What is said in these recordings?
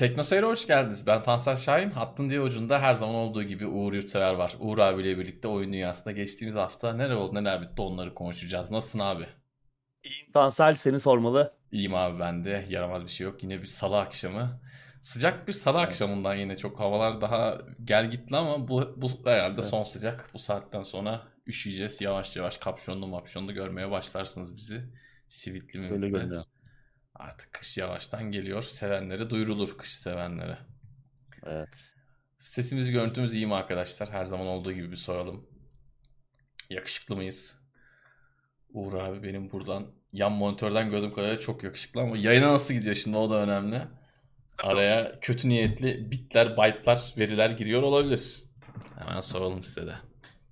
Tekno Seyir'e hoş geldiniz. Ben Tansel Şahin. Hattın diğer ucunda her zaman olduğu gibi Uğur Yurtsever var. Uğur abiyle birlikte oyun dünyasında geçtiğimiz hafta neler oldu neler bitti onları konuşacağız. Nasılsın abi? İyiyim Tansel seni sormalı. İyiyim abi ben de. Yaramaz bir şey yok. Yine bir salı akşamı. Sıcak bir salı Evet, akşamından yine çok havalar daha gel gitli ama bu herhalde son evet. sıcak. Bu saatten sonra üşüyeceğiz. Yavaş yavaş kapşonlu mapşonlu görmeye başlarsınız bizi. Sivitli Öyle mivitli. görünüyor. Artık kış yavaştan geliyor. Sevenlere duyurulur kış sevenlere. Evet. Sesimiz görüntümüz iyi mi arkadaşlar? Her zaman olduğu gibi bir soralım. Yakışıklı mıyız? Uğur abi benim buradan yan monitörden gördüğüm kadarıyla çok yakışıklı ama yayına nasıl gidiyor şimdi o da önemli. Araya kötü niyetli bitler, byte'lar, veriler giriyor olabilir. Hemen soralım size de.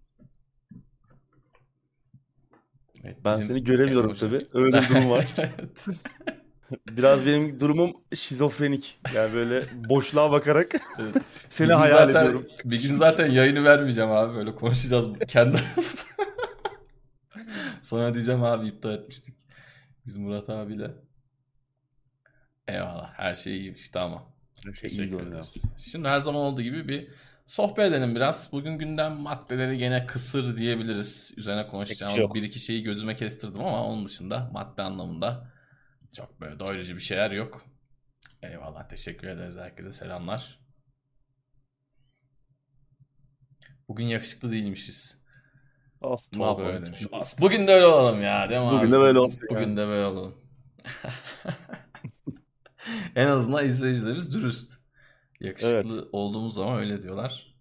Evet Ben bizim seni göremiyorum emoji. tabii. Öyle de bir durum var. Evet. Biraz benim durumum şizofrenik. Yani böyle boşluğa bakarak Evet. Bir seni gün hayal zaten ediyorum. bir gün zaten yayını vermeyeceğim abi böyle konuşacağız kendi aramızda. Sonra diyeceğim abi iptal etmiştik. Biz Murat abiyle. Eyvallah. Her şey iyiymiş. Tamam. Her şey iyi Teşekkür görünüyor. ederiz. Şimdi her zaman olduğu gibi bir sohbet edelim biraz. Bugün gündem maddeleri gene kısır diyebiliriz. Üzerine Pek bir şey konuşacağımız bir yok. iki şeyi gözüme kestirdim ama onun dışında madde anlamında çok böyle doyurucu bir şeyler yok. Eyvallah. Teşekkür ederiz. Herkese selamlar. Bugün yakışıklı değilmişiz. Olsun ne Tolga yapalım. öyle demiş. Bugün de öyle olalım ya değil mi Bugün abi? de böyle olsun Bugün ya. de böyle olalım. En azından izleyicilerimiz dürüst. Evet. Yakışıklı olduğumuz zaman öyle diyorlar.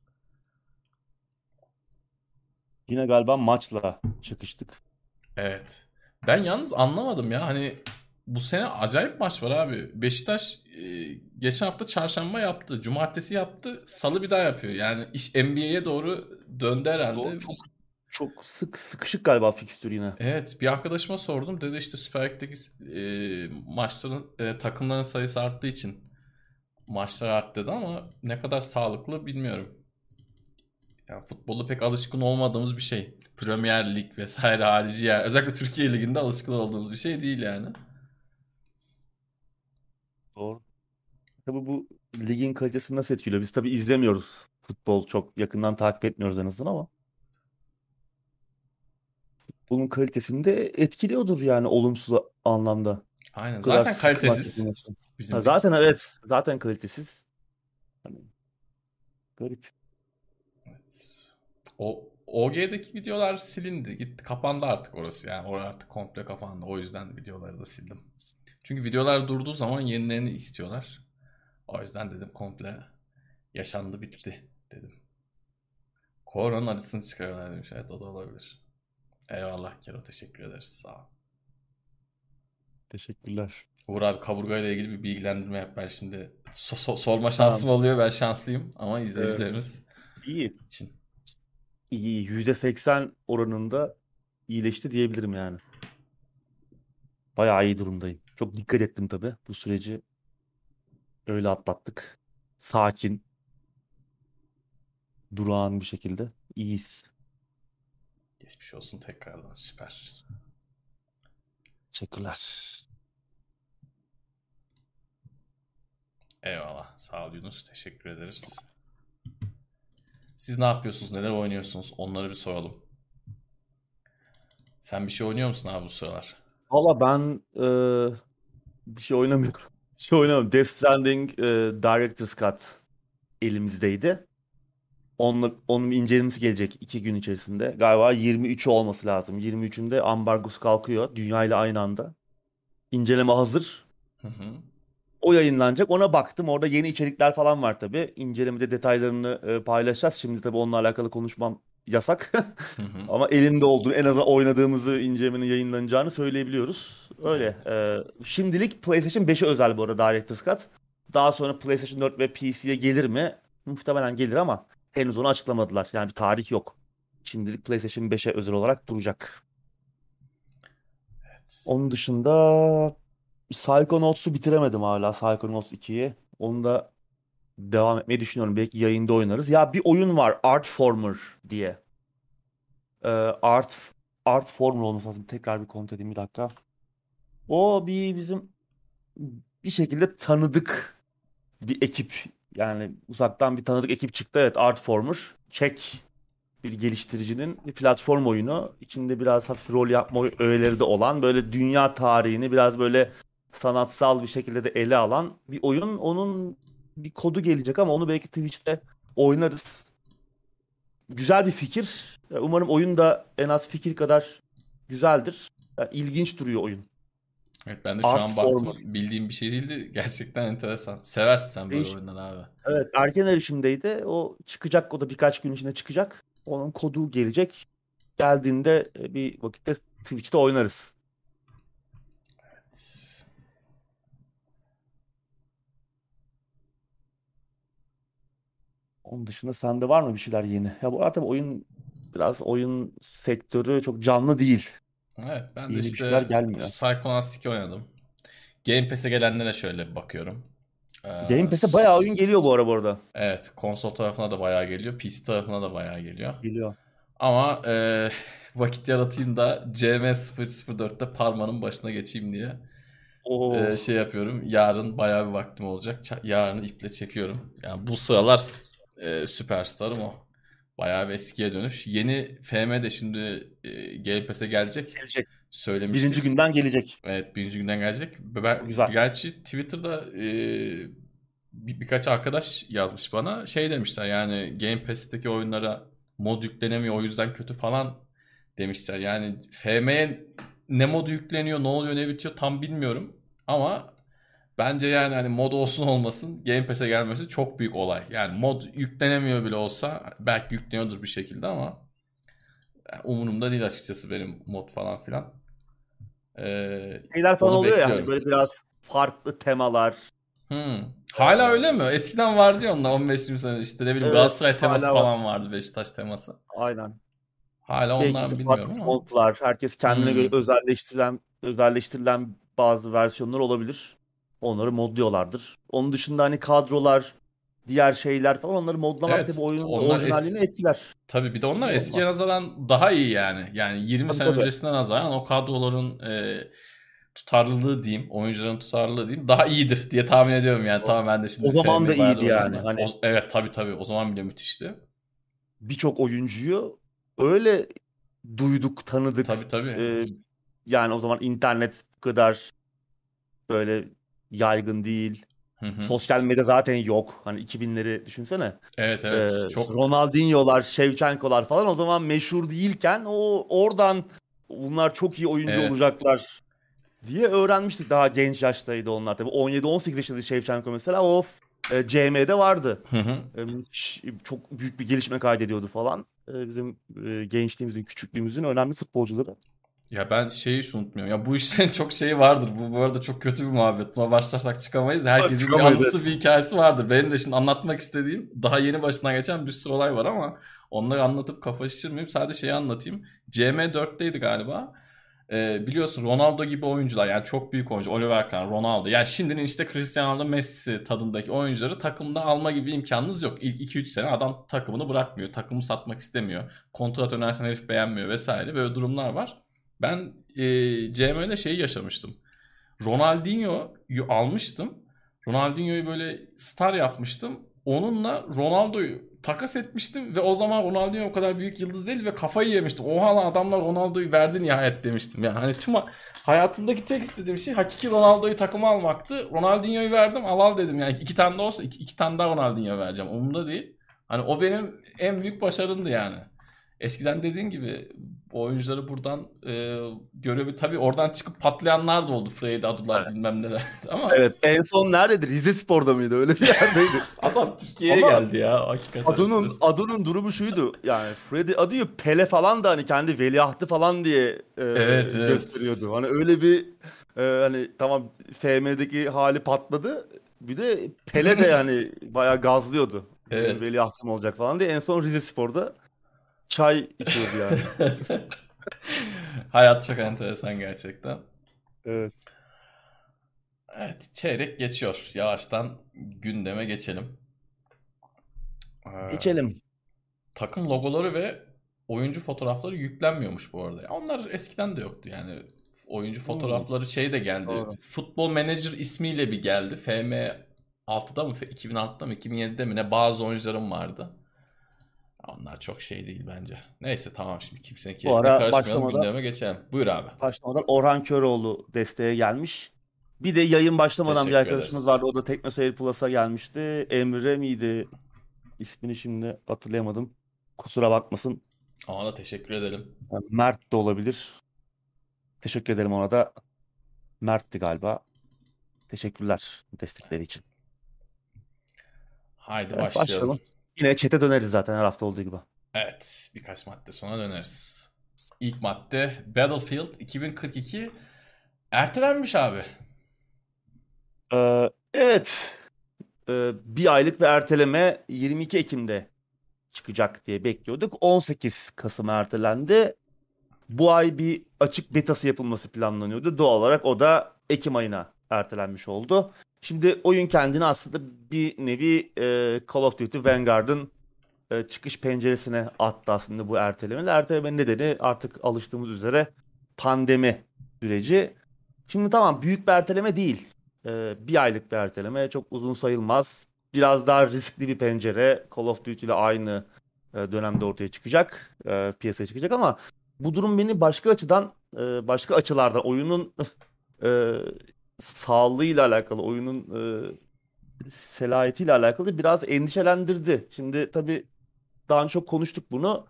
Yine galiba maçla çıkıştık. Evet. Ben yalnız anlamadım ya. Hani bu sene acayip maç var abi. Beşiktaş geçen hafta çarşamba yaptı. Cumartesi yaptı. Salı bir daha yapıyor. Yani iş NBA'ye doğru döndü Doğru. herhalde. Çok sıkışık galiba fikstür yine. Evet, bir arkadaşıma sordum. Dedi işte Süper Lig'deki maçların takımların sayısı arttığı için maçlar arttı dedi ama ne kadar sağlıklı bilmiyorum. Ya futbolu pek alışkın olmadığımız bir şey. Premier Lig vesaire harici yer. Özellikle Türkiye Ligi'nde alışkın olduğumuz bir şey değil yani. Doğru. Tabii bu ligin kalitesini nasıl etkiliyor? Biz tabii izlemiyoruz. Futbol çok yakından takip etmiyoruz en azından ama. Bunun kalitesini de etkiliyordur yani olumsuz anlamda. Aynen. Bu kadar Zaten sık maç kalitesiz yapılması. Ha, bizim lig. zaten evet. Zaten kalitesiz. Hani garip. Evet. O OG'deki videolar silindi. Gitti. Kapandı artık orası yani. Orası artık komple kapandı. O yüzden videoları da sildim. Çünkü videolar durduğu zaman yenilerini istiyorlar. O yüzden dedim komple yaşandı bitti dedim. Koronanın acısını çıkarıyorlar demiş. Evet o da olabilir. Eyvallah Kero teşekkür ederiz. Sağ ol. Teşekkürler. Uğur abi kaburgayla ilgili bir bilgilendirme yap. Ben şimdi sorma Ha, şansım oluyor. Ben şanslıyım ama evet. izleyicilerimiz İyi. için. İyi. %80 oranında iyileşti diyebilirim yani. Bayağı iyi durumdayım. Çok dikkat ettim tabii. Bu süreci öyle atlattık. Sakin, durağan bir şekilde iyiyiz. Geçmiş olsun tekrardan süper. Teşekkürler. Eyvallah. Sağ ol Yunus. Teşekkür ederiz. Siz ne yapıyorsunuz? Neler oynuyorsunuz? Onları bir soralım. Sen bir şey oynuyor musun abi bu sıralar? Valla ben bir şey oynamıyorum. Bir şey oynamıyorum. Death Stranding Director's Cut elimizdeydi. Onun incelemesi gelecek 2 gün içerisinde. Galiba 23'ü olması lazım. 23'ünde ambargosu kalkıyor. Dünya ile aynı anda. İnceleme hazır. Hı hı. O yayınlanacak. Ona baktım. Orada yeni içerikler falan var tabii. İncelemede detaylarını paylaşacağız. Şimdi tabii onunla alakalı konuşmam yasak. Hı hı. Ama elinde olduğunu, en azından oynadığımızı, incelemenin yayınlanacağını söyleyebiliyoruz. Öyle. Evet. Şimdilik PlayStation 5'e özel bu arada Director's Cut. Daha sonra PlayStation 4 ve PC'ye gelir mi? Muhtemelen gelir ama henüz onu açıklamadılar. Yani bir tarih yok. Şimdilik PlayStation 5'e özel olarak duracak. Evet. Onun dışında Psychonauts'u bitiremedim hala. Psychonauts 2'yi. Onu da devam etmeyi düşünüyorum. Belki yayında oynarız. Ya bir oyun var Artformer diye. Ee, Art Artformer olması lazım. Tekrar bir kontrol edeyim bir dakika. O bizim bir şekilde tanıdık. bir ekip, yani uzaktan bir tanıdık ekip çıktı. Evet, Artformer. Çek bir geliştiricinin bir platform oyunu. İçinde biraz hafif rol yapma öğeleri de olan, böyle dünya tarihini biraz böyle sanatsal bir şekilde de ele alan bir oyun. Onun bir kodu gelecek ama onu belki Twitch'te oynarız. Güzel bir fikir. Umarım oyun da en az fikir kadar güzeldir. Yani ilginç duruyor oyun. Evet, ben de şu an Artformer. baktım. Bildiğim bir şey değildi. Gerçekten enteresan. Seversin sen böyle Değiş- oyunları abi. Evet, erken erişimdeydi. O çıkacak, o da birkaç gün içinde çıkacak. Onun kodu gelecek. Geldiğinde bir vakitte Twitch'te oynarız. Onun dışında sende var mı bir şeyler yeni? Ya bu arada oyun sektörü çok canlı değil. Evet, ben de Yeni bir şeyler işte gelmiyor. Psychonauts 2 oynadım. Game Pass'e gelenlere şöyle bir bakıyorum. Game Pass'e bayağı oyun geliyor bu arada. Evet, konsol tarafına da bayağı geliyor. PC tarafına da bayağı geliyor. Geliyor. Ama vakit yaratayım da CM004'te parmağımın başına geçeyim diye Oo. şey yapıyorum. Yarın bayağı bir vaktim olacak. Yarını iple çekiyorum. Yani bu sıralar süperstarım o. Bayağı bir eskiye dönüş. Yeni FM de şimdi Game Pass'e gelecek. Gelecek. Birinci Söylemiştik. günden gelecek. Evet, birinci günden gelecek. Ben, Güzel. gerçi Twitter'da birkaç arkadaş yazmış bana. Şey demişler, yani Game Pass'teki oyunlara mod yüklenemiyor, o yüzden kötü falan demişler. Yani FM'ye ne mod yükleniyor, ne oluyor, ne bitiyor tam bilmiyorum. Ama bence yani hani mod olsun olmasın Game Pass'e gelmesi çok büyük olay. Yani mod yüklenemiyor bile olsa belki yükleniyordur bir şekilde ama yani umurumda değil açıkçası benim mod falan filan. Şeyler falan Onu oluyor ya, hani bekliyorum. böyle biraz farklı temalar. Hmm. Hala öyle mi? Ee, Eskiden vardı ya onlar 15-20 sene, işte ne bileyim evet, Galatasaray teması hala var. falan vardı, Beşiktaş teması. Aynen. Hala Belki onlar işte mı farklı bilmiyorum ama. fontlar, herkes kendine göre Hmm. özelleştirilen bazı versiyonlar olabilir. Onları modluyorlardır. Onun dışında hani kadrolar, diğer şeyler falan, onları modlamak tabii Evet, oyunun onlar orijinalliğini etkiler. tabii bir de onlar Güzel eskiye olmaz. nazaran daha iyi yani. Yani 20 Tabii sene tabii. öncesine nazaran o kadroların tutarlılığı diyeyim, oyuncuların tutarlılığı diyeyim daha iyidir diye tahmin ediyorum yani. O, Tamam, ben de şimdi o zaman da FM'yi bayağıdır iyiydi oynamıyorum yani. da. Hani Evet, tabii o zaman bile müthişti. birçok oyuncuyu öyle duyduk, Tabii tanıdık. tabii. Yani o zaman internet bu kadar böyle yaygın değil. Hı hı. Sosyal medya zaten yok. Hani 2000'leri düşünsene. Evet Ee, evet. işte Çok. Ronaldinho'lar, Shevchenko'lar falan o zaman meşhur değilken oradan bunlar çok iyi oyuncu Evet. olacaklar diye öğrenmiştik. Daha genç yaştaydı onlar tabii. 17-18 yaşındaydı Shevchenko mesela. CM'de vardı. Hı hı. Çok büyük bir gelişme kaydediyordu falan. Bizim gençliğimizin, küçüklüğümüzün önemli futbolcuları. Ya ben şeyi hiç unutmuyorum. Ya bu işlerin çok şeyi vardır. Bu arada çok kötü bir muhabbet. Buna başlarsak çıkamayız da herkesin bir Çıkamayız. anısı, bir hikayesi vardır. Benim de şimdi anlatmak istediğim daha yeni başımdan geçen bir sürü olay var ama onları anlatıp kafa şişirmeyeyim. Sadece şeyi anlatayım. CM4'teydi galiba. Biliyorsun Ronaldo gibi oyuncular, yani çok büyük oyuncu. Oliver Kahn, Ronaldo. Yani şimdinin işte Cristiano Ronaldo, Messi tadındaki oyuncuları takımda alma gibi imkanınız yok. İlk 2-3 sene adam takımını bırakmıyor. Takımı satmak istemiyor. Kontrat önersen herif beğenmiyor vesaire. Böyle durumlar var. Ben CM'de şeyi yaşamıştım. Ronaldinho'yu almıştım. Ronaldinho'yu böyle star yapmıştım. Onunla Ronaldo'yu takas etmiştim ve o zaman Ronaldinho o kadar büyük yıldız değil ve kafayı yemiştim. Oha lan, adamlar Ronaldo'yu verdi nihayet demiştim. Yani hani tüm hayatımdaki tek istediğim şey hakiki Ronaldo'yu takıma almaktı. Ronaldinho'yu verdim, al dedim. Yani iki tane de olsa iki tane daha Ronaldinho vereceğim. Umurumda değil. Hani o benim en büyük başarımdı yani. Eskiden dediğin gibi bu oyuncuları buradan görebil. Tabii oradan çıkıp patlayanlar da oldu. Freydi, adılar bilmem neler. Ama Evet, en son neredeydi? Rizespor'da mıydı? Öyle bir yerdeydi. adam Türkiye'ye Ama geldi ya. Hakikaten Adu'nun enteresan. Adu'nun durumu şuydu. Yani Freddy Adu Pele falan da hani kendi veliahtı falan diye Evet evet. gösteriyordu. Hani öyle bir hani tamam, FM'deki hali patladı. Bir de Pele de yani bayağı gazlıyordu. Benim Evet. veliahtım olacak falan diye. En son Rizespor'da çay içiyordu yani. Hayat çok enteresan gerçekten. Evet. Evet, çeyrek geçiyor. Yavaştan gündeme geçelim. Ee, Geçelim. takım logoları ve oyuncu fotoğrafları yüklenmiyormuş bu arada. Ya onlar eskiden de yoktu yani. Oyuncu Hmm, fotoğrafları şey de geldi. doğru. Futbol Manager ismiyle bir geldi. FM 2006'da mı 2006'da mı 2007'de mi ne bazı oyuncularım vardı. Onlar çok şey değil bence. Neyse tamam, şimdi kimsenin Bu keyfine ara karışmayalım, gündeme geçelim. Buyur abi. başlamadan Orhan Köroğlu desteğe gelmiş. Bir de yayın başlamadan bir Teşekkür arkadaşımız ederiz. vardı. O da TeknoSeyir Plus'a gelmişti. Emre miydi? İsmini şimdi hatırlayamadım. Kusura bakmasın. Ona da teşekkür edelim. Yani Mert de olabilir. Teşekkür ederim ona da. Mert'ti galiba. Teşekkürler destekleri için. Haydi Evet, başlayalım. başlayalım. Yine chat'e döneriz zaten her hafta olduğu gibi. Evet, birkaç madde sonra döneriz. İlk madde Battlefield 2042 ertelenmiş abi. Evet. Bir aylık bir erteleme 22 Ekim'de çıkacak diye bekliyorduk. 18 Kasım'a ertelendi. Bu ay bir açık betası yapılması planlanıyordu. Doğal olarak o da Ekim ayına ertelenmiş oldu. Şimdi oyun kendini aslında bir nevi Call of Duty Vanguard'ın çıkış penceresine attı aslında bu erteleme. Ertelemenin nedeni artık alıştığımız üzere pandemi süreci. Şimdi tamam, büyük bir erteleme değil. Bir aylık bir erteleme, çok uzun sayılmaz. Biraz daha riskli bir pencere. Call of Duty ile aynı dönemde ortaya çıkacak. Piyasaya çıkacak ama bu durum beni başka açıdan, başka açılardan oyunun e, sağlığıyla alakalı, oyunun selahiyetiyle alakalı biraz endişelendirdi. Şimdi tabii daha önce çok konuştuk bunu.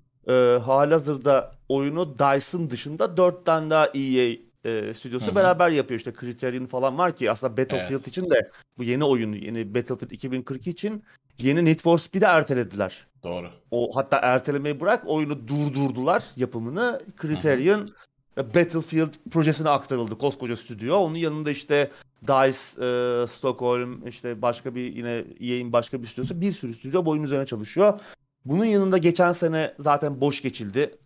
Halihazırda oyunu DICE'ın dışında 4 tane daha EA Hı stüdyosu hı. beraber yapıyor. İşte Criterion falan var ki aslında Battlefield Evet, için de bu yeni oyun, yeni Battlefield 2042 için yeni Need for Speed'i ertelediler. doğru. O hatta ertelemeyi bırak, oyunu durdurdular yapımını. Hı hı. Criterion Battlefield projesine aktarıldı, koskoca stüdyo. Onun yanında işte DICE, Stockholm, işte başka bir yine EA'in başka bir stüdyosu, bir sürü stüdyo bu oyun üzerine çalışıyor. Bunun yanında geçen sene zaten boş geçildi.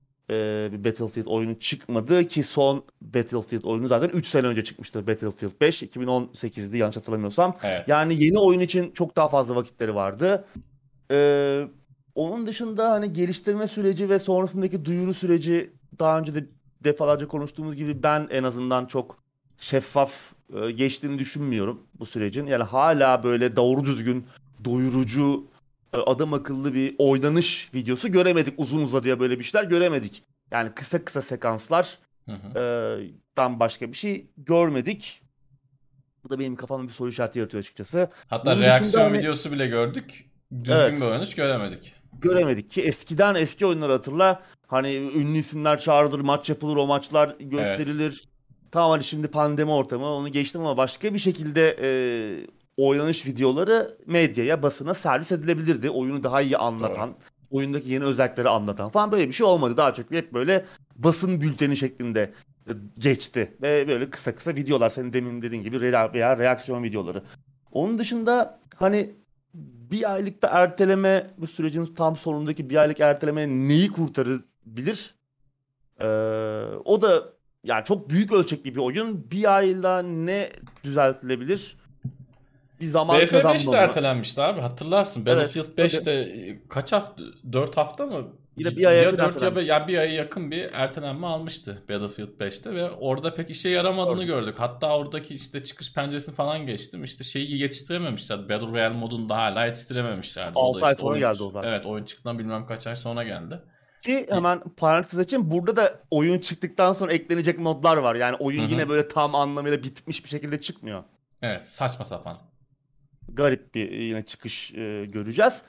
Bir Battlefield oyunu çıkmadı ki son Battlefield oyunu zaten 3 sene önce çıkmıştır. Battlefield 5 2018'di yanlış hatırlamıyorsam. Evet, Yani yeni oyun için çok daha fazla vakitleri vardı. Ee, Onun dışında hani geliştirme süreci ve sonrasındaki duyuru süreci, daha önce de defalarca konuştuğumuz gibi, ben en azından çok şeffaf geçtiğini düşünmüyorum bu sürecin. Yani hala böyle doğru düzgün, doyurucu, adam akıllı bir oynanış videosu göremedik. Uzun uzadıya böyle bir şeyler göremedik. Yani kısa kısa sekanslar hı hı. dan başka bir şey görmedik. Bu da benim kafamda bir soru işareti yaratıyor açıkçası. Hatta Bunun dışında reaksiyon hani videosu bile gördük. Düzgün bir evet, oynanış göremedik. göremedik ki eskiden eski oyunları hatırla. Hani ünlü isimler çağrılır, maç yapılır, o maçlar Evet, gösterilir. Tamam, hani şimdi pandemi ortamı, onu geçtim ama başka bir şekilde oynanış videoları medyaya, basına servis edilebilirdi. Oyunu daha iyi doğru. anlatan, oyundaki yeni özellikleri anlatan falan, böyle bir şey olmadı. Daha çok hep böyle basın bülteni şeklinde geçti. Ve böyle kısa kısa videolar, senin demin dediğin gibi veya reaksiyon videoları. Onun dışında hani bir aylık bir erteleme, bu sürecin tam sonundaki bir aylık erteleme neyi kurtarabilir? Ee, O da yani çok büyük ölçekli bir oyun. Bir ayla ne düzeltilebilir? Bir zaman BF5 kazanma de mı? ertelenmişti abi, hatırlarsın. Evet, Battlefield tabii. 5'te kaç hafta? 4 hafta mı? Yine bir aya Ya yakın 4 ya, ertelenmiş. ya bir aya yakın bir ertelenme almıştı Battlefield 5'te ve orada pek işe yaramadığını Gördük. gördük. Hatta oradaki işte çıkış penceresini falan geçtim. İşte şeyi yetiştirememişler. Battle Royale modunu da hala yetiştirememişlerdi. O da 6 ay işte sonra oyun, geldi o zaten. evet, oyun çıktığından bilmem kaç ay sonra geldi. Ki hemen parantez açayım. Burada da oyun çıktıktan sonra eklenecek modlar var. Yani Hı oyun hı. yine böyle tam anlamıyla bitmiş bir şekilde çıkmıyor. Evet, saçma sapan. Garip bir yine çıkış göreceğiz.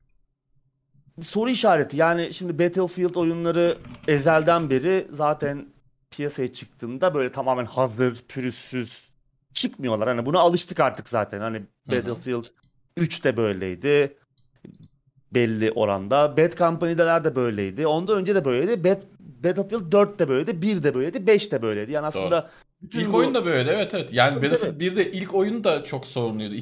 Bir soru işareti. Yani şimdi Battlefield oyunları ezelden beri zaten piyasaya çıktığında böyle tamamen hazır, pürüzsüz çıkmıyorlar. Hani buna alıştık artık zaten. Hani Hı hı. Battlefield 3 de böyleydi belli oranda. Bad Company'deler de böyleydi. Ondan önce de böyleydi. Battlefield 4 de böyleydi, 1 de böyleydi, 5 de böyleydi. Yani Doğru. aslında bütün İlk oyun bu, da böyle, evet evet. Yani tabii tabii. Battlefield 1'de ilk oyun da çok sorunluydu.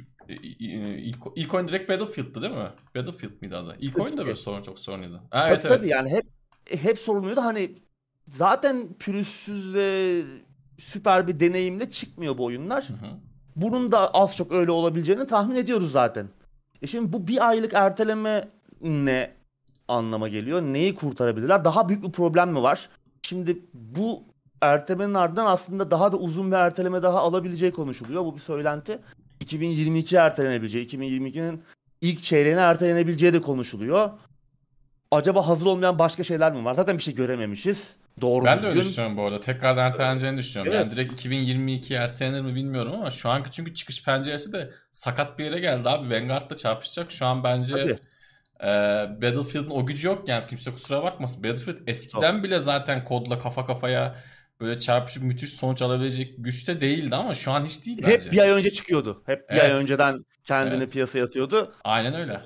İlk oyun direkt Battlefield'tı değil mi? Battlefield miydi adı? İlk oyun da böyle 42. çok sorunluydu. Ha, evet Tabii tabii, evet. yani hep sorulmuyordu. Hani zaten pürüzsüz ve süper bir deneyimle çıkmıyor bu oyunlar. Hı hı. Bunun da az çok öyle olabileceğini tahmin ediyoruz zaten. Şimdi bu bir aylık erteleme ne anlama geliyor? Neyi kurtarabilirler? Daha büyük bir problem mi var? Şimdi bu ertelemenin ardından aslında daha da uzun bir erteleme daha alabileceği konuşuluyor. Bu bir söylenti. 2022'ye ertelenebileceği, 2022'nin ilk çeyreğine ertelenebileceği de konuşuluyor. Acaba hazır olmayan başka şeyler mi var? Zaten bir şey görememişiz. Doğru Ben de öyle düzgün. düşünüyorum bu arada. Tekrardan erteleneceğini düşünüyorum. Yani Evet. direkt 2022 ertelenir mi bilmiyorum ama şu anki çünkü çıkış penceresi de sakat bir yere geldi abi. Vanguard'la çarpışacak. Şu an bence Tabii. Battlefield'ın o gücü yok yani kimse kusura bakmasın. Battlefield eskiden Yok. bile zaten kodla kafa kafaya böyle çarpışıp müthiş sonuç alabilecek güçte değildi ama şu an hiç değil Hep bence. bir ay önce çıkıyordu. Hep bir ay Evet. önceden kendini Evet. piyasaya atıyordu. Aynen öyle.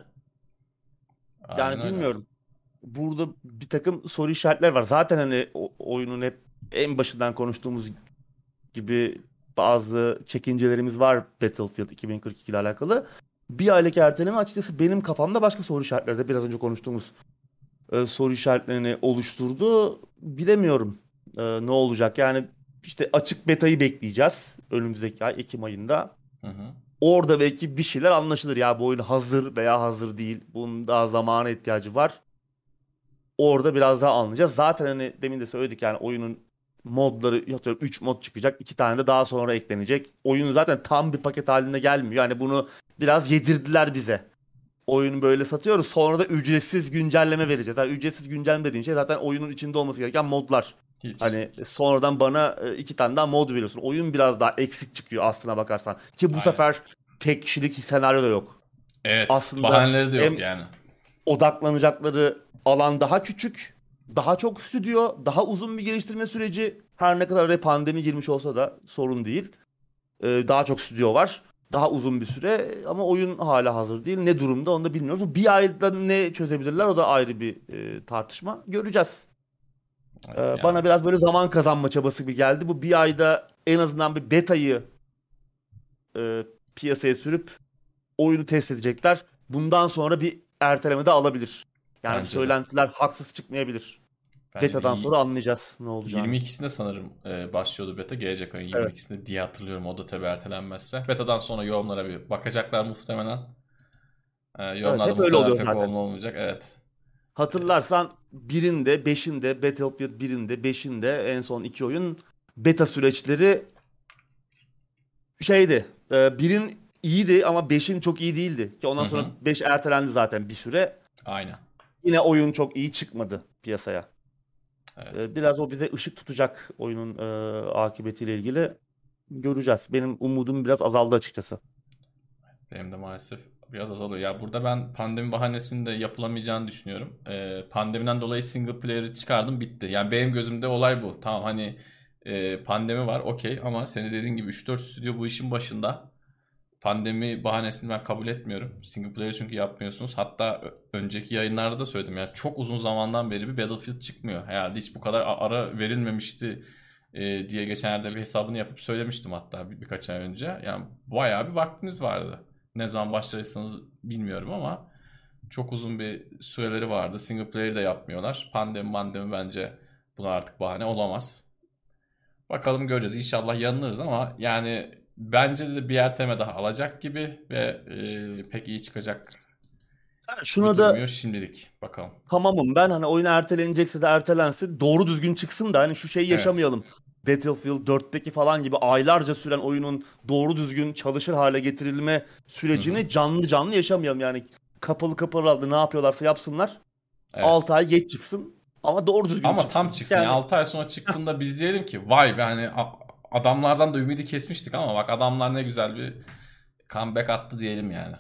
Aynen Yani öyle. bilmiyorum. Burada bir takım soru işaretler var. Zaten hani oyunun hep en başından konuştuğumuz gibi bazı çekincelerimiz var Battlefield 2042 ile alakalı. Bir aylık erteleme açıkçası benim kafamda başka soru işaretleri de biraz önce konuştuğumuz soru işaretlerini oluşturdu. Bilemiyorum ne olacak. Yani işte açık betayı bekleyeceğiz önümüzdeki ay Ekim ayında. Hı hı. Orada belki bir şeyler anlaşılır. Ya bu oyun hazır veya hazır değil. Bunun daha zamana ihtiyacı var. Orada biraz daha anlayacağız. Zaten hani demin de söyledik yani oyunun modları atıyorum 3 mod çıkacak. 2 tane de daha sonra eklenecek. Oyun zaten tam bir paket halinde gelmiyor. Yani bunu biraz yedirdiler bize. Oyunu böyle satıyoruz. Sonra da ücretsiz güncelleme vereceğiz. Yani ücretsiz güncelleme dediğin şey zaten oyunun içinde olması gereken modlar. Hiç. Hani sonradan bana 2 tane daha mod veriyorsun. Oyun biraz daha eksik çıkıyor aslına bakarsan. Ki bu Aynen. sefer tek kişilik senaryo da yok. Evet. Aslında Bahaneleri de yok hem yani. odaklanacakları alan daha küçük, daha çok stüdyo, daha uzun bir geliştirme süreci. Her ne kadar oraya pandemi girmiş olsa da sorun değil. Daha çok stüdyo var. Daha uzun bir süre ama oyun hala hazır değil. Ne durumda onu da bilmiyoruz. Bu bir ayda ne çözebilirler o da ayrı bir tartışma. Göreceğiz. Evet ya. Bana biraz böyle zaman kazanma çabası gibi geldi. Bu bir ayda en azından bir betayı piyasaya sürüp oyunu test edecekler. Bundan sonra bir erteleme de alabilir. Yani Bence de. söylentiler haksız çıkmayabilir. Bence de Betadan iyi. sonra anlayacağız ne olacağını. 22'sinde sanırım başlıyordu beta. Gelecek ayın Evet. 22'sinde diye hatırlıyorum. O da tabii ertelenmezse. Betadan sonra yorumlara bir bakacaklar muhtemelen. Evet Yorumlarda hep öyle muhtemelen oluyor pek zaten. olumlu olmayacak. Evet. E, Hatırlarsan birinde, beşinde, Battlefield birinde, beşinde en son iki oyun beta süreçleri şeydi. Birin iyiydi ama beşin çok iyi değildi. Ki Hı ondan sonra hı. 5 ertelendi zaten bir süre. Aynen. Yine oyun çok iyi çıkmadı piyasaya. Evet. Biraz o bize ışık tutacak oyunun akıbetiyle ilgili. Göreceğiz. Benim umudum biraz azaldı açıkçası. Benim de maalesef biraz azalıyor. Ya burada ben pandemi bahanesinde yapılamayacağını düşünüyorum. Pandemiden dolayı single player'ı çıkardım bitti. Yani benim gözümde olay bu. Tamam hani pandemi var okey ama senin dediğin gibi 3-4 stüdyo bu işin başında. Pandemi bahanesini ben kabul etmiyorum. Single player çünkü yapmıyorsunuz. Hatta önceki yayınlarda da söyledim. Yani çok uzun zamandan beri bir Battlefield çıkmıyor. Herhalde hiç bu kadar ara verilmemişti diye geçenlerde bir hesabını yapıp söylemiştim hatta birkaç ay önce. Yani bayağı bir vaktiniz vardı. Ne zaman başlarsanız bilmiyorum ama çok uzun bir süreleri vardı. Single player de yapmıyorlar. Pandemi bence buna artık bahane olamaz. Bakalım göreceğiz. İnşallah yanılırız ama yani bence de bir erteleme daha alacak gibi ve pek iyi çıkacak gibi Şuna durmuyor da şimdilik. Bakalım. tamamım ben hani oyun ertelenecekse de ertelensin doğru düzgün çıksın da hani şu şeyi Evet. yaşamayalım. Battlefield 4'teki falan gibi aylarca süren oyunun doğru düzgün çalışır hale getirilme Hı hı. sürecini canlı canlı yaşamayalım. Yani kapalı kapalı aldı ne yapıyorlarsa yapsınlar. Evet. 6 ay geç çıksın ama doğru düzgün Ama tam çıksın. çıksın. Yani Yani 6 ay sonra çıktığında biz diyelim ki vay be hani adamlardan da ümidi kesmiştik ama bak adamlar ne güzel bir comeback attı diyelim yani.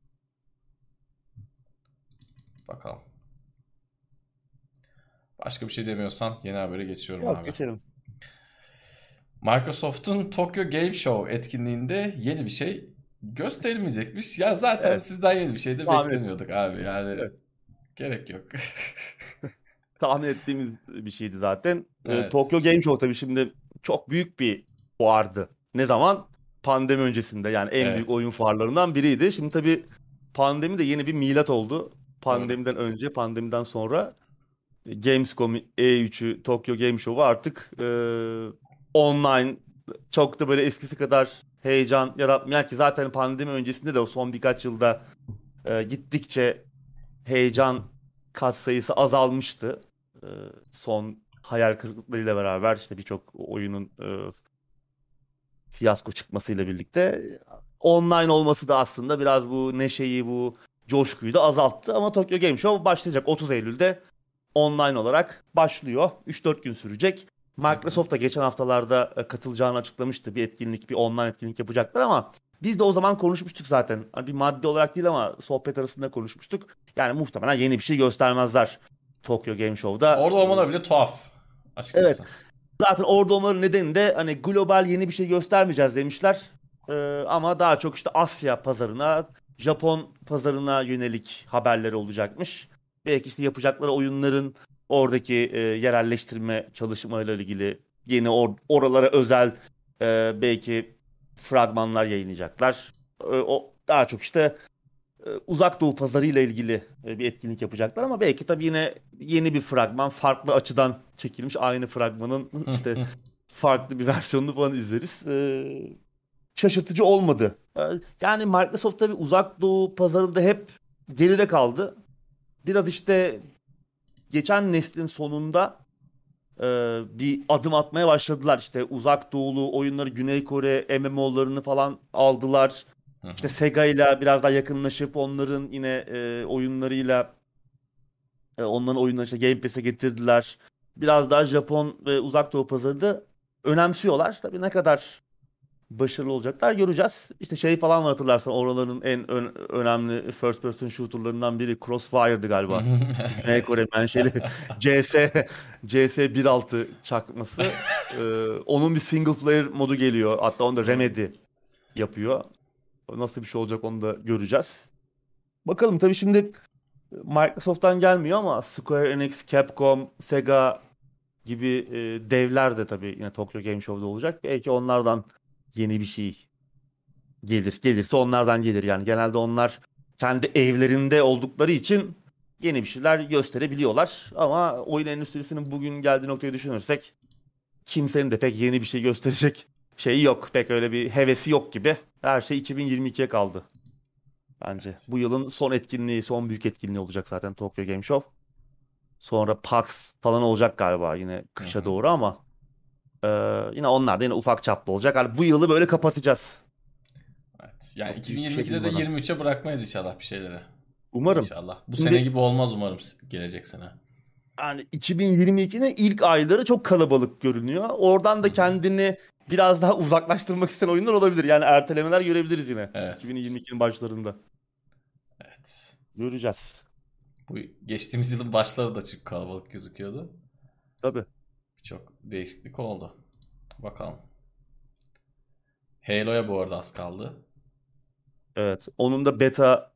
Bakalım. Başka bir şey demiyorsan yeni habere geçiyorum yok abi. geçelim. Microsoft'un Tokyo Game Show etkinliğinde yeni bir şey gösterilmeyecekmiş. Ya zaten Evet sizden yeni bir şey de tahmin ettim. beklemiyorduk abi. Yani Evet. gerek yok. Tahmin ettiğimiz bir şeydi zaten. Evet. Tokyo Game Show tabii şimdi çok büyük bir fuardı. Ne zaman? Pandemi öncesinde yani en büyük Evet. oyun fuarlarından biriydi. Şimdi tabii pandemi de yeni bir milat oldu. Doğru. Pandemiden önce, pandemiden sonra Gamescom E3'ü, Tokyo Game Show'u artık online çok da böyle eskisi kadar heyecan yaratmayan ki zaten pandemi öncesinde de o son birkaç yılda gittikçe heyecan katsayısı azalmıştı. Ee, Son hayal kırıklıklarıyla beraber işte birçok oyunun fiyasko çıkmasıyla birlikte. Online olması da aslında biraz bu neşeyi, bu coşkuyu da azalttı. Ama Tokyo Game Show başlayacak 30 Eylül'de online olarak başlıyor. 3-4 gün sürecek. Hı hı. Microsoft da geçen haftalarda katılacağını açıklamıştı. Bir etkinlik, bir online etkinlik yapacaklar ama biz de o zaman konuşmuştuk zaten. Hani bir madde olarak değil ama sohbet arasında konuşmuştuk. Yani muhtemelen yeni bir şey göstermezler Tokyo Game Show'da. Orada olmaları bile tuhaf Evet. açıkçası. Zaten orada olmaların nedeni de hani global yeni bir şey göstermeyeceğiz demişler. Ama daha çok işte Asya pazarına, Japon pazarına yönelik haberleri olacakmış. Belki işte yapacakları oyunların oradaki yerelleştirme çalışmalarıyla ilgili yeni oralara özel belki fragmanlar yayınlayacaklar. O daha çok işte Uzak Doğu pazarıyla ilgili bir etkinlik yapacaklar ama belki tabii yine yeni bir fragman, farklı açıdan çekilmiş aynı fragmanın işte farklı bir versiyonunu falan izleriz. Şaşırtıcı olmadı. Yani Microsoft tabii Uzak Doğu pazarında hep geride kaldı. Biraz işte geçen neslin sonunda bir adım atmaya başladılar. İşte Uzak Doğulu oyunları, Güney Kore MMO'larını falan aldılar. Hı İşte hı. Sega ile biraz daha yakınlaşıp onların yine oyunlarıyla onların oyunlarını işte Game Pass'e getirdiler. Biraz daha Japon ve Uzak Doğu pazarında önemsiyorlar. Tabii ne kadar başarılı olacaklar göreceğiz. İşte şey falan var hatırlarsan oraların en önemli first person shooter'larından biri Crossfire'dı Hı galiba. hı. Güney Evet. Kore menşeli CS 1.6 çakması. Onun bir single player modu geliyor. Hatta onu da Hı. Remedy yapıyor. Nasıl bir şey olacak onu da göreceğiz. Bakalım tabii şimdi Microsoft'tan gelmiyor ama Square Enix, Capcom, Sega gibi devler de tabii yine Tokyo Game Show'da olacak. Belki onlardan yeni bir şey gelir. Gelirse onlardan gelir yani. Genelde onlar kendi evlerinde oldukları için yeni bir şeyler gösterebiliyorlar. Ama oyun endüstrisinin bugün geldiği noktayı düşünürsek kimsenin de pek yeni bir şey gösterecek şeyi yok. Pek öyle bir hevesi yok gibi. Her şey 2022'ye kaldı bence. Evet. Bu yılın son etkinliği, son büyük etkinliği olacak zaten Tokyo Game Show. Sonra PAX falan olacak galiba yine Hı kışa hı. doğru ama e, yine onlar da yine ufak çaplı olacak. Yani bu yılı böyle kapatacağız. Evet. Yani Çok büyük bir şey 2022'de de duymadan. 23'e bırakmayız inşallah bir şeyleri. Umarım. İnşallah. Bu sene Şimdi gibi olmaz umarım gelecek sene. yani 2022'nin ilk ayları çok kalabalık görünüyor. Oradan Hı da hı. kendini biraz daha uzaklaştırmak isteyen oyunlar olabilir. Yani ertelemeler görebiliriz yine Evet. 2022'nin başlarında. Evet. Göreceğiz. Bu geçtiğimiz yılın başları da çok kalabalık gözüküyordu. Tabii. Birçok değişiklik oldu. Bakalım. Halo'ya bu arada az kaldı. Evet. Onun da beta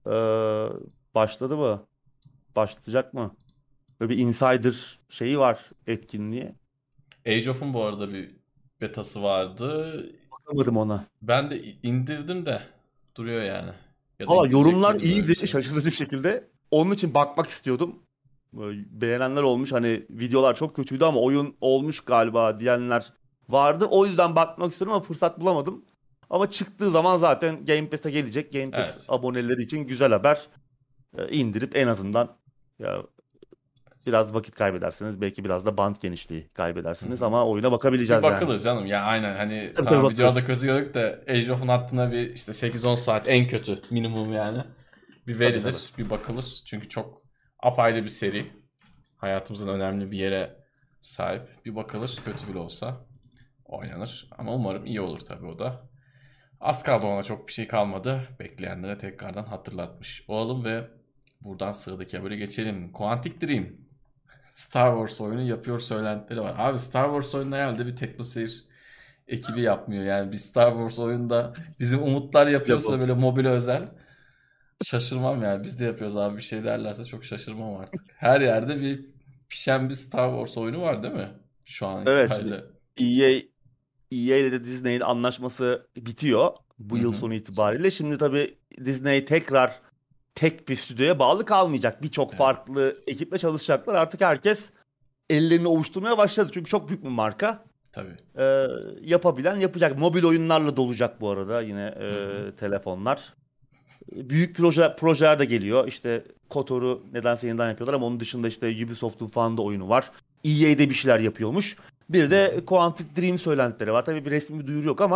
başladı mı? Başlayacak mı? Böyle bir insider şeyi var etkinliği. Age of'un bu arada bir betası vardı. Bakamadım ona. Ben de indirdim de duruyor yani. Ya da Valla girecek yorumlar gibi böyle bir iyiydi şey. şaşırtıcı bir şekilde. Onun için bakmak istiyordum. Beğenenler olmuş. Hani videolar çok kötüydü ama oyun olmuş galiba diyenler vardı. O yüzden bakmak istiyorum ama fırsat bulamadım. Ama çıktığı zaman zaten Game Pass'e gelecek. Game Pass Evet. aboneleri için güzel haber. İndirip en azından ya biraz vakit kaybedersiniz. Belki biraz da band genişliği Hı kaybedersiniz hı. ama oyuna Bir bakabileceğiz yani. bakılır canım ya, aynen, hani Tabii tabii tamam bakılır. videoda kötü gördük de Age of'un hattına bir işte 8-10 saat en kötü minimum yani. Bir Tabii tabii. verilir, bir bakılır. Çünkü çok apayrı bir seri. Hayatımızın önemli bir yere sahip. Bir bakılır, kötü bile olsa oynanır. Ama umarım iyi olur tabii o da. Az kaldı, ona çok bir şey kalmadı. Bekleyenlere tekrardan hatırlatmış olalım ve buradan sıradaki habere geçelim. Quantic Dream Star Wars oyunu yapıyor söylentileri var. Abi Star Wars oyunu herhalde bir TeknoSeyir ekibi yapmıyor. Yani bir Star Wars oyunda bizim Umutlar yapıyorsa Yapalım. böyle mobil özel, şaşırmam yani. Biz de yapıyoruz abi, bir şey derlerse çok şaşırmam artık. Her yerde bir pişen bir Star Wars oyunu var değil mi? Şu an Evet şimdi itibariyle. EA EA ile de Disney'in anlaşması bitiyor Hı bu yıl hı. sonu itibariyle. Şimdi tabii Disney tekrar tek bir stüdyoya bağlı kalmayacak. Birçok Evet. farklı ekiple çalışacaklar. Artık herkes ellerini ovuşturmaya başladı. Çünkü çok büyük bir marka. Tabii. Yapabilen yapacak. Mobil oyunlarla dolacak bu arada yine Hı hı. telefonlar. Büyük projeler de geliyor. İşte KOTOR'u nedense yeniden yapıyorlar ama onun dışında işte Ubisoft'un falan da oyunu var. EA'de bir şeyler yapıyormuş. Bir Hı hı. de Quantic Dream söylentileri var. Tabii bir resmi bir duyuru yok ama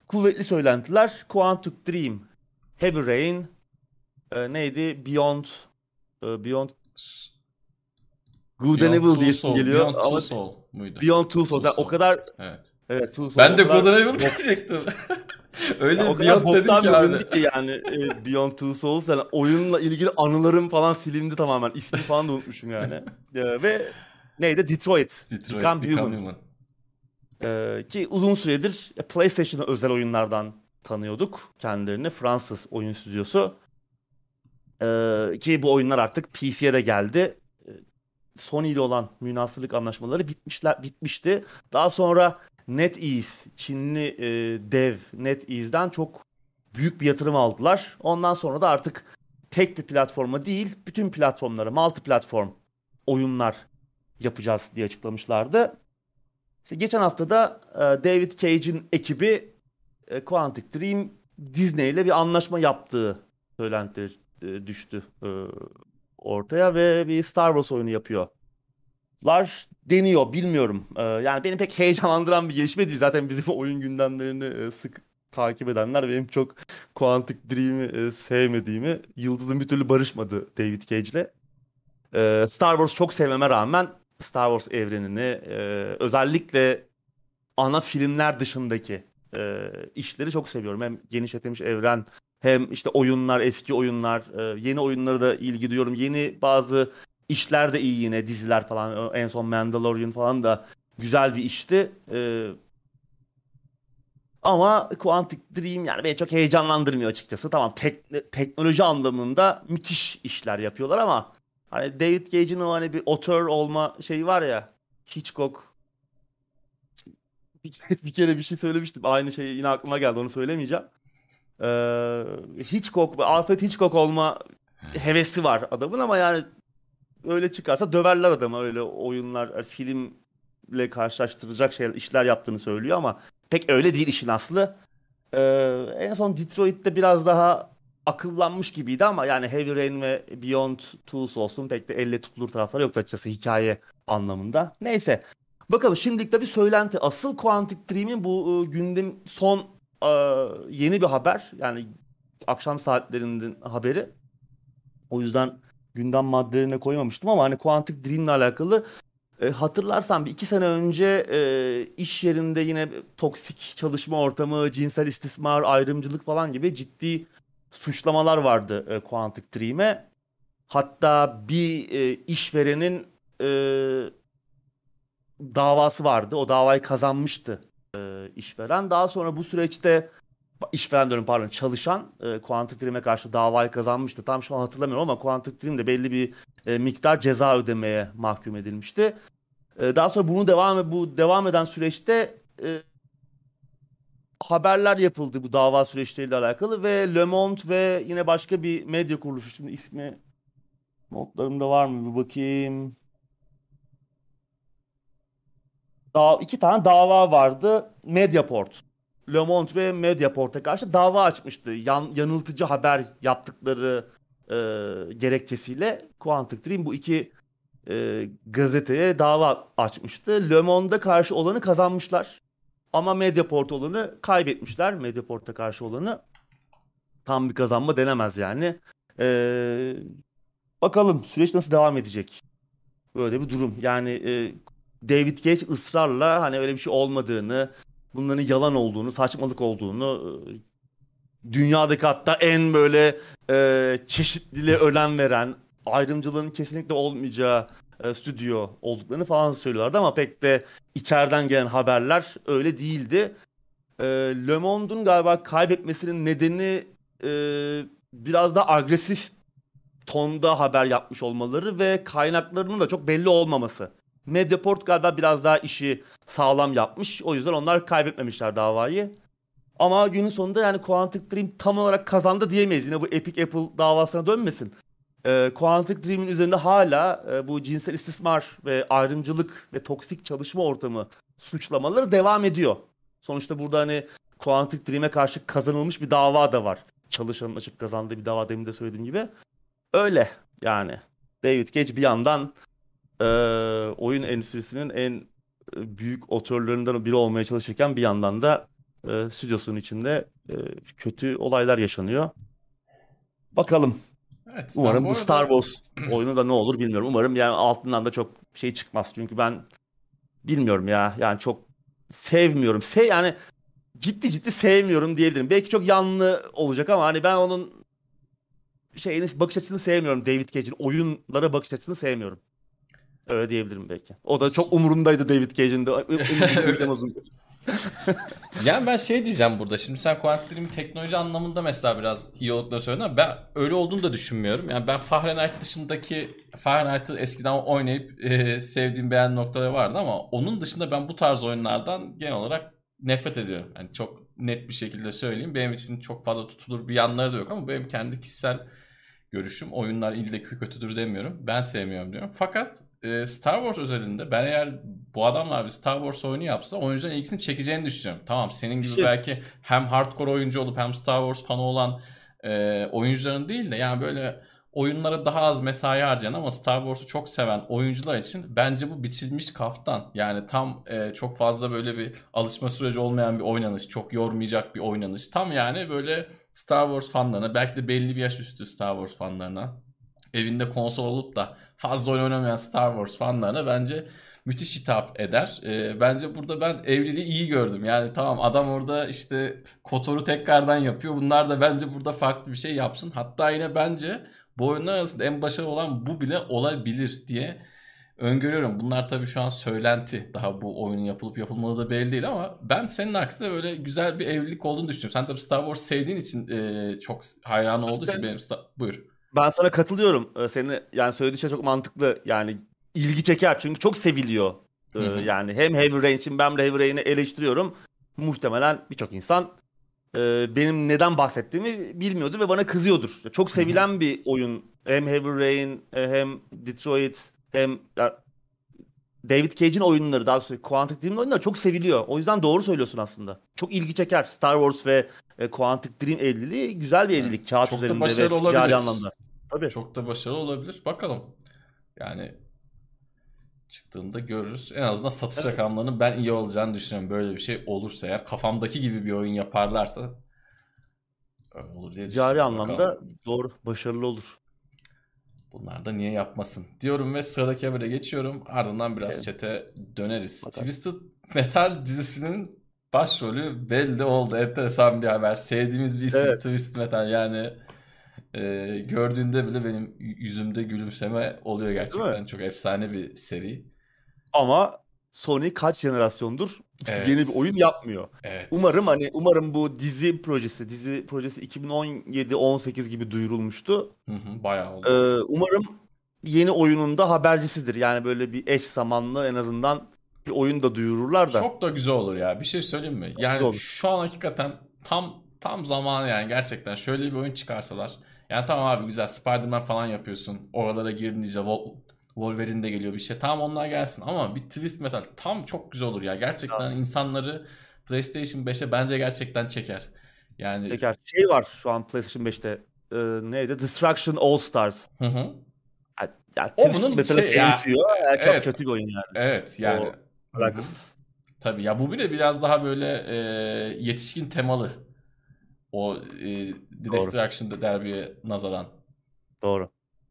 Kuvvetli söylentiler Quantic Dream, Heavy Rain, neydi? Beyond Good and Beyond Evil Two diyesim Soul. geliyor Beyond Two ama Soul muydu? Beyond Two Souls. Two Yani o Soul. kadar, Evet. evet, Two Souls Ben o de kadar God and Evil bok, diyecektim. ya Öyle o bir kadar Beyond dedin boktan ki bir abi. oyundu ki yani Beyond Two Souls, yani oyunla ilgili anılarım falan silindi tamamen. İsmini falan da unutmuşum yani. Ve neydi? Detroit Detroit Become Become Human. Human. Ki uzun süredir PlayStation'a özel oyunlardan tanıyorduk kendilerini. Fransız oyun stüdyosu. Ki bu oyunlar artık PC'ye de geldi. Ee, Sony ile olan münasırlık anlaşmaları bitmişti. Daha sonra NetEase, Çinli dev NetEase'den çok büyük bir yatırım aldılar. Ondan sonra da artık tek bir platforma değil, bütün platformlara, multi platform oyunlar yapacağız diye açıklamışlardı. İşte geçen hafta da David Cage'in ekibi Quantic Dream Disney ile bir anlaşma yaptığı söylentileri düştü ortaya ve bir Star Wars oyunu yapıyorlar deniyor, bilmiyorum. Yani beni pek heyecanlandıran bir gelişme değil. Zaten bizim oyun gündemlerini sık takip edenler benim çok Quantic Dream'i sevmediğimi, Yıldız'ın bir türlü barışmadı David Cage'le. Star Wars çok sevmeme rağmen Star Wars evrenini, özellikle ana filmler dışındaki işleri çok seviyorum. Hem genişletilmiş evren, hem işte oyunlar, eski oyunlar, yeni oyunlara da ilgi duyuyorum. Yeni bazı işler de iyi, yine diziler falan. En son Mandalorian falan da güzel bir işti. Ama Quantic Dream yani beni çok heyecanlandırmıyor açıkçası. Tamam, teknoloji anlamında müthiş işler yapıyorlar ama hani David Cage'in o hani bir otör olma şeyi var ya, Hitchcock. Bir kere bir şey söylemiştim. Aynı şey yine aklıma geldi. Onu söylemeyeceğim. Hitchcock, Alfred Hitchcock olma hevesi var adamın ama yani öyle çıkarsa döverler adamı. Öyle oyunlar, filmle karşılaştıracak işler yaptığını söylüyor ama pek öyle değil işin aslı. En son Detroit'te biraz daha akıllanmış gibiydi ama yani Heavy Rain ve Beyond Two Souls'un pek de elle tutulur tarafları yok açıkçası hikaye anlamında. Neyse. Bakalım, şimdilik de bir söylenti. Asıl Quantic Dream'in bu gündem son e, yeni bir haber. Yani akşam saatlerinin haberi. O yüzden gündem maddelerine koymamıştım ama hani Quantic Dream'le alakalı hatırlarsan bir iki sene önce iş yerinde yine toksik çalışma ortamı, cinsel istismar, ayrımcılık falan gibi ciddi suçlamalar vardı Quantic Dream'e. Hatta bir işverenin e, davası vardı. O davayı kazanmıştı işveren. Daha sonra bu süreçte işveren diyorum, pardon, çalışan Quantic Dream'e karşı davayı kazanmıştı. Tam şu an hatırlamıyorum ama Quantic Dream de belli bir miktar ceza ödemeye mahkum edilmişti. Daha sonra bu devam eden süreçte haberler yapıldı bu dava süreçleriyle alakalı ve Le Monde ve yine başka bir medya kuruluşu, şimdi ismi notlarımda var mı bir bakayım. İki tane dava vardı. Mediaport. Le Monde ve Mediaport'a karşı dava açmıştı. Yanıltıcı haber yaptıkları gerekçesiyle Quantic Dream bu iki gazeteye dava açmıştı. Le Monde'a karşı olanı kazanmışlar. Ama Mediaport olanı kaybetmişler. Mediaport'a karşı olanı tam bir kazanma denemez yani. Ee, Bakalım süreç nasıl devam edecek. Böyle bir durum. Yani David Cage ısrarla hani öyle bir şey olmadığını, bunların yalan olduğunu, saçmalık olduğunu, dünyadaki hatta en böyle çeşitliliğe önem veren, ayrımcılığın kesinlikle olmayacağı stüdyo olduklarını falan söylüyorlardı ama pek de içeriden gelen haberler öyle değildi. E, Le Monde'un galiba kaybetmesinin nedeni e, biraz da agresif tonda haber yapmış olmaları ve kaynaklarının da çok belli olmaması. Mediaport galiba biraz daha işi sağlam yapmış. O yüzden onlar kaybetmemişler davayı. Ama günün sonunda yani Quantic Dream tam olarak kazandı diyemeyiz. Yine bu Epic Apple davasına dönmesin. Quantic Dream'in üzerinde hala bu cinsel istismar ve ayrımcılık ve toksik çalışma ortamı suçlamaları devam ediyor. Sonuçta burada hani Quantic Dream'e karşı kazanılmış bir dava da var. Çalışanın açıp kazandığı bir dava, demin de söylediğim gibi. Öyle yani. David Cage bir yandan e, oyun endüstrisinin en büyük otörlerinden biri olmaya çalışırken bir yandan da stüdyosunun içinde kötü olaylar yaşanıyor. Bakalım. Evet, ben Umarım bu bu Star arada Wars oyunu da ne olur bilmiyorum. Umarım yani altından da çok şey çıkmaz. Çünkü ben bilmiyorum ya. Yani çok sevmiyorum. Yani ciddi ciddi sevmiyorum diyebilirim. Belki çok yanlı olacak ama hani ben onun bakış açısını sevmiyorum. David Cage'in oyunlara bakış açısını sevmiyorum. Öyle diyebilirim belki. O da çok umurundaydı David Cage'in de. Umurunda değil öyle. Amazon. Yani ben şey diyeceğim burada. Şimdi sen Quantic Dream teknoloji anlamında mesela biraz iyi olduklarını söyledin ama ben öyle olduğunu da düşünmüyorum. Yani ben Fahrenheit dışındaki Fahrenheit'ı eskiden oynayıp sevdiğim beğendiğim noktaları vardı ama onun dışında ben bu tarz oyunlardan genel olarak nefret ediyorum. Yani çok net bir şekilde söyleyeyim. Benim için çok fazla tutulur bir yanları da yok ama benim kendi kişisel görüşüm. Oyunlar ille kötüdür demiyorum. Ben sevmiyorum diyorum. Fakat Star Wars özelinde ben eğer bu adamlar bir Star Wars oyunu yapsa oyuncuların ilgisini çekeceğini düşünüyorum. Tamam, senin Bir gibi şey belki hem hardcore oyuncu olup hem Star Wars fanı olan oyuncuların değil de yani böyle oyunlara daha az mesai harcayan ama Star Wars'u çok seven oyuncular için bence bu biçilmiş kaftan. Yani tam çok fazla böyle bir alışma süreci olmayan bir oynanış, çok yormayacak bir oynanış. Tam yani böyle Star Wars fanlarına, belki de belli bir yaş üstü Star Wars fanlarına, evinde konsol olup da fazla oyun oynamayan Star Wars fanlarına bence müthiş hitap eder. Bence burada ben evliliği iyi gördüm. Yani tamam, adam orada işte KOTOR'u tekrardan yapıyor. Bunlar da bence burada farklı bir şey yapsın. Hatta yine bence bu oyunlar arasında en başarılı olan bu bile olabilir diye öngörüyorum. Bunlar tabii şu an söylenti. Daha bu oyunun yapılıp yapılmadığı da belli değil ama ben senin aksine böyle güzel bir evlilik olduğunu düşünüyorum. Sen tabii Star Wars sevdiğin için çok hayran olduğu için zaten benim Buyur. ben sana katılıyorum. Senin yani söylediğin şey çok mantıklı. Yani ilgi çeker çünkü çok seviliyor. Hı hı. Yani hem Heavy Rain için ben de Heavy Rain'i eleştiriyorum. Muhtemelen birçok insan benim neden bahsettiğimi bilmiyordur ve bana kızıyordur. Çok Hı hı. sevilen bir oyun. Hem Heavy Rain hem Detroit hem David Cage'in oyunları, daha doğrusu Quantic Dream'in oyunları çok seviliyor. O yüzden doğru söylüyorsun aslında. Çok ilgi çeker. Star Wars ve Quantic Dream evliliği güzel bir Evet. evlilik. Kağıt Çok da üzerinde ve başarılı ticari olabilir. anlamda. Tabii. Çok da başarılı olabilir. Bakalım. Yani çıktığında görürüz. En azından satış Evet. rakamlarının ben iyi olacağını düşünüyorum. Böyle bir şey olursa eğer, kafamdaki gibi bir oyun yaparlarsa öyle olur diye Ticari düşünüyorum. Bakalım. anlamda doğru. Başarılı olur. Bunlar da niye yapmasın diyorum ve sıradaki habere geçiyorum. Ardından biraz Geçelim. chat'e döneriz. Bakalım. Twisted Metal dizisinin başrolü belli oldu. Enteresan bir haber. Sevdiğimiz bir isim Evet. Twisted Metal. Yani gördüğünde bile benim yüzümde gülümseme oluyor Değil mi? gerçekten. Çok efsane bir seri. Ama Sony kaç jenerasyondur yeni bir Evet. oyun yapmıyor. Evet. Umarım bu dizi projesi 2017-18 gibi duyurulmuştu. Hı hı, bayağı Ee, oldu. Umarım yeni oyunun da habercisidir. Yani böyle bir eş zamanlı en azından bir oyun da duyururlar da Çok da güzel olur ya. Bir şey söyleyeyim mi? güzel Yani olur. şu an hakikaten tam zamanı yani, gerçekten. Şöyle bir oyun çıkarsalar. Yani tamam abi, güzel Spider-Man falan yapıyorsun. Oralara girdin iyice. Wolverine de geliyor bir şey. Tamam, onlar gelsin ama bir Twist Metal tam çok güzel olur ya. Ya, Gerçekten insanları PlayStation 5'e bence gerçekten çeker. Yani Teker şey var şu an PlayStation 5'te. Neydi? Destruction All Stars. hı hı. Ya O Twist bunun Metal'a şey ya, benziyor. Çok evet, kötü bir oyun yani. evet yani, O hı hı. alakasız. Tabii ya, bu bile biraz daha böyle yetişkin temalı. O The Doğru. Destruction Derby'ye nazaran. Doğru.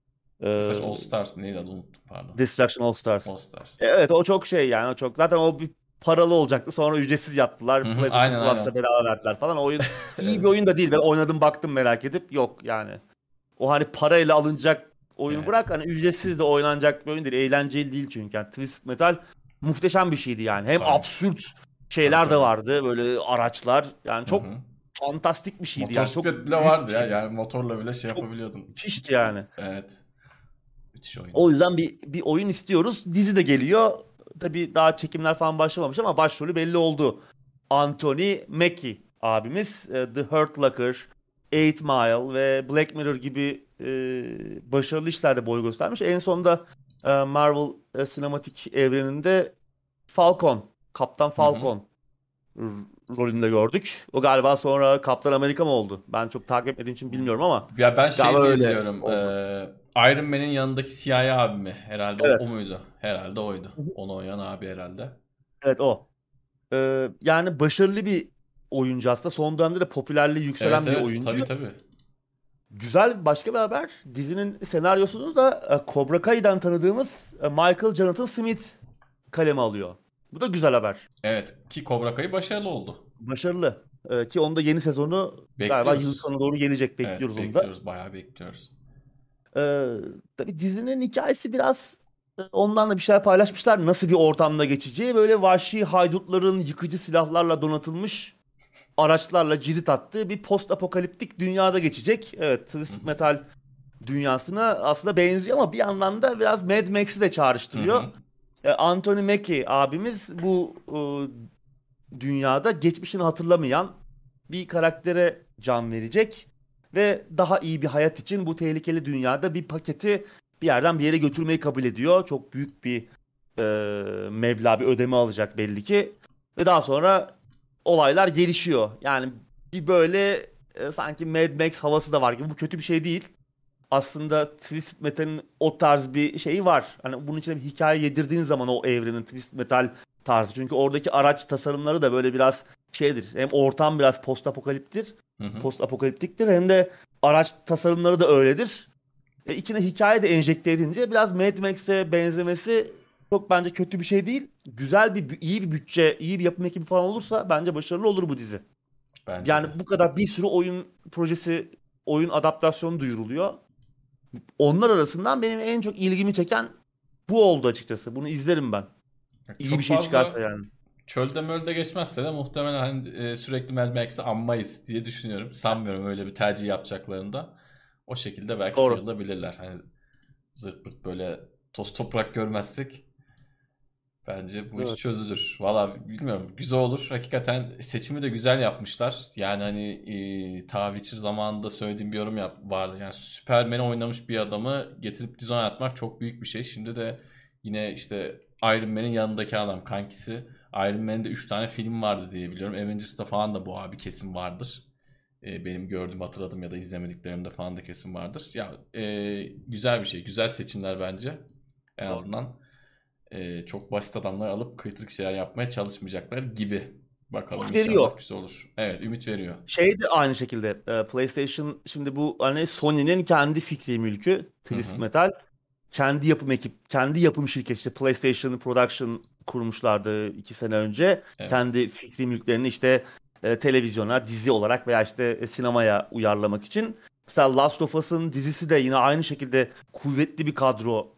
Ee, Destruction All Stars mı neydi adı, unuttum, pardon. Destruction All Stars. All Stars. Evet, o çok şey yani, o çok. Zaten o bir paralı olacaktı. Sonra ücretsiz Hı yaptılar. hı, PlayStation aynen Plus'ta aynen. bedava verdiler falan. O oyun iyi bir Evet. oyun da değil. Ben oynadım baktım merak edip. Yok yani. O hani parayla alınacak oyunu Evet. bırak, hani ücretsiz de oynanacak bir oyun değil. Eğlenceli değil çünkü. Yani Twisted Metal muhteşem bir şeydi yani. Hem Tabii. absürt Tabii şeyler de tabii. vardı. Böyle araçlar. Yani Hı çok hı. fantastik bir şeydi yani. Çok Motosiklet bile büyük bir vardı ya. şeydi. Yani motorla bile şey Çok yapabiliyordun. müthişti yani. Evet. Müthiş oyun. O yüzden bir oyun istiyoruz. Dizi de geliyor. Tabii daha çekimler falan başlamamış ama başrolü belli oldu. Anthony Mackie abimiz The Hurt Locker, Eight Mile ve Black Mirror gibi başarılı işlerde boy göstermiş. En sonunda Marvel sinematik evreninde Kaptan Hı hı. Falcon rolünde gördük. O galiba sonra Kaptan Amerika mı oldu? Ben çok takip etmediğim için bilmiyorum ama Ya ben galiba şey diye öyle biliyorum. oldu. Iron Man'in yanındaki siyahi abi mi? Herhalde o Evet. muydu? Herhalde oydu. Hı hı. Onu oynayan abi herhalde. Evet, o. Yani başarılı bir oyuncu aslında. Son dönemde de popülerliği yükselen Evet bir evet, oyuncu. tabii tabii. Güzel başka bir haber. Dizinin senaryosunu da Cobra Kai'den tanıdığımız Michael Jonathan Smith kaleme alıyor. Bu da güzel haber. Evet ki Cobra Kai başarılı oldu. Başarılı. Ki onun da yeni sezonu galiba yıl Bekliyoruz. sonu doğru gelecek. Evet Bekliyoruz onu da. bekliyoruz, bayağı bekliyoruz. Ee, tabii dizinin hikayesi biraz ondan da bir şeyler paylaşmışlar. Nasıl bir ortamda geçeceği, böyle vahşi haydutların yıkıcı silahlarla donatılmış araçlarla cirit attığı bir post apokaliptik dünyada geçecek. Evet, Hı Twisted hı. Metal dünyasına aslında benziyor ama bir yandan da biraz Mad Max'i de Hı çağrıştırıyor. hı. Anthony Mackie abimiz bu dünyada geçmişini hatırlamayan bir karaktere can verecek ve daha iyi bir hayat için bu tehlikeli dünyada bir paketi bir yerden bir yere götürmeyi kabul ediyor. Çok büyük bir meblağ, bir ödeme alacak belli ki ve daha sonra olaylar gelişiyor. Yani bir böyle sanki Mad Max havası da var gibi. Bu kötü bir şey değil. Aslında Twisted Metal'in o tarz bir şeyi var. Hani bunun içine bir hikaye yedirdiğin zaman o evrenin Twisted Metal tarzı. Çünkü oradaki araç tasarımları da böyle biraz şeydir. Hem ortam biraz Hı hı. post apokaliptiktir hem de araç tasarımları da öyledir. İçine hikaye de enjekte edince biraz Mad Max'e benzemesi çok bence kötü bir şey değil. Güzel bir iyi bir bütçe, iyi bir yapım ekibi falan olursa bence başarılı olur bu dizi. Bence Yani de. bu kadar bir sürü oyun projesi, oyun adaptasyonu duyuruluyor. Onlar arasından benim en çok ilgimi çeken bu oldu açıkçası. Bunu izlerim ben. İyi bir Çok şey fazla çıkarsa yani. çölde mölde geçmezse de muhtemelen hani, sürekli Mad Max'i anmayız diye düşünüyorum. Sanmıyorum öyle bir tercih yapacaklarını da. O şekilde belki Doğru. sıyrılabilirler. Hani zırt pırt böyle toz toprak görmezsek bence bu iş Evet. çözülür. Valla bilmiyorum. Güzel olur. Hakikaten seçimi de güzel yapmışlar. Yani hani ta Witcher zamanında söylediğim bir yorum vardı. Yani Superman'i oynamış bir adamı getirip dizi oynatmak çok büyük bir şey. Şimdi de yine işte Iron Man'in yanındaki adam kankisi. Iron Man'in de 3 tane film vardı diye biliyorum. Avengers'ta falan da bu abi kesin vardır. Benim gördüğüm, hatırladım ya da izlemediklerimde falan da kesin vardır. Ya güzel bir şey. Güzel seçimler bence. En Doğru. azından çok basit adamlar alıp kıytırık şeyler yapmaya çalışmayacaklar gibi. Bakalım Umut veriyor. inşallah güzel olur. Evet, ümit veriyor. Şey de aynı şekilde PlayStation şimdi bu hani Sony'nin kendi fikri mülkü Hı Twisted hı. Metal. Kendi yapım ekip, kendi yapım şirketi işte PlayStation Production kurmuşlardı 2 sene önce. Evet. Kendi fikri mülklerini işte televizyona, dizi olarak veya işte sinemaya uyarlamak için. Mesela Last of Us'ın dizisi de yine aynı şekilde kuvvetli bir kadro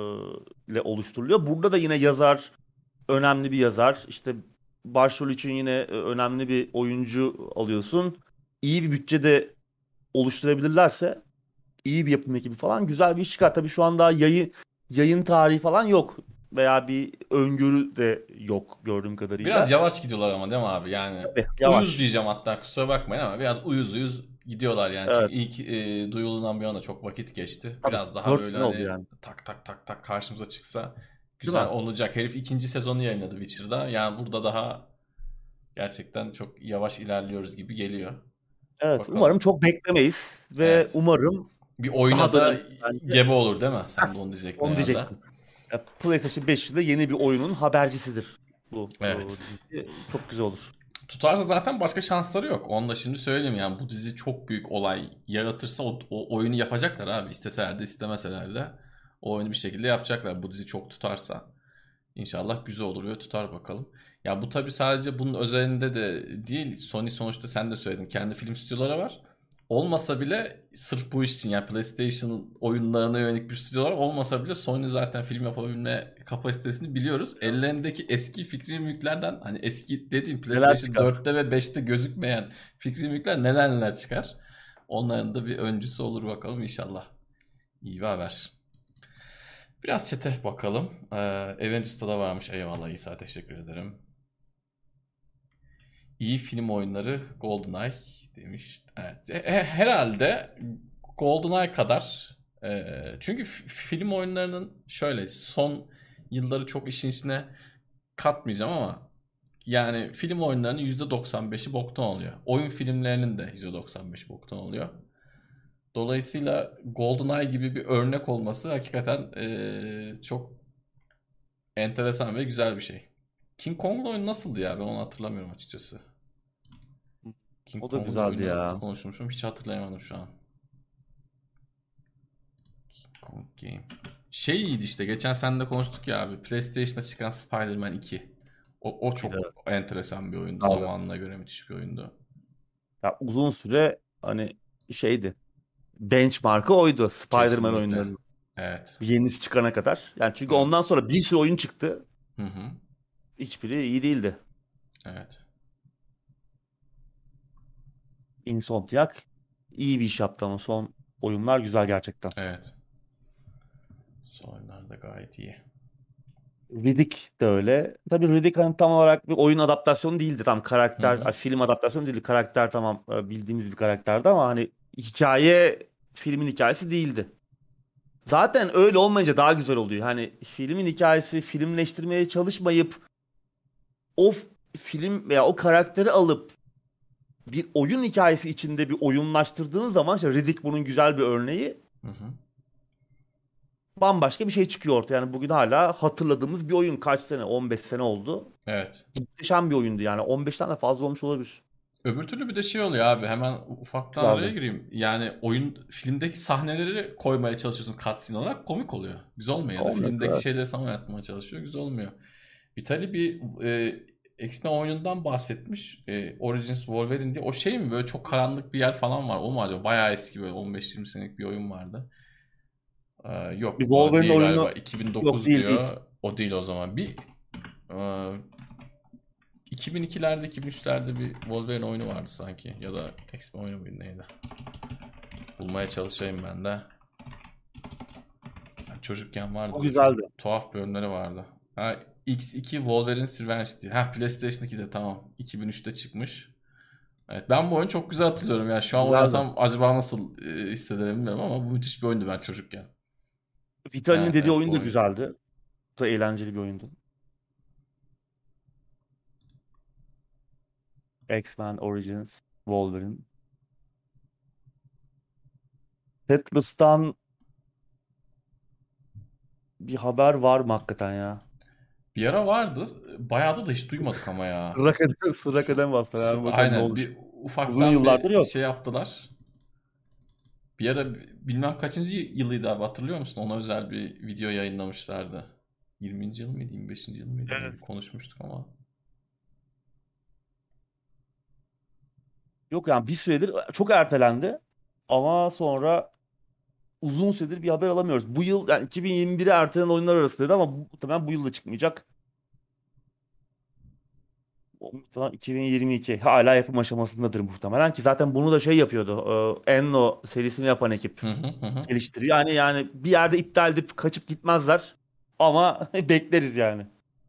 ile oluşturuluyor. Burada da yine yazar, önemli bir yazar. İşte başrol için yine önemli bir oyuncu alıyorsun. İyi bir bütçede oluşturabilirlerse iyi bir yapım ekibi falan güzel bir iş çıkar. Tabii şu anda yayın tarihi falan yok veya bir öngörü de yok gördüğüm Biraz kadarıyla. yavaş gidiyorlar ama değil mi abi? Yani Tabii uyuz yavaş. diyeceğim, hatta kusura bakmayın ama biraz uyuz uyuz gidiyorlar yani. Çünkü Evet, ilk duyulduğundan bir yana çok vakit geçti. tabii. Biraz daha 4 böyle sene oldu hani yani. tak tak tak tak karşımıza çıksa Değil güzel mi? olacak. Herif ikinci sezonu yayınladı Witcher'da. Yani burada daha gerçekten çok yavaş ilerliyoruz gibi geliyor. Evet, umarım Bakalım. çok beklemeyiz ve Evet. umarım Bir daha oyuna da da önemli bence. gebe olur değil mi? Heh, Sen de onu diyecektin onu herhalde. diyecektim. PlayStation 5 yılı yeni bir oyunun habercisidir bu Evet. dizi. Çok güzel olur. Tutarsa zaten başka şansları yok. Onu da şimdi söyleyeyim, yani bu dizi çok büyük olay yaratırsa o oyunu yapacaklar abi. İsteseler de istemeseler de o oyunu bir şekilde yapacaklar. Bu dizi çok tutarsa. İnşallah güzel olur ve tutar bakalım. Ya bu tabii sadece bunun özelinde de değil. Sony sonuçta, sen de söyledin, kendi film stüdyoları var. Olmasa bile sırf bu iş için, yani PlayStation oyunlarına yönelik bir stüdyolar olmasa bile Sony zaten film yapabilme kapasitesini biliyoruz. Ellerindeki eski fikri mülklerden, hani eski dediğim Neler PlayStation çıkar? 4'te ve 5'te gözükmeyen fikri mülkler neler neler çıkar. Onların da bir öncüsü olur bakalım inşallah. İyi bir haber. Biraz çete bakalım. Avengers'ta da varmış. Eyvallah İsa, teşekkür ederim. İyi film oyunları GoldenEye demiş. Evet. Herhalde GoldenEye kadar. Çünkü film oyunlarının şöyle son yılları çok işin içine katmayacağım ama yani film oyunlarının %95'i boktan oluyor. Oyun filmlerinin de %95'i boktan oluyor. Dolayısıyla GoldenEye gibi bir örnek olması hakikaten çok enteresan ve güzel bir şey. King Kong'un oyunu nasıldı ya? Ben onu hatırlamıyorum açıkçası. King O da Kong'un güzeldi oyunu ya. konuşmuşum. Hiç hatırlayamadım şu an. King Kong Game. Şey iyiydi işte. Geçen seninle konuştuk ya abi. PlayStation'da çıkan Spider-Man 2. O İyi de. çok enteresan bir oyundu. Abi. Zamanına göre müthiş bir oyundu. Ya uzun süre hani şeydi. Benchmark'ı oydu Spider-Man Kesinlikle. oyunlarının. Evet. Bir yenisi çıkana kadar. Yani çünkü ondan Evet. sonra bir sürü oyun çıktı. Hı hı. Hiçbiri iyi değildi. Evet. Insomniac iyi bir iş yaptı ama son oyunlar güzel gerçekten. Evet. Oyunlar da gayet iyi. Riddick de öyle. Tabii Riddick hani tam olarak bir oyun adaptasyonu değildi. Tam Hı karakter, hı. film adaptasyonu değildi. Karakter tamam bildiğimiz bir karakterdi ama hani hikaye filmin hikayesi değildi. Zaten öyle olmayınca daha güzel oluyor. Hani filmin hikayesi filmleştirmeye çalışmayıp o film veya o karakteri alıp bir oyun hikayesi içinde bir oyunlaştırdığınız zaman işte Riddick bunun güzel bir örneği. Hı hı. Bambaşka bir şey çıkıyor ortaya. Yani bugün hala hatırladığımız bir oyun. Kaç sene? 15 sene oldu. Evet. Muhteşem bir oyundu yani. 15'ten de fazla olmuş olabilir. Öbür türlü bir de şey oluyor abi, hemen ufaktan araya Güzeldi. gireyim. Yani oyun filmdeki sahneleri koymaya çalışıyorsun cutscene olarak, komik oluyor. Güzel olmuyor, ya da Olmuyor. filmdeki Evet. şeyleri sana oynatmaya çalışıyor, güzel olmuyor. Vitaly bir X-Men oyunundan bahsetmiş. Origins Wolverine diye. O şey mi, böyle çok karanlık bir yer falan var. O mu acaba? Bayağı eski, böyle 15-20 senelik bir oyun vardı. Bir Yok, o Wolverine değil galiba. oyunu yok 2009 değil değil. diyor. O değil o zaman. Bir e, 2002'lerde 2003'lerde bir Wolverine oyunu vardı sanki. Ya da X-Men oyunu muydu neydi? Bulmaya çalışayım ben de. Yani çocukken vardı. O Böyle çok güzeldi. tuhaf bölümleri vardı. Ha, X2 Wolverine Revenge diye. Ha, PlayStation 2'de, tamam. 2003'te çıkmış. Evet, ben bu oyunu çok güzel hatırlıyorum. Yani şu an Güzeldi. oynasam acaba nasıl hissederim bilmiyorum ama bu müthiş bir oyundu ben çocukken. Vitaly'nin Evet, dediği evet, bu oyun da oyun. güzeldi. Bu da eğlenceli bir oyundu. X-Men Origins Wolverine. Atlas'tan bir haber var mı hakikaten ya? Bir ara vardı. Bayağı da hiç duymadık ama ya. Sıra kadem, sıra kadem bastılar. Hemen bakalım ne Aynen, olmuş. bir Uzun ufaktan yıllardır bir yok. şey yaptılar. Bir ara bilmem kaçıncı yılıydı abi, hatırlıyor musun? Ona özel bir video yayınlamışlardı. 20. yıl mıydı, 25. yıl mıydı, öyle bir Evet. konuşmuştuk ama. Yok yani bir süredir çok ertelendi. Ama sonra uzun süredir bir haber alamıyoruz. Bu yıl yani 2021'e ertelenen oyunlar arasındaydı ama muhtemelen bu yıl da çıkmayacak. O muhtemelen 2022 hala yapım aşamasındadır muhtemelen ki zaten bunu da şey yapıyordu. Enno serisini yapan ekip Hı hı hı. Hı. geliştiriyor. Yani bir yerde iptal edip kaçıp gitmezler ama bekleriz yani.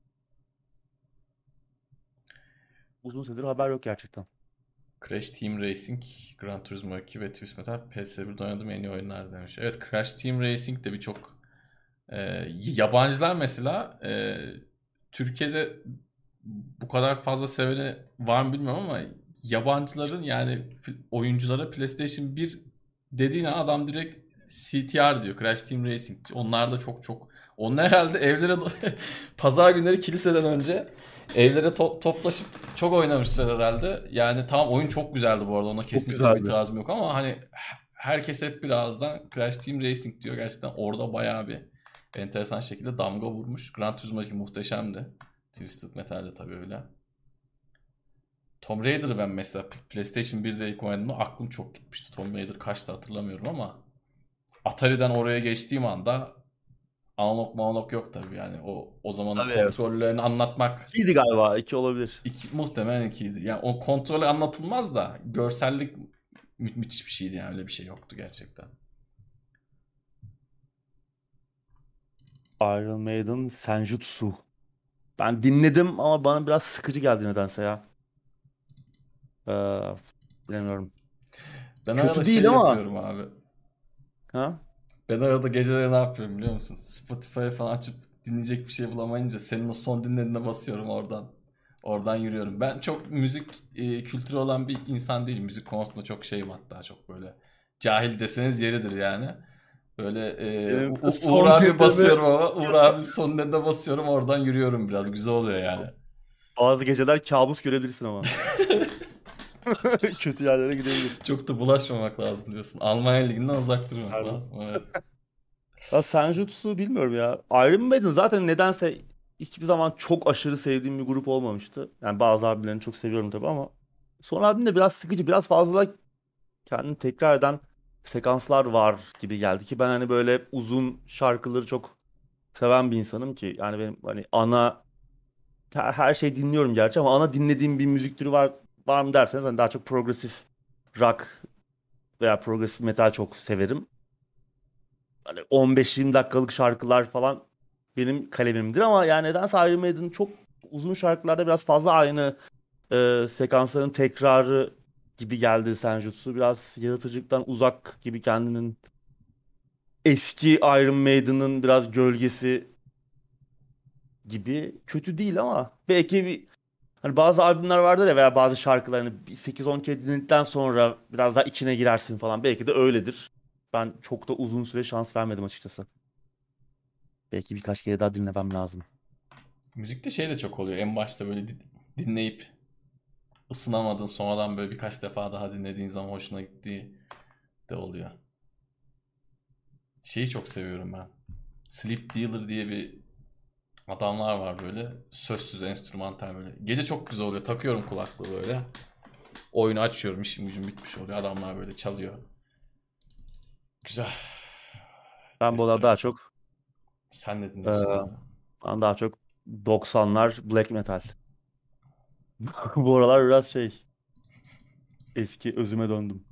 Uzun süredir haber yok gerçekten. Crash Team Racing, Gran Turismo 2 ve Twisted Metal PS1'de oynadığım en iyi oyunlar demiş. Evet, Crash Team Racing de birçok yabancılar mesela, Türkiye'de bu kadar fazla seveni var mı bilmiyorum ama yabancıların, yani oyunculara PlayStation 1 dediğin an adam direkt CTR diyor. Crash Team Racing diyor. Onlar da çok çok. Onlar herhalde evlere pazar günleri kiliseden önce evlere toplaşıp çok oynamışlar herhalde. Yani tamam, oyun çok güzeldi bu arada. Ona Çok kesinlikle bir güzeldi. itirazım yok ama hani herkes hep birazdan Crash Team Racing diyor. Gerçekten orada bayağı bir enteresan şekilde damga vurmuş. Gran Turismo 2 muhteşemdi. Twisted Metal'de tabii öyle. Tomb Raider'ı ben mesela PlayStation 1'de ilk oynadığımda aklım çok gitmişti. Tomb Raider kaçtı hatırlamıyorum ama Atari'den oraya geçtiğim anda analog yok tabii, yani o zamanın Tabii evet. kontrollerini anlatmak İyiydi galiba. 2 olabilir. muhtemelen ikiydi. Yani o kontrolü anlatılmaz da görsellik müthiş bir şeydi, yani öyle bir şey yoktu gerçekten. Iron Maiden Senjutsu. Ben dinledim ama bana biraz sıkıcı geldi nedense ya. Ee, bilemiyorum. Ben arada Kötü değil şey ama. yapıyorum abi. Ha? Ben arada geceleri ne yapıyorum biliyor musun? Spotify'ı falan açıp dinleyecek bir şey bulamayınca senin o son dinlediğine basıyorum oradan. Oradan yürüyorum. Ben çok müzik kültürü olan bir insan değilim. Müzik konusunda çok şeyim, hatta çok böyle cahil deseniz yeridir yani. Böyle Benim Uğur son abi dinleme basıyorum ama Uğur abi son dinlediğine basıyorum, oradan yürüyorum biraz. Güzel oluyor yani. bazı geceler kabus görebilirsin ama. Kötü yerlere gidebilir. Çok da bulaşmamak lazım diyorsun. Almanya Ligi'nden uzak durmak Aynen. lazım. Evet. Ya Senjutsu bilmiyorum ya. Iron Maiden zaten nedense hiçbir zaman çok aşırı sevdiğim bir grup olmamıştı. Yani bazı abilerini çok seviyorum tabii ama son albümde biraz sıkıcı, biraz fazla kendini tekrar eden sekanslar var gibi geldi ki ben hani böyle uzun şarkıları çok seven bir insanım ki yani benim hani ana her şey dinliyorum gerçi ama ana dinlediğim bir müzik türü var mı derseniz hani daha çok progresif rock veya progresif metal çok severim. Hani 15-20 dakikalık şarkılar falan benim kalemimdir ama yani nedense Iron Maiden çok uzun şarkılarda biraz fazla aynı sekansların tekrarı gibi geldi Senjutsu. Biraz yaratıcılıktan uzak gibi kendinin eski Iron Maiden'ın biraz gölgesi gibi. Kötü değil ama belki hani bazı albümler vardır ya veya bazı şarkılarını bir 8-10 kere dinledikten sonra biraz daha içine girersin falan. Belki de öyledir. Ben çok da uzun süre şans vermedim açıkçası. Belki birkaç kere daha dinlemem lazım. Müzikte şey de çok oluyor. En başta böyle dinleyip ısınamadın, sonradan böyle birkaç defa daha dinlediğin zaman hoşuna gittiği de oluyor. Şeyi çok seviyorum ben. Sleep Dealer diye bir adamlar var böyle. Sözsüz enstrümantal böyle. Gece çok güzel oluyor. Takıyorum kulaklığı böyle. Oyunu açıyorum. İşim gücüm bitmiş oluyor. Adamlar böyle çalıyor. Güzel. Ben bu arada Destre. daha çok Sen ne e, dinliyorsun abi? ben daha çok 90'lar black metal. Bu aralar biraz eski özüme döndüm.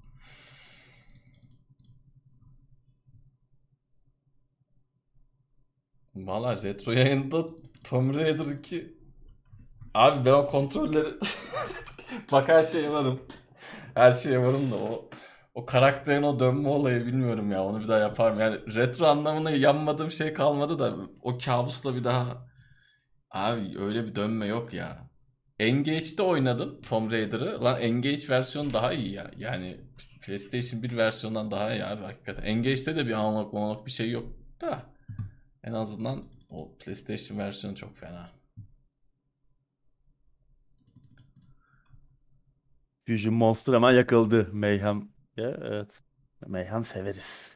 Valla retro yayında Tomb Raider 2. Abi ben o kontrolleri bak her şeye varım. Her şeye varım da o karakterin o dönme olayı bilmiyorum ya. Onu bir daha yaparım. Yani retro anlamına yanmadığım şey kalmadı da o kabusla bir daha abi öyle bir dönme yok ya. Engage'de oynadım Tomb Raider'ı. Lan Engage versiyonu daha iyi ya. Yani PlayStation 1 versiyonundan daha iyi abi hakikaten. Engage'de de bir analog bir şey yok da en azından o PlayStation versiyonu çok fena. Fusion Monster hemen yakıldı Mayhem. Ya, evet. Mayhem severiz.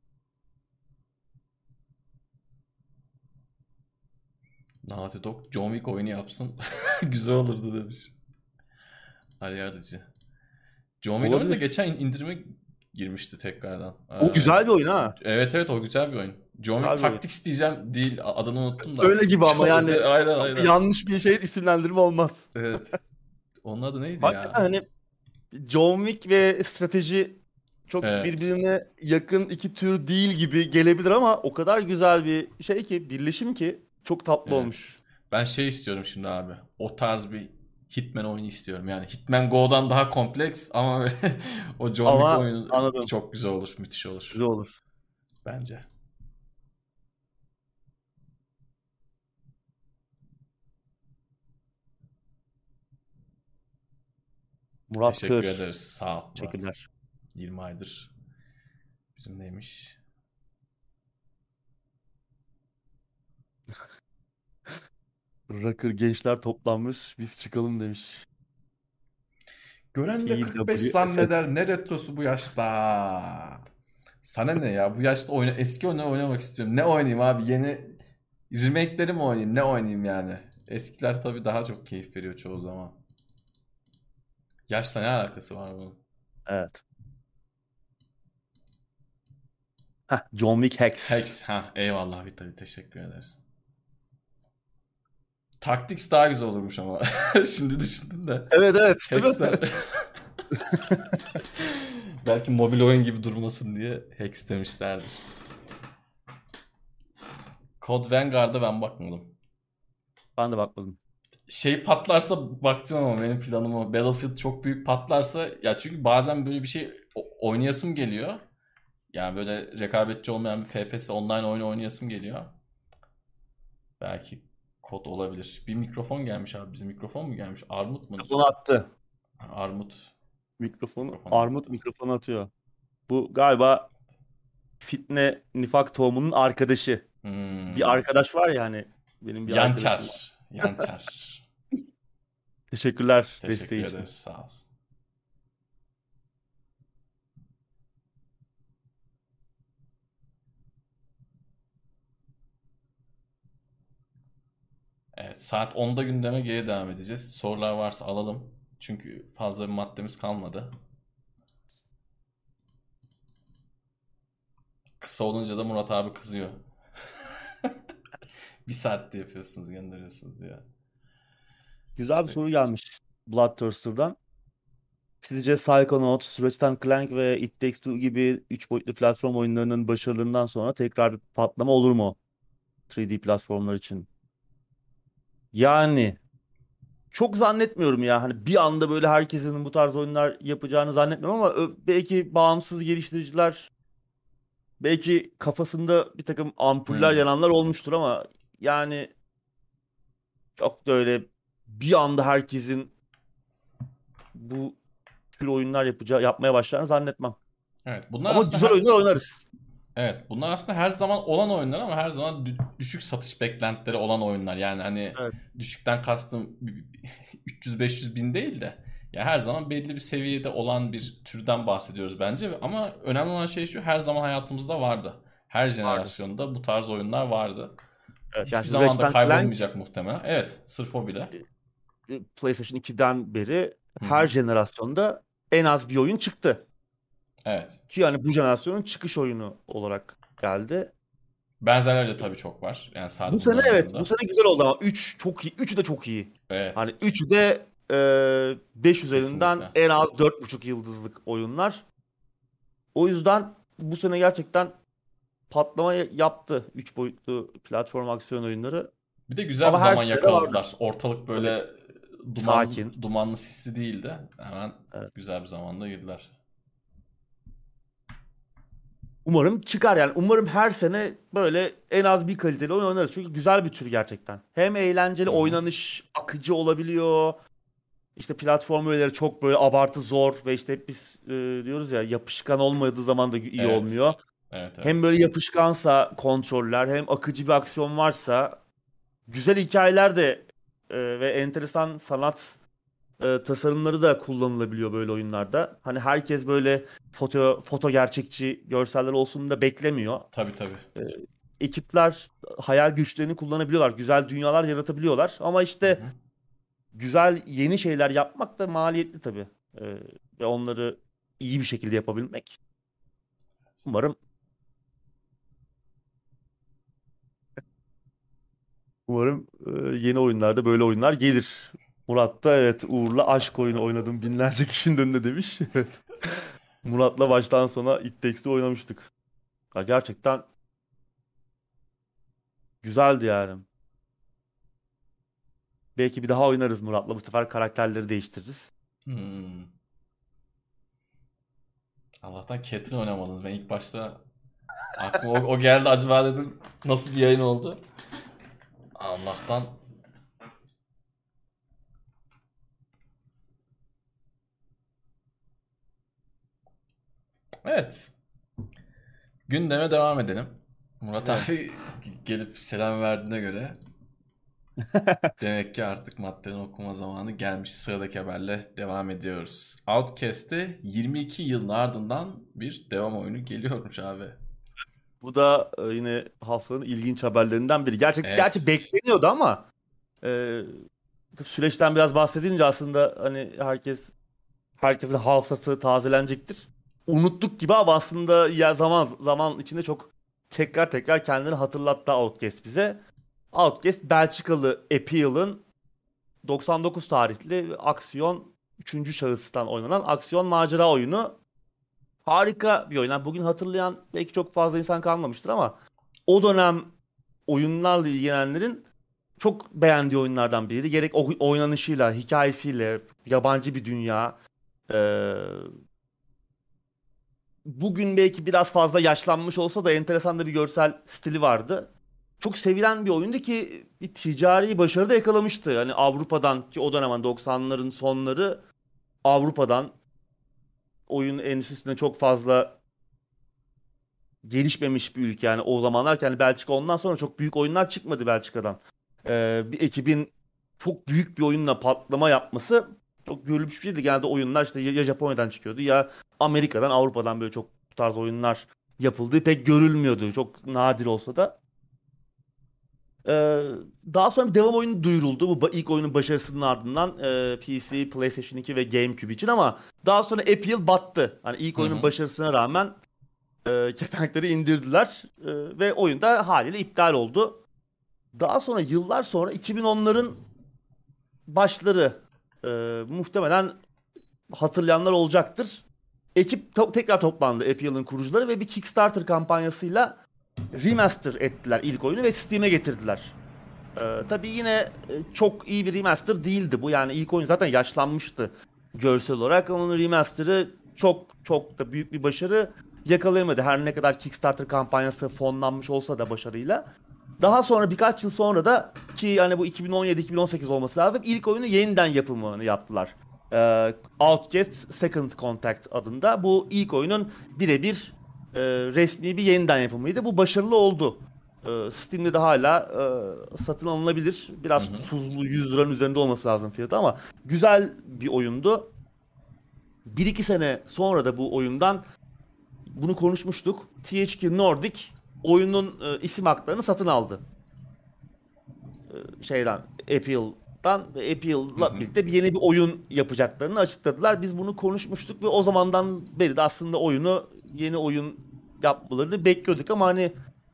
Naughty Dog John Wick oyunu yapsın. Güzel olurdu demiş. Ali Arıcı. John Wick oyunu da Olabilir. geçen indirime girmişti tekrardan. O güzel bir oyun ha. Evet evet o güzel bir oyun. John Güzel Wick bir oyun. Tactics diyeceğim değil adını unuttum da. Öyle gibi ama yani Aynen aynen. yanlış bir şey isimlendirme olmaz. Evet. Onun adı neydi Hakikaten ya? hani John Wick ve strateji çok Evet. birbirine yakın iki tür değil gibi gelebilir ama o kadar güzel bir şey ki birleşim ki çok tatlı Evet. olmuş. Ben şey istiyorum şimdi abi. O tarz bir Hitman oyunu istiyorum. Yani Hitman Go'dan daha kompleks ama o John Wick Ama oyunu anladım. çok güzel olur. Müthiş olur. Güzel olur. Bence. Murat Teşekkür Kır. ederiz. Sağ ol Murat. Teşekkürler. 20 aydır bizimleymiş. Rocker gençler toplanmış. Biz çıkalım demiş. Gören de 45 TWSS. zanneder. Ne retrosu bu yaşta? Sana ne ya? Bu yaşta eski oyunu oynamak istiyorum. Ne oynayayım abi? Yeni remake'leri mi oynayayım? Ne oynayayım yani? Eskiler tabii daha çok keyif veriyor çoğu zaman. Yaşla ne alakası var bunun? Evet. Heh, John Wick Hex. Hex. Ha eyvallah Vitali teşekkür ederiz. Tactics daha güzel olurmuş ama. Şimdi düşündüm de. Evet evet değil mi? Hex'ten belki mobil oyun gibi durmasın diye Hex demişlerdir. Code Vanguard'a ben bakmadım. Ben de bakmadım. Şey patlarsa bakacağım ama benim planım o. Battlefield çok büyük patlarsa ya çünkü bazen böyle bir şey oynayasım geliyor. Yani böyle rekabetçi olmayan bir FPS online oyun oynayasım geliyor. Belki kod olabilir. Bir mikrofon gelmiş abi. Bizim mikrofon mu gelmiş? Armut mu? Mikrofonu attı. Armut mikrofon Armut attı. mikrofonu atıyor. Bu galiba Fitne Nifak tohumunun arkadaşı. Bir Hmm. arkadaş var ya hani benim bir arkadaşım var. Yançar. Yançar. Teşekkürler Teşekkür desteği için. ederiz sağ olsun. Evet, saat 10'da gündeme geri devam edeceğiz. Sorular varsa alalım. Çünkü fazla bir maddemiz kalmadı. Kısa olunca da Murat abi kızıyor. Bir saatte yapıyorsunuz, gönderiyorsunuz diye. Güzel bir İşte soru gelmiş Bloodthirster'dan. Sizce Psychonauts, Ratchet Clank ve It Takes Two gibi 3 boyutlu platform oyunlarının başarılarından sonra tekrar bir patlama olur mu 3D platformlar için? Yani çok zannetmiyorum ya. Hani bir anda böyle herkesin bu tarz oyunlar yapacağını zannetmiyorum ama belki bağımsız geliştiriciler, belki kafasında bir takım ampuller hmm, yananlar olmuştur ama yani çok da öyle bir anda herkesin bu tür oyunlar yapmaya başlayacağını zannetmem. evet, bunlar Ama aslında güzel oyunlar oynarız. bunlar aslında her zaman olan oyunlar ama her zaman düşük satış beklentileri olan oyunlar. Yani hani Evet. düşükten kastım 300-500 bin değil de ya her zaman belli bir seviyede olan bir türden bahsediyoruz bence. Ama önemli olan şey şu, her zaman hayatımızda vardı. Her Vardı. jenerasyonda bu tarz oyunlar vardı. Evet. Yani Hiçbir şimdi zaman da Ratchet Clank kaybolmayacak muhtemelen. Evet, sırf o bile. PlayStation 2'den beri Hı her hı. jenerasyonda en az bir oyun çıktı. Evet. Ki yani bu jenerasyonun çıkış oyunu olarak geldi. Benzerleri de tabii çok var. Yani Bu sadece sene bunların evet, bu yanında. sene güzel oldu ama 3 çok iyi. Üçü de çok iyi. Hani Evet. üçü de 5 üzerinden Kesinlikle. en az 4,5 yıldızlık oyunlar. O yüzden bu sene gerçekten patlama yaptı 3 boyutlu platform aksiyon oyunları. Bir de güzel bir Ama her zaman sene de vardı. yakaladılar. Ortalık Tabii böyle sakin. dumanlı sisli değildi. Hemen Evet. güzel bir zamanda girdiler. Umarım çıkar yani. Umarım her sene böyle en az bir kaliteli oyun oynarız. Çünkü güzel bir tür gerçekten. Hem eğlenceli Hı hı. oynanış, akıcı olabiliyor. İşte platform öğeleri çok böyle abartı zor ve işte hep biz diyoruz ya yapışkan olmadığı zaman da iyi Evet. olmuyor. Evet, Hem evet. böyle yapışkansa kontroller hem akıcı bir aksiyon varsa güzel hikayeler de ve enteresan sanat tasarımları da kullanılabiliyor böyle oyunlarda. Hani herkes böyle foto gerçekçi görseller olsun da beklemiyor. Tabii, tabii. E, Ekipler hayal güçlerini kullanabiliyorlar. Güzel dünyalar yaratabiliyorlar. Ama Hı işte hı. güzel yeni şeyler yapmak da maliyetli tabii. E, Ve onları iyi bir şekilde yapabilmek. Umarım umarım yeni oyunlarda böyle oyunlar gelir. Murat da evet Uğur'la aşk oyunu oynadım binlerce kişinin önünde demiş. Evet. Murat'la baştan sona It Takes Two oynamıştık. Ya gerçekten güzeldi yani. Belki bir daha oynarız Murat'la. Bu sefer karakterleri değiştiririz. Hmm. Allah'tan Catherine oynamadınız. Ben ilk başta aklıma o geldi, acaba dedim nasıl bir yayın oldu. Allah'tan. Evet. Gündeme devam edelim. Murat Edelim. abi gelip selam verdiğine göre demek ki artık maddelerin okuma zamanı gelmiş. Sıradaki haberle devam ediyoruz. Outcast'te 22 yılın ardından bir devam oyunu geliyormuş abi. Bu da yine haftanın ilginç haberlerinden biri. Gerçi Evet. bekleniyordu ama e, süreçten biraz bahsedince aslında hani herkesin hafızası tazelenecektir. Unuttuk gibi ama aslında ya zaman içinde çok tekrar tekrar kendini hatırlattı Outcast bize. Outcast Belçikalı Appeal'ın 99 tarihli aksiyon üçüncü şahıstan oynanan aksiyon macera oyunu. Harika bir oyun. Yani bugün hatırlayan belki çok fazla insan kalmamıştır ama o dönem oyunlarla ilgilenenlerin çok beğendiği oyunlardan biriydi. Gerek oynanışıyla, hikayesiyle, yabancı bir dünya. Ee, Bugün belki biraz fazla yaşlanmış olsa da enteresan da bir görsel stili vardı. Çok sevilen bir oyundu ki bir ticari başarı da yakalamıştı. Yani Avrupa'dan ki o dönem hani 90'ların sonları Avrupa'dan oyun endüstrisinde çok fazla gelişmemiş bir ülke yani o zamanlar yani Belçika ondan sonra çok büyük oyunlar çıkmadı Belçika'dan. Bir ekibin çok büyük bir oyunla patlama yapması çok görülmüş bir şeydi. Genelde oyunlar işte ya Japonya'dan çıkıyordu ya Amerika'dan Avrupa'dan böyle çok bu tarz oyunlar yapıldığı pek görülmüyordu. Çok nadir olsa da. Daha sonra bir devam oyunu duyuruldu. Bu ilk oyunun başarısının ardından PC, PlayStation 2 ve GameCube için ama daha sonra Apple battı. Hani ilk Hı oyunun hı. başarısına rağmen kepenkleri indirdiler ve oyun da haliyle iptal oldu. Daha sonra yıllar sonra 2010'ların başları muhtemelen hatırlayanlar olacaktır. Ekip tekrar toplandı Apple'ın kurucuları ve bir Kickstarter kampanyasıyla remaster ettiler ilk oyunu ve Steam'e getirdiler. Tabii yine çok iyi bir remaster değildi bu. Yani ilk oyun zaten yaşlanmıştı görsel olarak. Onun remaster'ı çok çok da büyük bir başarı yakalayamadı. Her ne kadar Kickstarter kampanyası fonlanmış olsa da başarıyla. Daha sonra birkaç yıl sonra da ki hani bu 2017-2018 olması lazım. İlk oyunu yeniden yapımını yaptılar. Outcast Second Contact adında. Bu ilk oyunun birebir resmi bir yeniden yapımıydı. Bu başarılı oldu. Steam'de de hala satın alınabilir. Hı Biraz hı. tuzlu 100 liranın üzerinde olması lazım fiyatı ama güzel bir oyundu. Bir iki sene sonra da bu oyundan bunu konuşmuştuk. THQ Nordic oyunun isim haklarını satın aldı. Şeyden Apple'dan ve Hı Apple'la hı. birlikte bir yeni bir oyun yapacaklarını açıkladılar. Biz bunu konuşmuştuk ve o zamandan beri de aslında yeni oyun yapmalarını bekliyorduk ama hani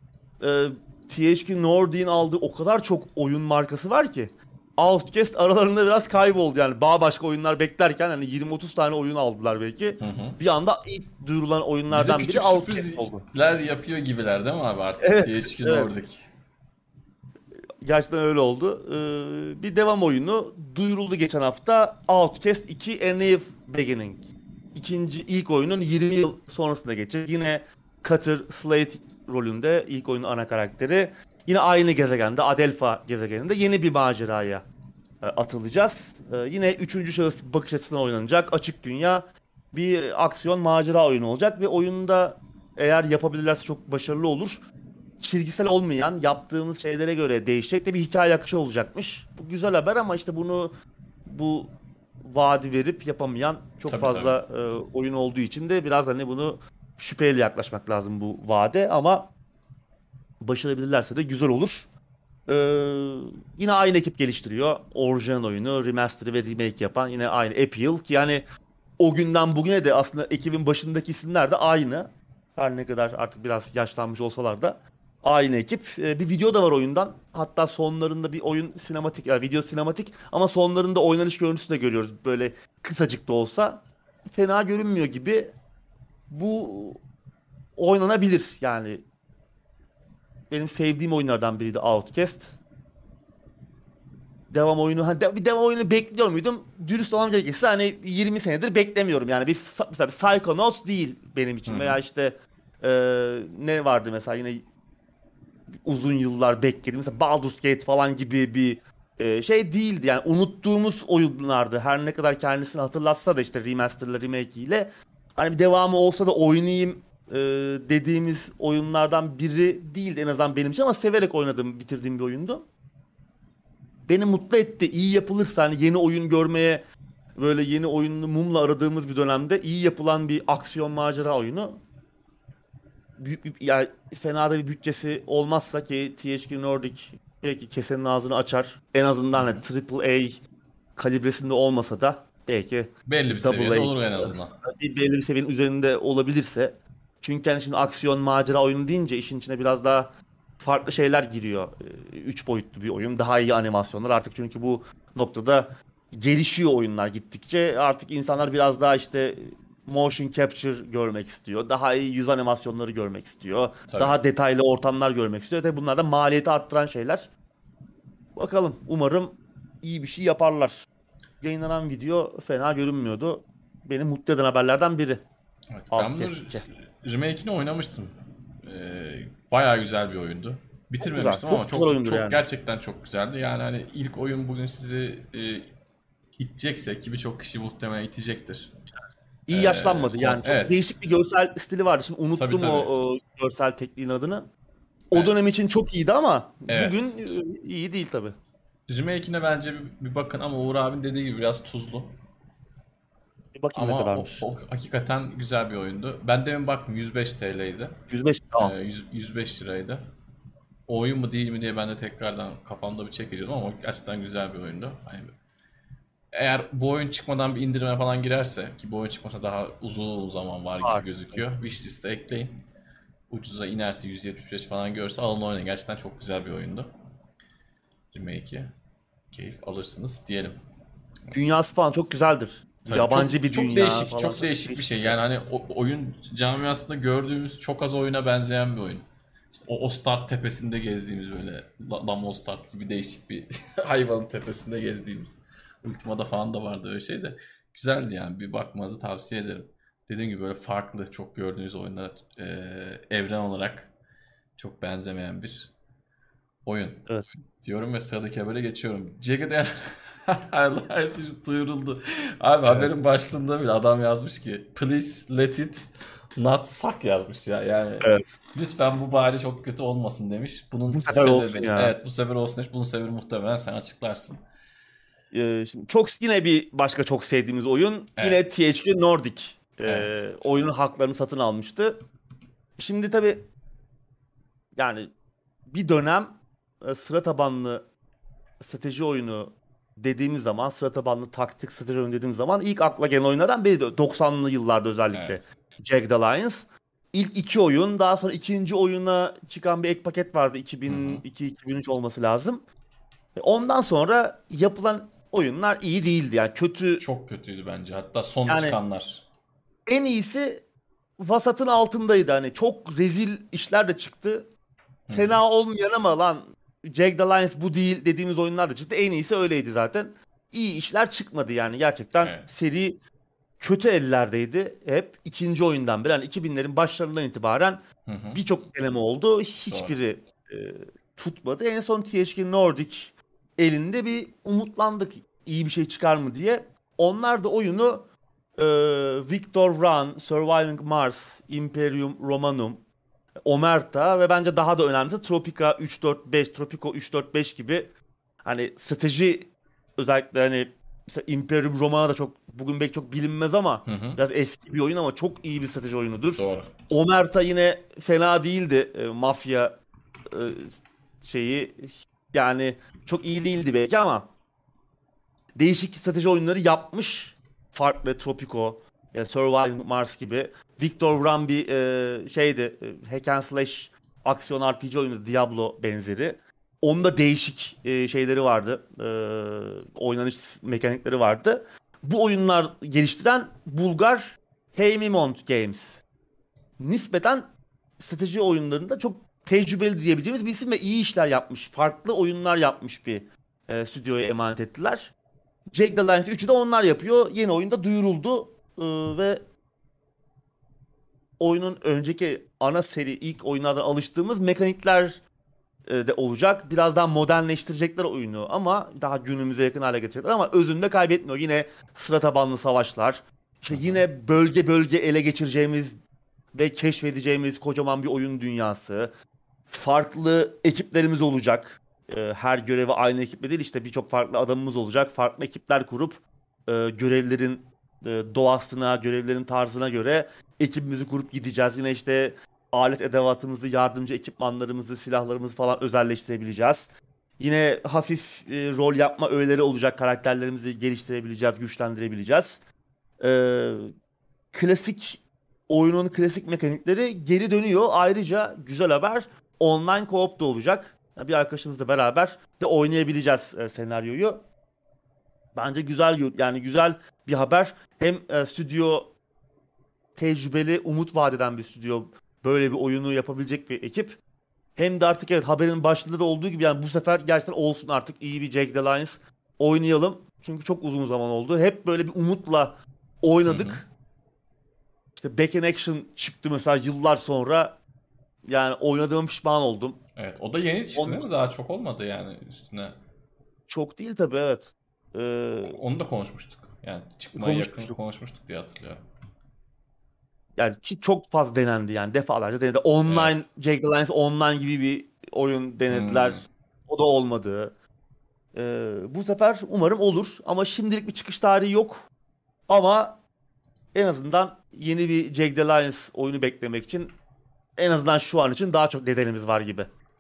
THQ Nordic'in aldığı o kadar çok oyun markası var ki Outcast aralarında biraz kayboldu yani başka oyunlar beklerken hani 20-30 tane oyun aldılar belki. Hı hı. Bir anda ilk duyurulan Bize oyunlardan biri küçük Outcast oldu. sürprizler yapıyor gibiler değil mi abi artık Evet, THQ'nun evet. oradaki? Gerçekten öyle oldu. Bir devam oyunu duyuruldu geçen hafta. Outcast 2 A New Beginning. İlk oyunun 20 yıl sonrasında geçecek. Yine Cutter Slate rolünde ilk oyunun ana karakteri. Yine aynı gezegende, Adelpha gezegeninde yeni bir maceraya atılacağız. Yine üçüncü şahıs bakış açısından oynanacak. Açık dünya bir aksiyon macera oyunu olacak ve oyunda eğer yapabilirlerse çok başarılı olur. Çizgisel olmayan yaptığımız şeylere göre değişecek de bir hikaye akışı olacakmış. Bu güzel haber ama işte bu vaadi verip yapamayan çok Tabii tabii. fazla oyun olduğu için de biraz hani bunu şüpheyle yaklaşmak lazım bu vaade ama başarabilirlerse de güzel olur. Ee, Yine aynı ekip geliştiriyor. Orijinal oyunu, remaster'ı ve remake yapan yine aynı Apple ki yani o günden bugüne de aslında ekibin başındaki isimler de aynı. Her ne kadar artık biraz yaşlanmış olsalar da aynı ekip. Bir video da var oyundan. Hatta sonlarında bir oyun sinematik, yani video sinematik ama sonlarında oynanış görüntüsü de görüyoruz. Böyle kısacık da olsa fena görünmüyor gibi. Bu oynanabilir yani. Benim sevdiğim oyunlardan biriydi Outcast. Devam oyunu bir devam oyunu bekliyor muydum? Dürüst olmam gerekirse hani 20 senedir beklemiyorum. Yani mesela bir Psychonauts değil benim Hı için hı. veya işte e, ne vardı mesela yine uzun yıllar bekledim. Mesela Baldur's Gate falan gibi bir şey değildi. Yani unuttuğumuz oyunlardı. Her ne kadar kendisini hatırlatsa da işte remaster'la remake ile hani bir devamı olsa da oynayayım dediğimiz oyunlardan biri değildi en azından benim için ama severek oynadığım, bitirdiğim bir oyundu. Beni mutlu etti. İyi yapılırsa hani yeni oyun görmeye böyle yeni oyununu mumla aradığımız bir dönemde iyi yapılan bir aksiyon macera oyunu. Büyük bir yani fena da bir bütçesi olmazsa ki THQ Nordic belki kesenin ağzını açar. En Hı azından hani hı. AAA kalibresinde olmasa da belki Belli bir bir AA seviyede olur en azından. belli bir seviyenin üzerinde olabilirse. Çünkü hani şimdi aksiyon macera oyunu deyince işin içine biraz daha farklı şeyler giriyor. Üç boyutlu bir oyun, daha iyi animasyonlar artık çünkü bu noktada gelişiyor oyunlar gittikçe. Artık insanlar biraz daha işte motion capture görmek istiyor. Daha iyi yüz animasyonları görmek istiyor. Tabii. Daha detaylı ortamlar görmek istiyor. Tabii bunlar da maliyeti arttıran şeyler. Bakalım umarım iyi bir şey yaparlar. Yayınlanan video fena görünmüyordu. Beni mutlu eden haberlerden biri. Evet, ben bunu Outcast 2. remake'ini oynamıştım. Bayağı güzel bir oyundu. Çok güzel. Bitirmemiştim ama Çok güzel çok oyundur çok yani. gerçekten çok güzeldi. Yani hani ilk oyun bugün sizi itecekse ki birçok kişi muhtemelen itecektir. İyi yaşlanmadı yani. Çok Evet. değişik bir görsel stili vardı. Şimdi Tabii unuttum tabii. o görsel tekniğin adını. O E, dönem için çok iyiydi ama bugün evet. iyi değil tabii. Remake'ine bence bir bakın ama Uğur abin dediği gibi biraz tuzlu. Bir bakayım ne Ama kadarmış. o hakikaten güzel bir oyundu. Ben demin baktım 105 TL'ydi. 105 tamam. 105 liraydı. o oyun mu değil mi diye ben de tekrardan kafamda bir çekiyordum ama o gerçekten güzel bir oyundu. Hani eğer bu oyun çıkmadan bir indirime falan girerse, ki bu oyun çıkmasa daha uzun zaman var gibi Var. gözüküyor. Wishlist'e ekleyin. Ucuza inerse 175 falan görse alın oynayın. Gerçekten çok güzel bir oyundu. Remake'i keyif alırsınız diyelim. Evet. Dünyası falan çok güzeldir. Tabii Yabancı bir çok dünya değişik, falan. çok Çok değişik bir değişik şey. bir Yani yer. hani oyun camiasında gördüğümüz çok az oyuna benzeyen bir oyun. İşte o Start tepesinde gezdiğimiz böyle Lamo Start gibi değişik bir hayvanın tepesinde gezdiğimiz. Ultima'da falan da vardı öyle şey de. Güzeldi yani, bir bakmanızı tavsiye ederim. Dediğim gibi böyle farklı, çok gördüğünüz oyunlara evren olarak çok benzemeyen bir oyun Evet. diyorum ve sıradaki habere geçiyorum. Jagged Alliance duyuruldu. Abi Evet. haberin başlığında bile adam yazmış ki please let it not suck yazmış ya. Yani Evet. lütfen bu bari çok kötü olmasın demiş. Bunun Bu sefer olsun sebebi, ya. evet bu sefer olsun demiş. Bunun sebebi muhtemelen sen açıklarsın. Şimdi çok yine bir başka çok sevdiğimiz oyun. Yine Evet. THQ Nordic Evet. oyunun haklarını satın almıştı. Şimdi tabii yani bir dönem sıra tabanlı strateji oyunu dediğimiz zaman, sıra tabanlı taktik strateji oyunu dediğimiz zaman ilk akla gelen oyunlardan biri de 90'lı yıllarda özellikle Evet. Jagged Alliance. İlk iki oyun, daha sonra ikinci oyuna çıkan bir ek paket vardı, Hı hı. 2002-2003 olması lazım. Ondan sonra yapılan oyunlar iyi değildi. Yani kötü, Çok kötüydü bence. Hatta son yani çıkanlar. en iyisi vasatın altındaydı. Hani çok rezil işler de çıktı. Hı hı. Fena olmayan ama lan Jagged Alliance bu değil dediğimiz oyunlar da çıktı. En iyisi öyleydi zaten. İyi işler çıkmadı yani. Gerçekten Evet. seri kötü ellerdeydi. Hep ikinci oyundan beri. Yani 2000'lerin başlarından itibaren Hı hı. birçok deneme oldu. Doğru. Hiçbiri e, tutmadı. En son THQ Nordic elinde bir umutlandık iyi bir şey çıkar mı diye. Onlar da oyunu e, Victor Run, Surviving Mars, Imperium Romanum, Omerta ve bence daha da önemlisi Tropica 345, Tropico 345 gibi hani strateji, özellikle hani mesela Imperium Romana da çok bugün belki çok bilinmez ama Hı hı. biraz eski bir oyun ama çok iyi bir strateji oyunudur. Doğru. Omerta yine fena değildi. Mafya e, şeyi yani çok iyi değildi belki ama değişik strateji oyunları yapmış. Farklı Tropico, Surviving Mars gibi. Victor Run bir şeydi. Hack and Slash aksiyon RPG oyunu, Diablo benzeri. Onda değişik şeyleri vardı. Oynanış mekanikleri vardı. Bu oyunlar geliştiren Bulgar Haemimont Games. Nispeten strateji oyunlarında çok tecrübeli diyebileceğimiz bir isim ve iyi işler yapmış. Farklı oyunlar yapmış bir stüdyoya emanet ettiler. Jagged Alliance 3'ü de onlar yapıyor. Yeni oyunda duyuruldu. Ve oyunun önceki ana seri ilk oyunlardan alıştığımız mekanikler de olacak. Biraz daha modernleştirecekler oyunu ama daha günümüze yakın hale getirecekler ama özünde kaybetmiyor. Yine sıra tabanlı savaşlar. Hı İşte hı. yine bölge bölge ele geçireceğimiz ve keşfedeceğimiz kocaman bir oyun dünyası. Farklı ekiplerimiz olacak. Her görevi aynı ekiple değil, işte birçok farklı adamımız olacak. Farklı ekipler kurup görevlerin doğasına, görevlerin tarzına göre ekibimizi kurup gideceğiz. Yine işte alet edevatımızı, yardımcı ekipmanlarımızı, silahlarımızı falan özelleştirebileceğiz. Yine hafif rol yapma öğeleri olacak. Karakterlerimizi geliştirebileceğiz, güçlendirebileceğiz. E, Klasik oyunun klasik mekanikleri geri dönüyor. Ayrıca güzel haber, online co-op da olacak. Yani bir arkadaşımızla beraber de oynayabileceğiz senaryoyu. Bence güzel, yani güzel bir haber. Hem stüdyo tecrübeli, umut vadeden bir stüdyo. Böyle bir oyunu yapabilecek bir ekip. Hem de artık evet, haberin başında da olduğu gibi yani bu sefer gerçekten olsun, artık iyi bir Jagged Alliance oynayalım. Çünkü çok uzun zaman oldu. Hep böyle bir umutla Hı hı. oynadık. İşte Back in Action çıktı mesela yıllar sonra. Yani oynadığım pişman oldum. Evet. O da yeni çıktı değil On, mi? Daha çok olmadı yani üstüne. çok değil tabii, evet. Ee, Onu da konuşmuştuk. Yani çıkmaya yakın Konuşmuştuk. konuşmuştuk diye hatırlıyorum. Yani ki çok fazla denendi, yani defalarca denedi. Online, Evet. Jagged Alliance Online gibi bir oyun denediler. Hmm. O da olmadı. Bu sefer umarım olur. Ama şimdilik bir çıkış tarihi yok. Ama en azından yeni bir Jagged Alliance oyunu beklemek için en azından şu an için daha çok nedenimiz var gibi.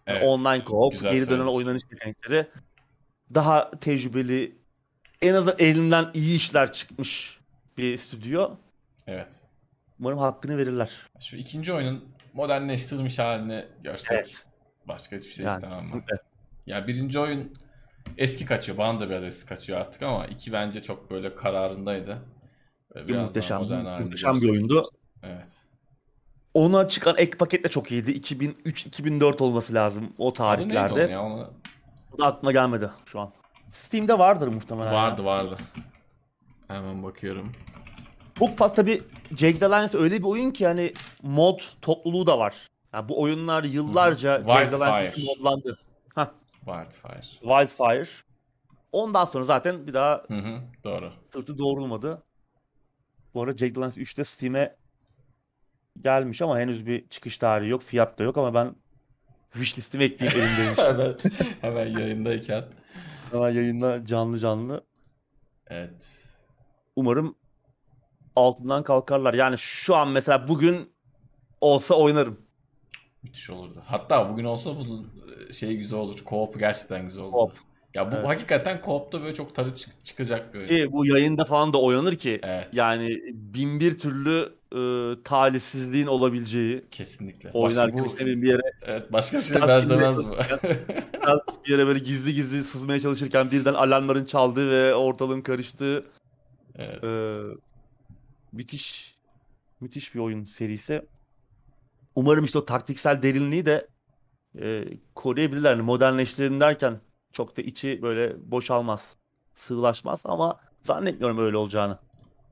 Yani Evet. online co-op, Güzel geri dönen söylemiş. oynanış mekanikleri, daha tecrübeli, en azından elinden iyi işler çıkmış bir stüdyo. Evet. Umarım hakkını verirler. Şu ikinci oyunun modernleştirilmiş halini görsek Evet. başka hiçbir şey Yani istemem ben. kesinlikle. Ya birinci oyun eski kaçıyor. Bana da biraz eski kaçıyor artık ama iki bence çok böyle kararındaydı. Böyle Ki biraz daha muhteşem. modern halini Muhteşem bir görsek. oyundu. Evet. Ona çıkan ek paket de çok iyiydi. 2003-2004 olması lazım o Adı neydi onun tarihlerde. ya? Onu... O da aklıma gelmedi şu an. Steam'de vardır muhtemelen ya. Vardı. Hemen bakıyorum. Çok fazla tabii Jagged Alliance öyle bir oyun ki hani mod topluluğu da var. Yani bu oyunlar Hı hı. yıllarca Jagged Alliance için Wildfire. modlandı. Hah, Wildfire. Wildfire. Ondan sonra zaten bir daha Hı hı. Doğru. sırtı doğrulmadı. Bu arada Jagged Alliance 3 de Steam'e gelmiş ama henüz bir çıkış tarihi yok. Fiyat da yok ama ben wishlist'ime ekleyeyim elimdeymişken. hemen, hemen yayındayken. Hemen yayında canlı canlı. Evet. Umarım altından kalkarlar. Yani şu an mesela bugün olsa oynarım. Müthiş olurdu. Hatta bugün olsa bunun şey güzel olur. Co-op gerçekten güzel olurdu. Hop. Ya bu Evet. hakikaten co-op'ta böyle çok tadı çıkacak bir oyun. Ki bu yayında falan da oynanır ki Evet. yani bin bir türlü talihsizliğin olabileceği, Kesinlikle. Başka oynarken bu işte bir yere evet başka bir şeye stealth girmeye benzemez bu. çalışırken, stealth bir yere böyle gizli gizli sızmaya çalışırken birden alarmların çaldığı ve ortalığın karıştığı Evet. e, müthiş müthiş bir oyun serisi. Umarım işte o taktiksel derinliği de koruyabilirler. Yani modernleştirelim derken çok da içi böyle boşalmaz, sığlaşmaz ama zannetmiyorum öyle olacağını.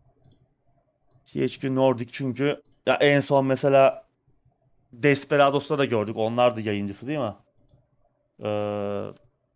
THQ Nordic çünkü ya en son mesela Desperados'ta da gördük. Onlar da yayıncısı değil mi? Ee,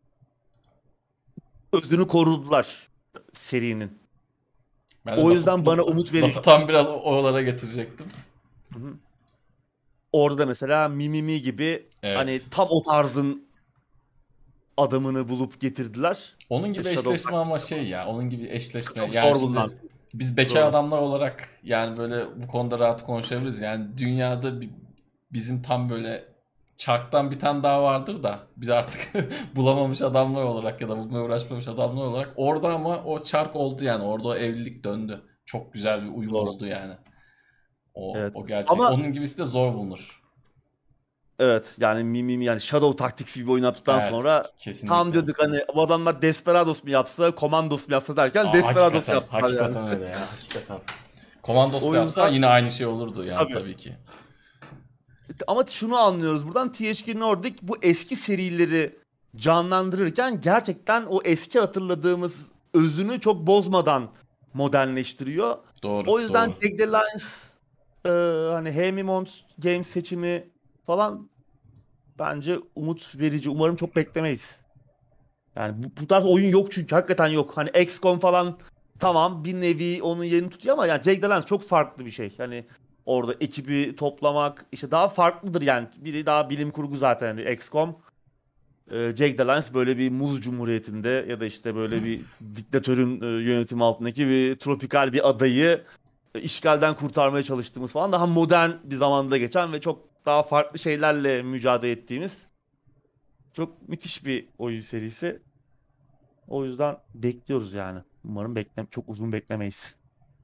özünü korudular serinin. Ben de O yüzden bana umut lafı veriyor. tam biraz oralara getirecektim. Hı hı. Orada da mesela Mimimi gibi hani Evet. tam o tarzın adamını bulup getirdiler. Onun gibi Shadow eşleşme ama Tactics'te şey ya, onun gibi eşleşme. çok Yani zor bulunan. şimdi biz bekar Doğru. adamlar olarak yani böyle bu konuda rahat konuşabiliriz. Yani dünyada bizim tam böyle çarktan bir tane daha vardır da biz artık bulamamış adamlar olarak ya da bulmaya uğraşmamış adamlar olarak orada ama o çark oldu yani. Orada o evlilik döndü. Çok güzel bir uyum Doğru. oldu yani. O, Evet. o gerçek. Ama Onun gibisi de zor bulunur. evet yani Mimimi yani Shadow Tactics gibi oyun yaptıktan Evet, sonra tam kesinlikle. diyorduk hani bu adamlar Desperados mu yapsa, Commandos mu yapsa derken Aa, Desperados hakikaten, yaptılar yani. hakikaten öyle ya, hakikaten. Commandos O da yapsa yüzden yine aynı şey olurdu yani tabii. tabii ki. Ama şunu anlıyoruz buradan THQ Nordic bu eski serileri canlandırırken gerçekten o eski hatırladığımız özünü çok bozmadan modernleştiriyor. Doğru, O yüzden doğru. Jagged Alliance hani Hemimont Games seçimi falan bence umut verici. Umarım çok beklemeyiz. Yani bu tarz oyun yok çünkü hakikaten yok. Hani XCOM falan tamam bir nevi onun yerini tutuyor ama yani Jagged Alliance çok farklı bir şey. Hani orada ekibi toplamak işte daha farklıdır yani. Biri daha bilim kurgu zaten hani XCOM. Jagged Alliance böyle bir muz cumhuriyetinde ya da işte böyle bir diktatörün yönetimi altındaki bir tropikal bir adayı işgalden kurtarmaya çalıştığımız falan daha modern bir zamanda geçen ve çok daha farklı şeylerle mücadele ettiğimiz çok müthiş bir oyun serisi. O yüzden bekliyoruz yani. Umarım çok uzun beklemeyiz.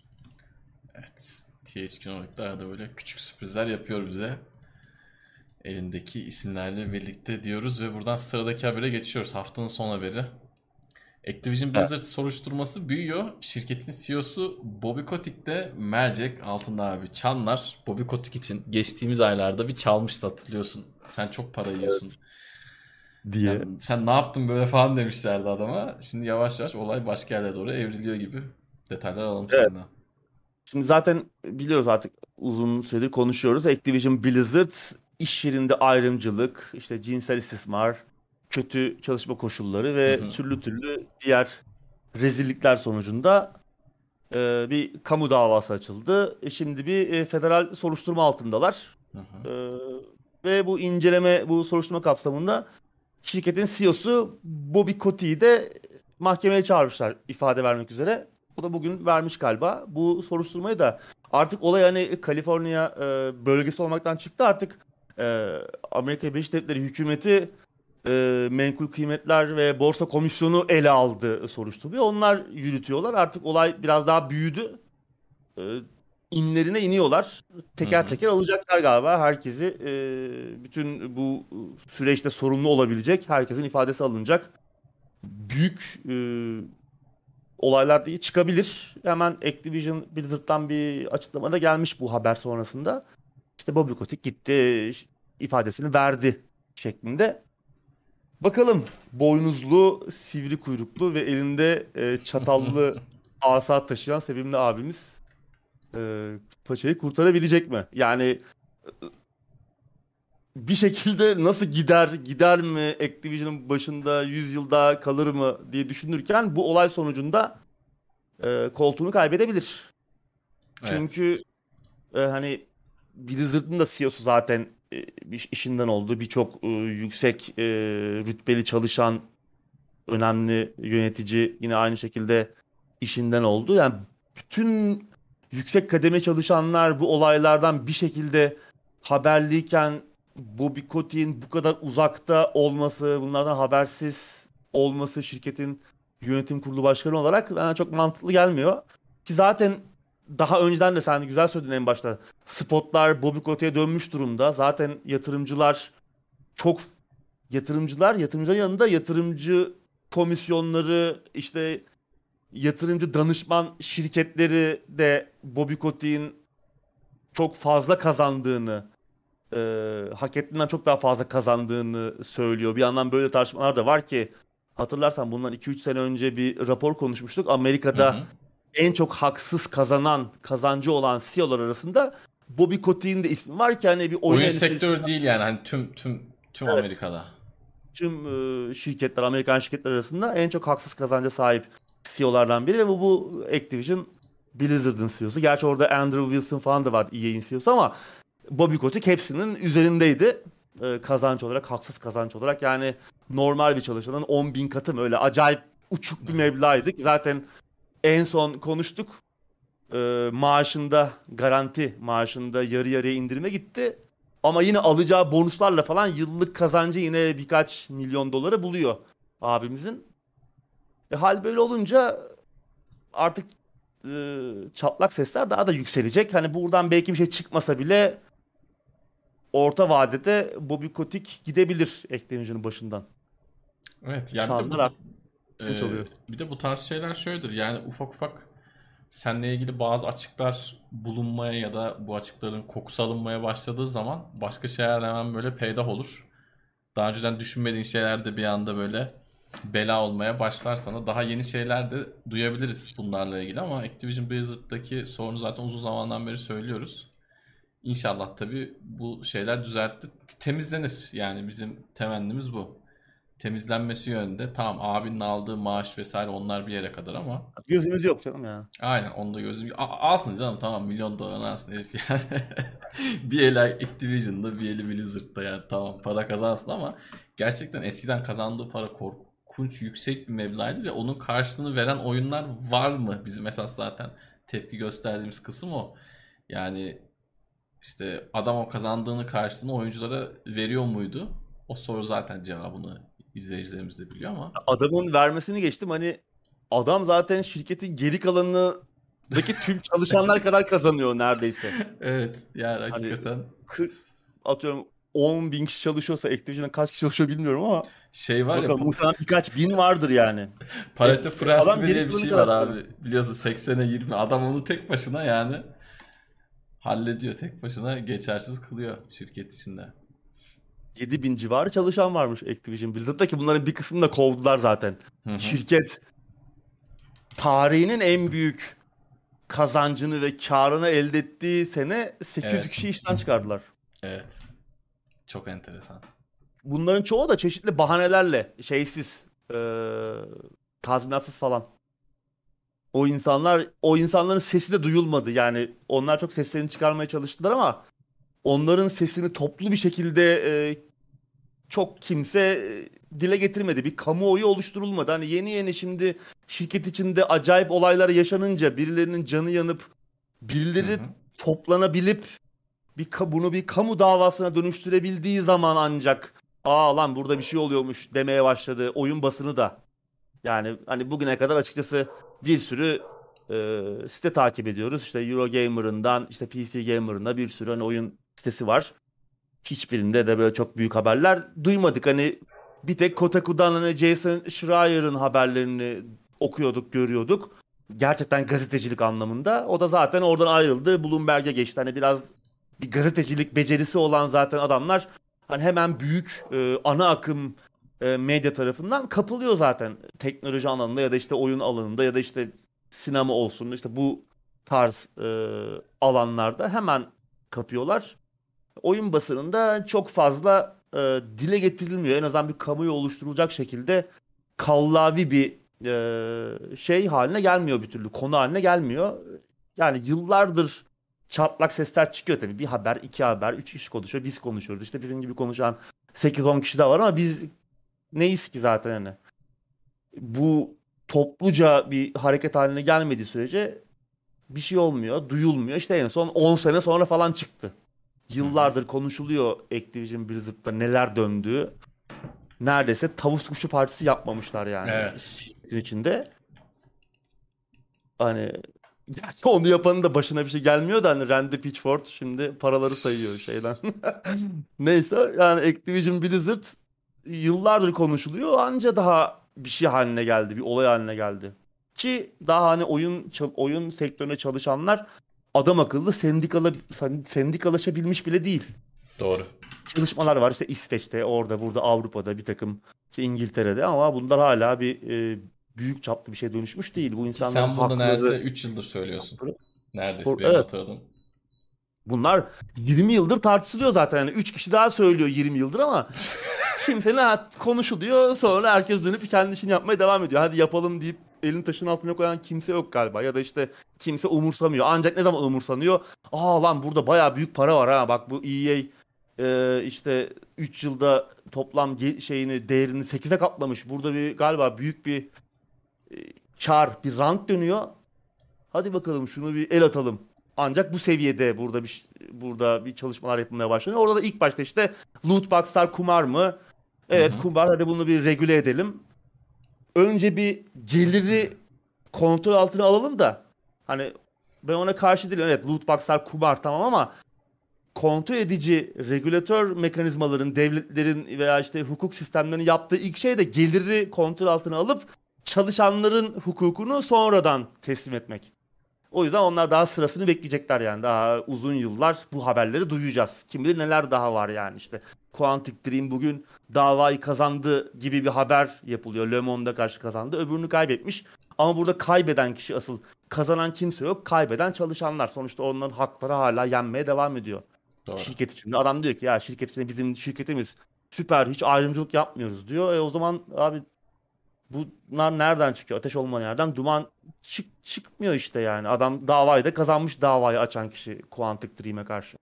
Evet. THQ Nordic da böyle küçük sürprizler yapıyor bize. Elindeki isimlerle birlikte diyoruz ve buradan sıradaki habere geçiyoruz. Haftanın son haberi. Activision Evet. Blizzard soruşturması büyüyor. Şirketin CEO'su Bobby Kotick de mercek altında abi. Çanlar Bobby Kotick için geçtiğimiz aylarda bir çalmıştı hatırlıyorsun. Sen çok para yiyorsun. Diye. Sen ne yaptın böyle falan demişlerdi adama. Şimdi yavaş yavaş olay başka yerlere doğru evriliyor gibi. Detaylar alalım Evet. senden. Şimdi zaten biliyoruz artık uzun süredir konuşuyoruz. Activision Blizzard iş yerinde ayrımcılık, işte cinsel istismar, kötü çalışma koşulları Hı ve hı, türlü türlü diğer rezillikler sonucunda bir kamu davası açıldı. Şimdi bir federal soruşturma altındalar. hı hı. E, ve bu inceleme, bu soruşturma kapsamında şirketin CEO'su Bobby Kotick'i de mahkemeye çağırmışlar ifade vermek üzere. Bu da bugün vermiş galiba. Bu soruşturmayı da artık olay hani Kaliforniya bölgesi olmaktan çıktı artık Amerika Birleşik Devletleri hükümeti menkul kıymetler ve borsa komisyonu ele aldı soruşturmayı. Onlar yürütüyorlar. Artık olay biraz daha büyüdü. E, inlerine iniyorlar. Hı Teker hı. teker alacaklar galiba herkesi. Bütün bu süreçte sorumlu olabilecek herkesin ifadesi alınacak. Büyük olaylar da çıkabilir. Hemen Activision Blizzard'dan bir açıklama da gelmiş bu haber sonrasında. İşte Bobby Kotick gitti, ifadesini verdi şeklinde. Bakalım, boynuzlu, sivri kuyruklu ve elinde çatallı asa taşıyan sevimli abimiz paçayı kurtarabilecek mi? Yani bir şekilde nasıl gider mi, Activision'ın başında 100 yıl daha kalır mı diye düşünürken bu olay sonucunda koltuğunu kaybedebilir. Evet. Çünkü hani Blizzard'ın da CEO'su zaten bir işinden oldu. Birçok yüksek rütbeli çalışan önemli yönetici yine aynı şekilde işinden oldu. Yani bütün yüksek kademe çalışanlar bu olaylardan bir şekilde haberliyken Bobby Kotick'in bu kadar uzakta olması, bunlardan habersiz olması şirketin yönetim kurulu başkanı olarak bana çok mantıklı gelmiyor. Ki zaten daha önceden de sen güzel söyledin en başta. Spotlar Bobby Kotick'e dönmüş durumda. Zaten yatırımcılar çok yatırımcıların yanında yatırımcı komisyonları, işte yatırımcı danışman şirketleri de Bobby Kotick'in çok fazla kazandığını, hak ettiğinden çok daha fazla kazandığını söylüyor. Bir yandan böyle tartışmalar da var ki, hatırlarsan bundan 2-3 sene önce bir rapor konuşmuştuk. Hı Amerika'da hı. en çok haksız kazancı olan CEO'lar arasında Bobby Kotick'in de ismi var ki hani bir oyun Oyun endüstrisi. sektörü değil yani hani tüm Evet. Amerika'da. Tüm şirketler, Amerikan şirketler arasında en çok haksız kazanca sahip CEO'lardan biri ve bu Activision Blizzard'ın CEO'su. Gerçi orada Andrew Wilson falan da var, EA'in CEO'su, ama Bobby Kotick hepsinin üzerindeydi. Kazanç olarak, haksız kazanç olarak. Yani normal bir çalışanın 10 bin katı mı, öyle acayip uçuk bir Evet. meblağıydı ki zaten en son konuştuk. Garanti maaşında yarı yarıya indirime gitti. Ama yine alacağı bonuslarla falan yıllık kazancı yine birkaç milyon doları buluyor abimizin. Hal böyle olunca artık çatlak sesler daha da yükselecek. Hani buradan belki bir şey çıkmasa bile orta vadede Bobby Kotick gidebilir Activision'ın başından. Evet ya bir de Çanlar bu artık çalıyor. bir de bu tarz şeyler şöyledir. Yani ufak ufak seninle ilgili bazı açıklar bulunmaya ya da bu açıkların kokusu alınmaya başladığı zaman başka şeyler hemen böyle peydah olur. Daha önceden düşünmediğin şeyler de bir anda böyle bela olmaya başlar sana. Daha yeni şeyler de duyabiliriz bunlarla ilgili ama Activision Blizzard'daki sorunu zaten uzun zamandan beri söylüyoruz. İnşallah tabii bu şeyler temizlenir. Yani bizim temennimiz bu. Temizlenmesi yönünde. Tamam abinin aldığı maaş vesaire onlar bir yere kadar ama Gözümüz yok canım ya. aynen onda gözüm alsın canım tamam milyon dolar alsın herif yani. Bir eli Activision'da bir eli Blizzard'da yani tamam para kazansın ama gerçekten eskiden kazandığı para korkunç yüksek bir meblağdı ve onun karşılığını veren oyunlar var mı? Bizim esas zaten tepki gösterdiğimiz kısım o. Yani işte adam o kazandığını karşılığını oyunculara veriyor muydu? O soru zaten cevabını izleyicilerimiz de biliyor ama. Adamın vermesini geçtim, hani adam zaten şirketin geri kalanındaki tüm çalışanlar kadar kazanıyor neredeyse. Evet yani Hani hakikaten 40, atıyorum 10 bin kişi çalışıyorsa Activision'da kaç kişi çalışıyor bilmiyorum ama şey var ya bakalım, muhtemelen birkaç bin vardır yani. Pareto Adam prensibi geri diye bir kalanı şey kadar var kazanıyor. abi. Biliyorsun 80'e 20. Adam onu tek başına yani hallediyor. Tek başına geçersiz kılıyor şirket içinde. 7 bin civarı çalışan varmış Activision Blizzard'da ki bunların bir kısmını da kovdular zaten. Hı hı. Şirket tarihinin en büyük kazancını ve karını elde ettiği sene 800 Evet. kişi işten çıkardılar. Evet. Çok enteresan. Bunların çoğu da çeşitli bahanelerle, şeysiz, eee, tazminatsız falan. O insanların sesi de duyulmadı. Yani onlar çok seslerini çıkarmaya çalıştılar ama onların sesini toplu bir şekilde çok kimse dile getirmedi. Bir kamuoyu oluşturulmadı. Hani yeni yeni şimdi şirket içinde acayip olaylar yaşanınca, birilerinin canı yanıp Hı birileri hı. toplanabilip bunu bir kamu davasına dönüştürebildiği zaman ancak lan burada bir şey oluyormuş demeye başladı oyun basını da. Yani hani bugüne kadar açıkçası bir sürü site takip ediyoruz. İşte Eurogamer'ından işte PC Gamer'ında bir sürü hani oyun sitesi var. Hiçbirinde de böyle çok büyük haberler duymadık. Hani bir tek Kotaku'dan hani Jason Schreier'ın haberlerini okuyorduk, görüyorduk. Gerçekten gazetecilik anlamında. O da zaten oradan ayrıldı. Bloomberg'e geçti. Hani biraz bir gazetecilik becerisi olan zaten adamlar hani hemen büyük ana akım medya tarafından kapılıyor zaten. Teknoloji alanında ya da işte oyun alanında ya da işte sinema olsun işte bu tarz alanlarda hemen kapıyorlar. Oyun basınında çok fazla dile getirilmiyor. En azından bir kamuoyu oluşturulacak şekilde kallavi bir şey haline gelmiyor bir türlü. Konu haline gelmiyor. Yani yıllardır çatlak sesler çıkıyor tabii. Bir haber, iki haber, üç kişi konuşuyor. Biz konuşuyoruz. İşte bizim gibi konuşan 8-10 kişi de var ama biz neyiz ki zaten hani. Bu topluca bir hareket haline gelmediği sürece bir şey olmuyor, duyulmuyor. İşte en son 10 sene sonra falan çıktı. Hı hı. Yıllardır konuşuluyor Activision Blizzard'da neler döndüğü. Neredeyse tavus kuşu partisi yapmamışlar yani Evet. şirketin içinde. Hani gerçi onu yapanın da başına bir şey gelmiyor da hani Randy Pitchford şimdi paraları sayıyor şeyden. Neyse yani Activision Blizzard yıllardır konuşuluyor anca daha bir şey haline geldi, bir olay haline geldi. Ki daha hani oyun sektörüne çalışanlar adam akıllı sendikalaşabilmiş bile değil. Doğru. Çalışmalar var işte İsveç'te, orada, burada, Avrupa'da bir takım işte İngiltere'de ama bunlar hala bir büyük çaplı bir şey dönüşmüş değil. Bu Ki insanların sen bunu neredeyse hakları, 3 yıldır söylüyorsun. Neredeyse benim evet, hatırladığım. bunlar 20 yıldır tartışılıyor zaten. Yani 3 kişi daha söylüyor 20 yıldır ama kimsenin konuşuluyor sonra herkes dönüp kendi işini yapmaya devam ediyor. Hadi yapalım deyip elini taşın altına koyan kimse yok galiba. Ya da işte kimse umursamıyor. Ancak ne zaman umursanıyor? Lan burada bayağı büyük para var ha. Bak bu EA işte 3 yılda toplam değerini 8'e katlamış. Burada bir galiba büyük bir e, kar, bir rant dönüyor. Hadi bakalım şunu bir el atalım. Ancak bu seviyede burada bir çalışmalar yapılmaya başlanıyor. Orada da ilk başta işte loot box'lar kumar mı? Hı Evet hı. kumar, hadi bunu bir regüle edelim. Önce bir geliri kontrol altına alalım da hani ben ona karşı değilim. Evet loot box'lar kumar tamam ama kontrol edici regülatör mekanizmaların, devletlerin veya işte hukuk sistemlerinin yaptığı ilk şey de geliri kontrol altına alıp çalışanların hukukunu sonradan teslim etmek. O yüzden onlar daha sırasını bekleyecekler yani. Daha uzun yıllar bu haberleri duyacağız. Kim bilir neler daha var yani işte. Quantic Dream bugün davayı kazandı gibi bir haber yapılıyor. Le Monde'a karşı kazandı. Öbürünü kaybetmiş. Ama burada kaybeden kişi asıl. Kazanan kimse yok. Kaybeden çalışanlar. Sonuçta onların hakları hala yenmeye devam ediyor. Doğru. Şirket içinde. Adam diyor ki ya şirket içinde bizim şirketimiz süper, hiç ayrımcılık yapmıyoruz diyor. O zaman abi bunlar nereden çıkıyor? Ateş olmayan yerden duman çıkmıyor işte yani. Adam davayı da kazanmış, davayı açan kişi Quantic Dream'e karşı.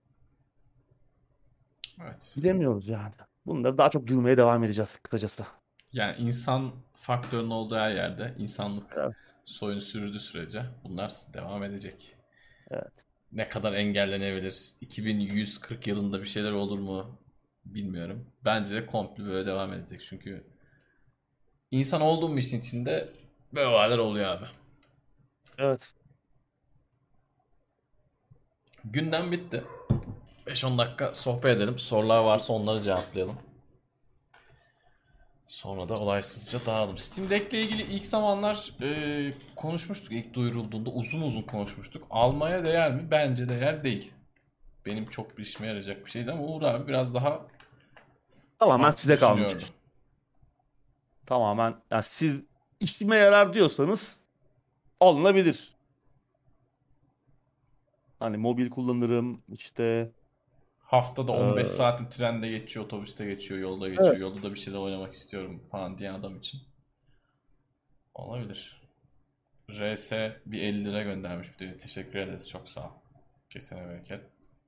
Evet. Bilemiyoruz yani. Bunları daha çok gülmeye devam edeceğiz kısacası. Yani insan faktörünün olduğu her yerde insanlık Evet, soyunu sürdüğü sürece bunlar devam edecek. evet. Ne kadar engellenebilir? 2140 yılında bir şeyler olur mu? Bilmiyorum. Bence de komple böyle devam edecek. Çünkü insan olduğum işin içinde böyle olaylar oluyor abi. Evet. Gündem bitti. 5-10 dakika sohbet edelim. Sorular varsa onları cevaplayalım. Sonra da olaysızca dağılalım. Steam Deck'le ilgili ilk zamanlar konuşmuştuk. İlk duyurulduğunda uzun uzun konuşmuştuk. Almaya değer mi? Bence değer değil. Benim çok bir işime yarayacak bir şeydi ama Uğur abi biraz daha Tamamen farklı size düşünüyordu. kalmış. Tamamen yani siz işime yarar diyorsanız alınabilir. Hani mobil kullanırım işte Haftada 15 eee, saatim trende geçiyor, otobüste geçiyor, yolda evet. geçiyor. Yolda da bir şeyler oynamak istiyorum falan diyen adam için olabilir. RS bir 50 lira göndermiş bir de. Teşekkür ederiz. Çok sağ ol. Kesene bereket.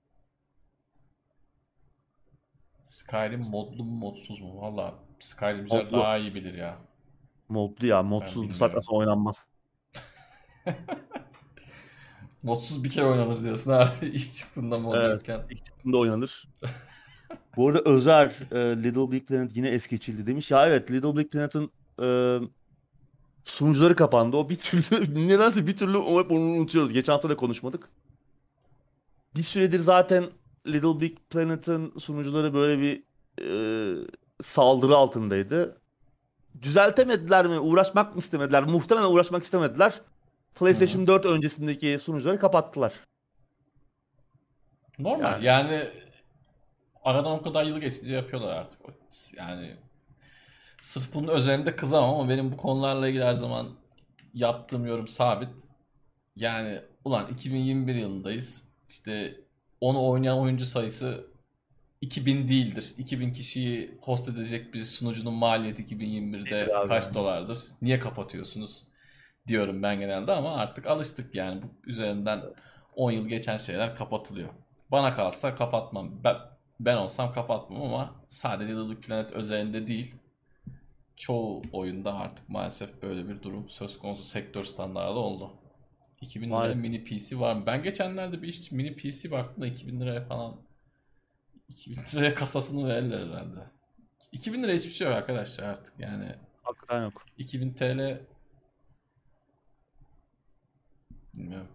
Skyrim modlu mu modsuz mu? Valla Skyrimciler Modlu. daha iyi bilir ya. Modlu ya. Ben Modsuz bu saatten bilmiyorum. sonra oynanmaz. Modsuz bir kere oynanır diyorsun abi. İş çıktığında mod Evet. yokken. İlk çıktığında oynanır. Bu arada Özer Little Big Planet yine es geçildi demiş. Ya evet, Little Big Planet'ın e, sunucuları kapandı. O bir türlü nedense bir türlü hep onu unutuyoruz. Geçen hafta da konuşmadık. Bir süredir zaten Little Big Planet'ın sunucuları böyle bir saldırı altındaydı. Düzeltemediler mi? Uğraşmak mı istemediler? Muhtemelen uğraşmak istemediler. Hı hı. PlayStation 4 öncesindeki sunucuları kapattılar. Normal. Yani Yani aradan o kadar yıl geçince yapıyorlar artık. Yani sırf bunun özelinde kızamam ama benim bu konularla ilgili her zaman yaptığım yorum sabit. Yani ulan 2021 yılındayız. İşte onu oynayan oyuncu sayısı 2000 değildir. 2000 kişiyi host edecek bir sunucunun maliyeti nedir 2021'de abi kaç yani? dolardır? Niye kapatıyorsunuz diyorum ben genelde ama artık alıştık yani. Bu üzerinden 10 yıl geçen şeyler kapatılıyor. Bana kalsa kapatmam. Ben olsam kapatmam ama sadece Little Big Planet özelinde değil. Çoğu oyunda artık maalesef böyle bir durum söz konusu, sektör standardı oldu. 2000 liraya Maalesef. mini PC var mı? Ben geçenlerde bir iş mini PC baktım da 2000 liraya falan, 2000 liraya kasasını verirler herhalde. 2000 lira hiçbir şey yok arkadaşlar artık yani. Hakikaten yok. 2000 TL bilmiyorum.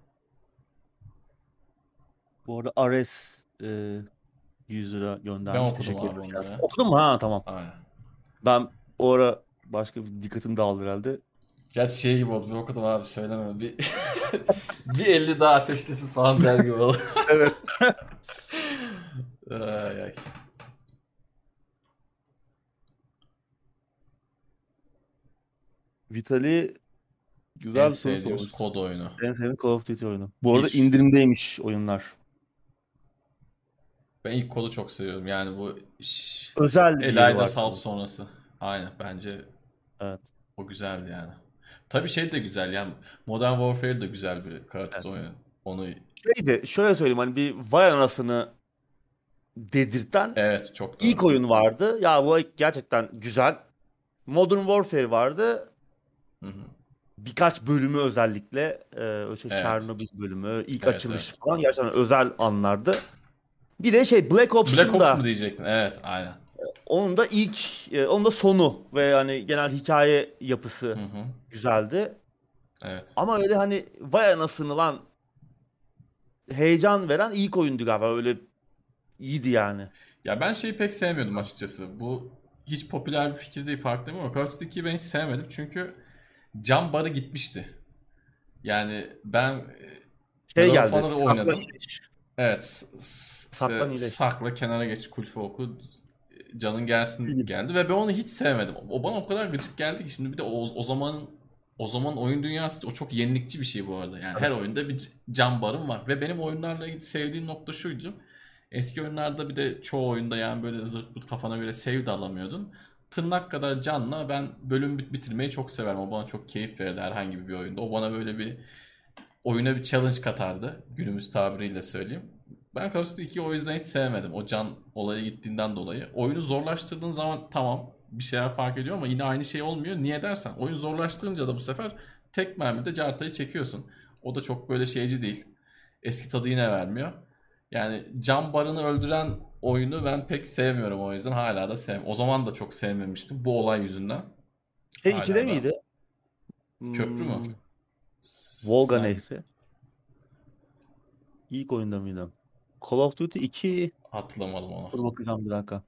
Bu arada Ares 100 lira Ben göndermiş. okudum Teşekkür abi ederiz. onları. Okudun mu? Ha, tamam. Aynen. Ben o ara başka bir dikkatim dağıldı herhalde. Gerçi şey gibi oldu. Bir okudum abi, söyleme. Bir bir 50 daha ateşlesin falan der gibi oldu. Evet. Ay, ay. Vitali En güzel bir soru sevdiğimiz sormuş. kod oyunu. En sevdiğim Call of Duty oyunu. Bu arada Bir. indirimdeymiş oyunlar. Ben ilk kodu çok seviyorum. Yani bu Özel bir yeri Elida var Salt Call of sonrası. Aynen, bence Evet. o güzeldi yani. Tabii şey de güzel yani, Modern Warfare de güzel bir kart Evet. oyunu. Onu Şeydi, şöyle söyleyeyim, hani bir vay anasını dedirten evet, çok ilk doğru. oyun vardı. Ya bu gerçekten güzel. Modern Warfare vardı. Hı hı. Birkaç bölümü özellikle o şey Evet. Çernobil bölümü, ilk Evet, açılış evet. falan gerçekten özel anlardı. Bir de şey Black Black Ops'un Ops mu da diyecektin? Evet, aynen. onun da ilk onun da sonu ve hani genel hikaye yapısı Hı hı. güzeldi. Evet. Ama öyle hani vay anasını lan heyecan veren ilk oyundu galiba. Öyle iyiydi yani. Ya ben şeyi pek sevmiyordum açıkçası. Bu hiç popüler bir fikir değil, farkındayım ama Call of Duty 2'yi ben hiç sevmedim çünkü can barı gitmişti. Yani ben Şey Medal of geldi. Honor'ı Saklan oynadım. iyileş. Evet, işte Saklan iyileş. sakla, kenara geç, kulüfe oku, canın gelsin Film. geldi ve ben onu hiç sevmedim. O bana o kadar gıcık geldi ki, şimdi bir de o zaman oyun dünyası o çok yenilikçi bir şey bu arada. Yani Evet. her oyunda bir can barım var ve benim oyunlarla ilgili sevdiğim nokta şuydu. Eski oyunlarda bir de çoğu oyunda yani böyle zırt pırt kafana göre save de alamıyordun. Tırnak kadar canla ben bölüm bitirmeyi çok severim. O bana çok keyif verirdi herhangi bir oyunda. O bana böyle bir oyuna bir challenge katardı. Günümüz tabiriyle söyleyeyim. Ben Call of Duty 2'yi o yüzden hiç sevmedim. O can olayı gittiğinden dolayı. Oyunu zorlaştırdığın zaman tamam bir şeyler fark ediyor ama yine aynı şey olmuyor. Niye dersen oyun zorlaştırınca da bu sefer tek mermide cartayı çekiyorsun. O da çok böyle şeyci değil. Eski tadı yine vermiyor. Yani can barını öldüren oyunu ben pek sevmiyorum, o yüzden hala da O zaman da çok sevmemiştim bu olay yüzünden. Şey 2'de Hala da. miydi? Köprü mü? Hmm, Volga Sniper. Nehri. İlk oyunda mıydı? Call of Duty 2. Hatırlamadım onu. Dur bakacağım bir dakika.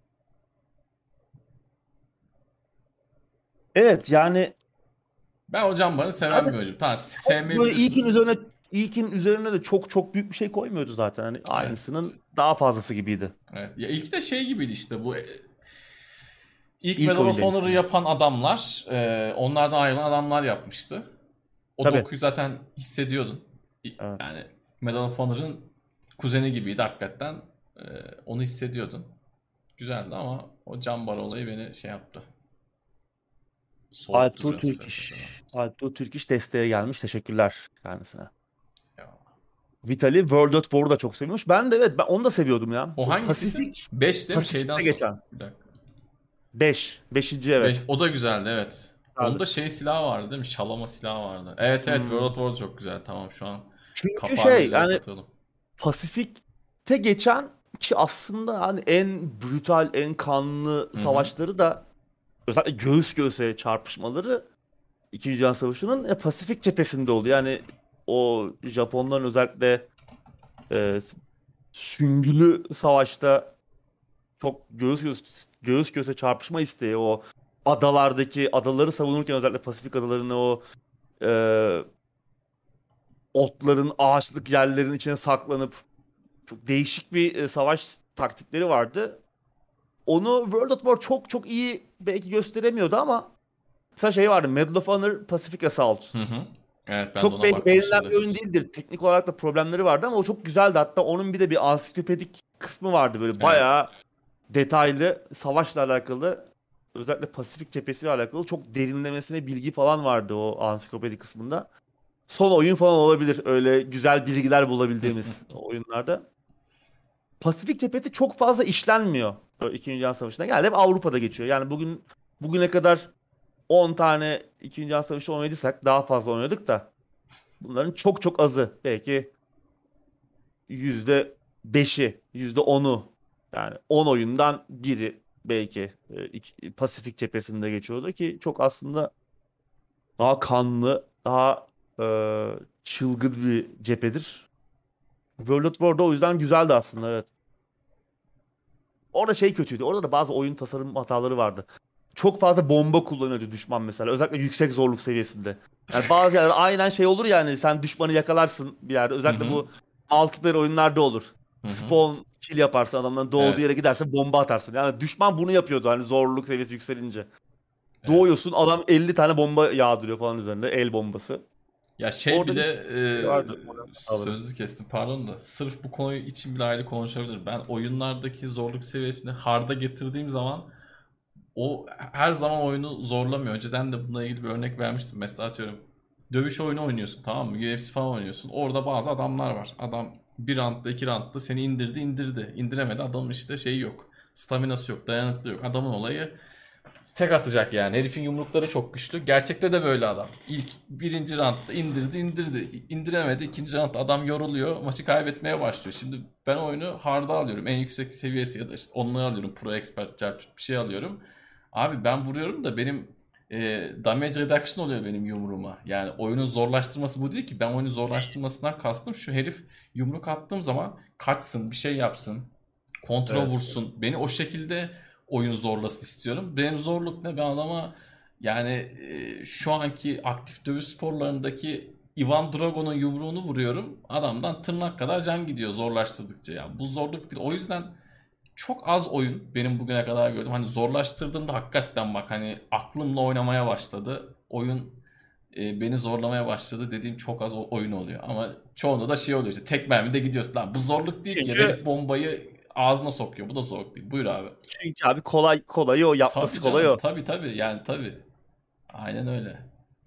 Evet yani Ben o cambarı seven bir zaten oyuncuyum. Tamam, çok böyle sevmeyebilirsiniz. ilkin üzerine de çok büyük bir şey koymuyordu zaten. Hani Evet. aynısının daha fazlası gibiydi. Evet. Ya ilk de şey gibiydi işte bu ilk İlk Medal oyun of Honor'ı demiştim. yapan adamlar, onlardan ayrılan adamlar yapmıştı. O Tabii. dokuyu zaten hissediyordun. Evet. Yani Medal of Honor'ın kuzeni gibiydi hakikaten. E, Onu hissediyordun. Güzeldi ama o cambar olayı beni şey yaptı. Soğuttu Alptu biraz FF'den. Turkish. Alptu Turkish desteğe gelmiş. Teşekkürler kendisine. Ya. Vitali World at War'u da çok seviyormuş. Ben de evet, ben onu da seviyordum ya. O Bu hangisiydi? Pasifik 5 değil mi? Şeyden Pasifik'te sonra. geçen. Bir dakika. 5. Beşinci evet. O da güzeldi, evet. Abi. Onda şey silahı vardı değil mi? Şalama silahı vardı. Evet, evet, World Hmm. of War çok güzel. Tamam, şu an Çünkü Kapağını şey direkt yani atalım. Pasifik'te geçen ki aslında hani en brutal, en kanlı Hı hı. savaşları da özellikle göğüs göğüse çarpışmaları İkinci Dünya Savaşı'nın Pasifik cephesinde oluyor. Yani o Japonların özellikle e, süngülü savaşta çok göğüs göğüse çarpışma isteği, o adaları savunurken özellikle Pasifik adalarını o e, otların, ağaçlık yerlerin içine saklanıp çok değişik bir savaş taktikleri vardı. Onu World at War çok çok iyi belki gösteremiyordu ama mesela şey vardı, Medal of Honor Pacific Assault. Hı hı. Evet, ben de Çok ona belki baktım beğenilen bir şimdi. oyun değildir. Teknik olarak da problemleri vardı ama o çok güzeldi. Hatta onun bir de bir ansiklopedik kısmı vardı, böyle Evet. bayağı detaylı savaşla alakalı, özellikle Pasifik cephesiyle alakalı çok derinlemesine bilgi falan vardı o ansiklopedik kısmında. Son oyun falan olabilir öyle güzel bilgiler bulabildiğimiz oyunlarda. Pasifik cephesi çok fazla işlenmiyor İkinci Dünya Savaşı'nda. Genelde hep Avrupa'da geçiyor. Yani bugüne kadar 10 tane İkinci Dünya Savaşı oynadıysak daha fazla oynadık da bunların çok çok azı. Belki %5'i, %10'u, yani 10 oyundan biri belki Pasifik cephesinde geçiyordu ki çok aslında daha kanlı, daha e, çılgın bir cephedir. World at War'da o yüzden güzeldi aslında, evet. Orada şey kötüydü. Orada da bazı oyun tasarım hataları vardı. Çok fazla bomba kullanıyordu düşman mesela. Özellikle yüksek zorluk seviyesinde. Yani bazı yerlerde aynen şey olur, yani sen düşmanı yakalarsın bir yerde. Hı Özellikle hı. bu multiplayer oyunlarda olur. Hı hı. Spawn kill yaparsın, adamların doğduğu Evet. yere gidersin, bomba atarsın. Yani düşman bunu yapıyordu hani zorluk seviyesi yükselince. Evet. Doğuyorsun, adam 50 tane bomba yağdırıyor falan üzerinde, el bombası. Ya şey Orada bile bir şey vardı. Orada hataları. sözlü kestim pardon da sırf bu konu için bile ayrı konuşabilirim. Ben oyunlardaki zorluk seviyesini hard'a getirdiğim zaman o her zaman oyunu zorlamıyor. Önceden de bununla ilgili bir örnek vermiştim. Mesela atıyorum dövüş oyunu oynuyorsun, tamam mı? UFC falan oynuyorsun. Orada bazı adamlar var. Adam bir roundda iki roundda seni indirdi. İndiremedi. Adamın işte şeyi yok. Staminası yok. Dayanıklı yok. Adamın olayı tek atacak yani. Herifin yumrukları çok güçlü. Gerçekte de böyle adam. İlk birinci roundda indirdi. İndiremedi. İkinci roundda adam yoruluyor. Maçı kaybetmeye başlıyor. Şimdi ben oyunu hard'a alıyorum. En yüksek seviyesi ya da işte onluğu alıyorum. Pro Expert, Cartut bir şey alıyorum. Abi ben vuruyorum da benim damage reduction oluyor benim yumruğuma. Yani oyunun zorlaştırması bu değil ki. Ben oyunu zorlaştırmasından kastım şu: herif yumruk attığım zaman kaçsın, bir şey yapsın, kontra Evet. vursun. Beni o şekilde oyun zorlasın istiyorum. Benim zorluk ne? Ben adama yani şu anki aktif dövüş sporlarındaki Ivan Drago'nun yumruğunu vuruyorum. Adamdan tırnak kadar can gidiyor zorlaştırdıkça. Ya bu zorluk değil. O yüzden çok az oyun benim bugüne kadar gördüm. Hani zorlaştırdığımda hakikaten bak hani aklımla oynamaya başladı. Oyun beni zorlamaya başladı dediğim çok az oyun oluyor. Ama çoğunda da şey oluyor işte, tek mermide gidiyorsun. Lan bu zorluk değil ki. Ya da Çünkü herif bombayı ağzına sokuyor. Bu da zorluk değil. Buyur abi. çünkü abi kolayı o, Tabii yapması kolay canım, o. tabii yani tabii. Aynen öyle.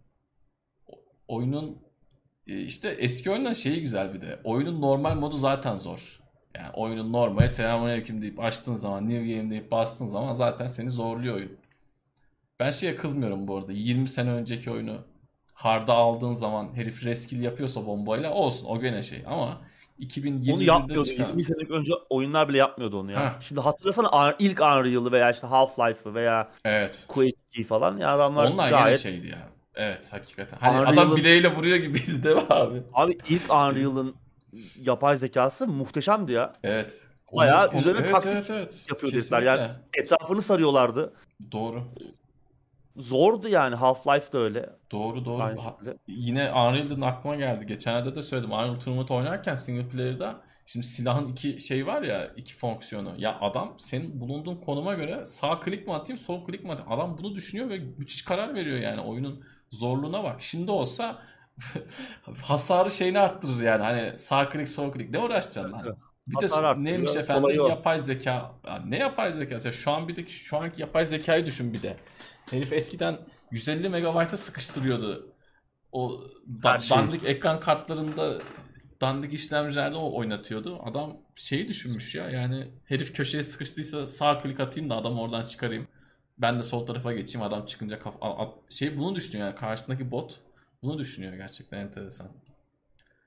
Oyunun işte eski oyunların şeyi güzel bir de. Oyunun normal modu zaten zor. Yani oyunun normali selamünaleyküm deyip açtığın zaman, new game deyip bastığın zaman zaten seni zorluyor oyun. Ben şeye kızmıyorum bu arada. 20 sene önceki oyunu hard'a aldığın zaman herif reskill yapıyorsa bombayla olsun, o gene şey. Ama Onu 2021'de yapmıyordu. çıkan 20 sene önce oyunlar bile yapmıyordu onu ya. ha Şimdi hatırlasana ilk Unreal'ı veya işte Half-Life'ı veya evet. Quake'i falan, ya adamlar Onlar gene gayet şeydi ya. Evet, hakikaten. Hani adam Unreal'ın bileğiyle vuruyor gibiydi değil mi abi? abi ilk Unreal'ın yapay zekası muhteşemdi ya. Evet. Onun Bayağı konu, üzerine evet taktik evet. yapıyordu herifler. Yani Kesinlikle. etrafını sarıyorlardı. Doğru. Zordu yani. Half-Life da öyle. Doğru. Aynı şekilde. Yine Unreal'den aklıma geldi. Geçenlerde de söyledim. Unreal Tournament oynarken single player'da şimdi silahın iki şey var ya, iki fonksiyonu. Ya adam senin bulunduğun konuma göre sağ klik mi atayım, sol klik mi atayım? Adam bunu düşünüyor ve müthiş karar veriyor yani. Oyunun zorluğuna bak. Şimdi olsa hasarı şeyini arttırır yani. Hani sağ klik sol klik ne uğraşacaksın lan? Bir de Hasar neymiş arttırıyor. efendim, Kolayı o. yapay zeka. Ya ne yapay zeka? Şu an bir de şu anki yapay zekayı düşün bir de. Herif eskiden 150 megabayta sıkıştırıyordu. O Her şeyi. dandik ekran kartlarında, dandik işlemcilerde o oynatıyordu. Adam şeyi düşünmüş ya, yani herif köşeye sıkıştıysa sağ klik atayım da adamı oradan çıkarayım. Ben de sol tarafa geçeyim, adam çıkınca şey bunu düşünüyor yani, karşısındaki bot bunu düşünüyor, gerçekten enteresan.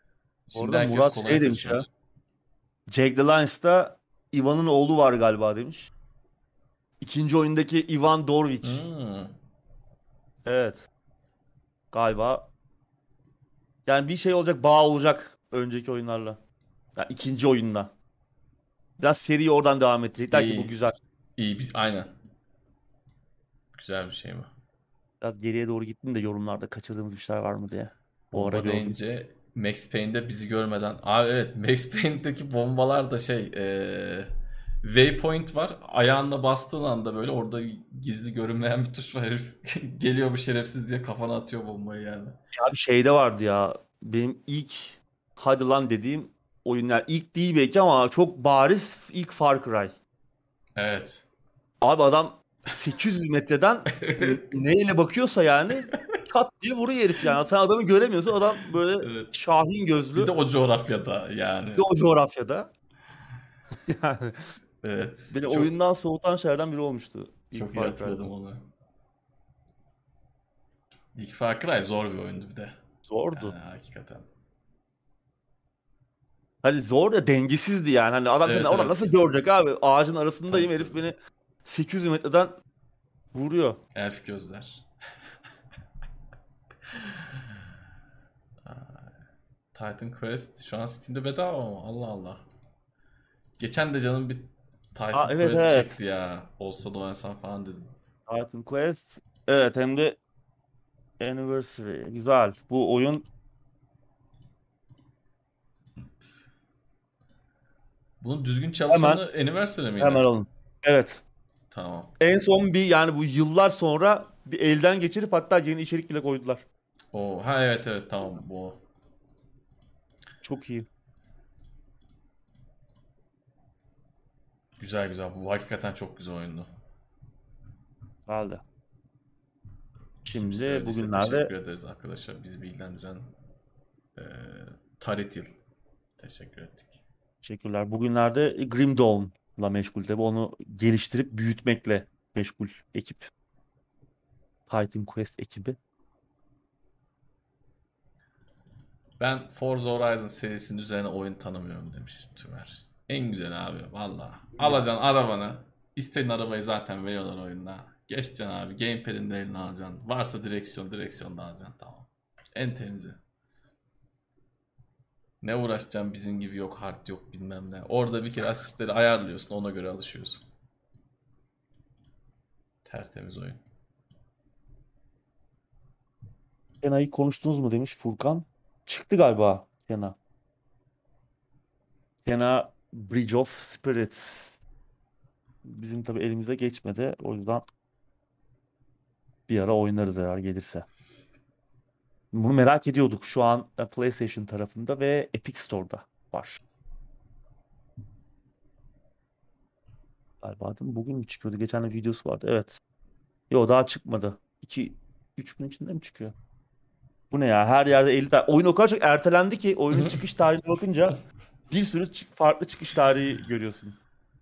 Bu Şimdi arada herkes Murat kolay şey demiş kaçıyor. ya. Jagged Alliance'da Ivan'ın oğlu var galiba demiş. İkinci oyundaki Ivan Dorviç. Hmm. Evet. Galiba. Yani bir şey olacak, bağ olacak önceki oyunlarla. Yani ikinci oyunda. Biraz seriyi oradan devam edecekler ki bu İyi. güzel. İyi. Aynen. Güzel bir şey bu. Biraz geriye doğru gittim de yorumlarda kaçırdığımız bir şeyler var mı diye. O ara Bomba gördüm. deyince Max Payne'de bizi görmeden. Abi evet, Max Payne'deki bombalar da Waypoint var. Ayağınla bastığın anda böyle orada gizli görünmeyen bir tuş var. Herif geliyor bu şerefsiz diye kafana atıyor bombayı yani. Ya bir şeyde vardı ya. Benim ilk hadi lan dediğim oyunlar. İlk değil belki ama çok bariz ilk Far Cry. Evet. Abi adam 800 metreden Evet. neyle bakıyorsa yani kat diye vuruyor herif yani. Sen adamı göremiyorsun. Adam böyle Evet. şahin Bir de gözlü o coğrafyada bir yani. de o coğrafyada. Yani Evet. beni Çok oyundan soğutan şeylerden biri olmuştu ilk çok iyi Far Cry'da. hatırladım onu. İlk Far Cry zor bir oyundu bir de. Yani Zordu. hakikaten. Hani zor da dengesizdi yani. Hani adam seni Evet, oradan nasıl evet. görecek abi? Ağacın Tabii, arasındayım herif tabii. beni 800 metreden vuruyor. Elf gözler. Titan Quest şu an Steam'de bedava mı? Allah Allah. Geçen de canım bir Aa, Titan evet Quest evet. çekti ya. Olsa da oynasam falan dedim. Titan Quest. Evet hem de Anniversary. Güzel. Bu oyun Bunun düzgün hemen çalışanı Anniversary miydi? hemen alın. Evet. Tamam. En son bir yani bu yıllar sonra bir elden geçirip hatta yeni içerik bile koydular. O ha, evet evet, tamam bu. Çok iyi. Güzel güzel. Bu hakikaten çok güzel oyundu. Güzeldi. Kim Şimdi söylediyse bugünlerde teşekkür ederiz arkadaşlar. Bizi bilgilendiren eee Taritil. Teşekkür ettik. teşekkürler. Bugünlerde Grim Dawn'la meşgul tabii. Onu geliştirip büyütmekle meşgul ekip. Titan Quest ekibi. Ben Forza Horizon serisinin üzerine oyun tanımıyorum demiş Tümer. En güzel abi valla. Güzel. Alacaksın arabanı. İstediğin arabayı zaten veriyorlar oyunda. Geçeceksin abi. Gamepad'in de eline alacaksın. Varsa direksiyon da alacaksın. Tamam. En temizi. Ne uğraşacaksın bizim gibi, yok hard yok bilmem ne. Orada bir kere asistleri ayarlıyorsun. Ona göre alışıyorsun. Tertemiz oyun. Kena'yı konuştunuz mu demiş Furkan. Çıktı galiba Kena. Kena Bridge of Spirits. Bizim tabii elimize geçmedi. O yüzden bir ara oynarız eğer gelirse. Bunu merak ediyorduk. Şu an PlayStation tarafında ve Epic Store'da var. Galiba değil mi? Bugün mü çıkıyordu? Geçen de videosu vardı. Evet. Yok daha çıkmadı. 2-3 gün içinde mi çıkıyor? Bu ne ya? Her yerde 50 tane. Oyun o kadar çok ertelendi ki oyunun çıkış tarihine bakınca bir sürü farklı çıkış tarihi görüyorsun.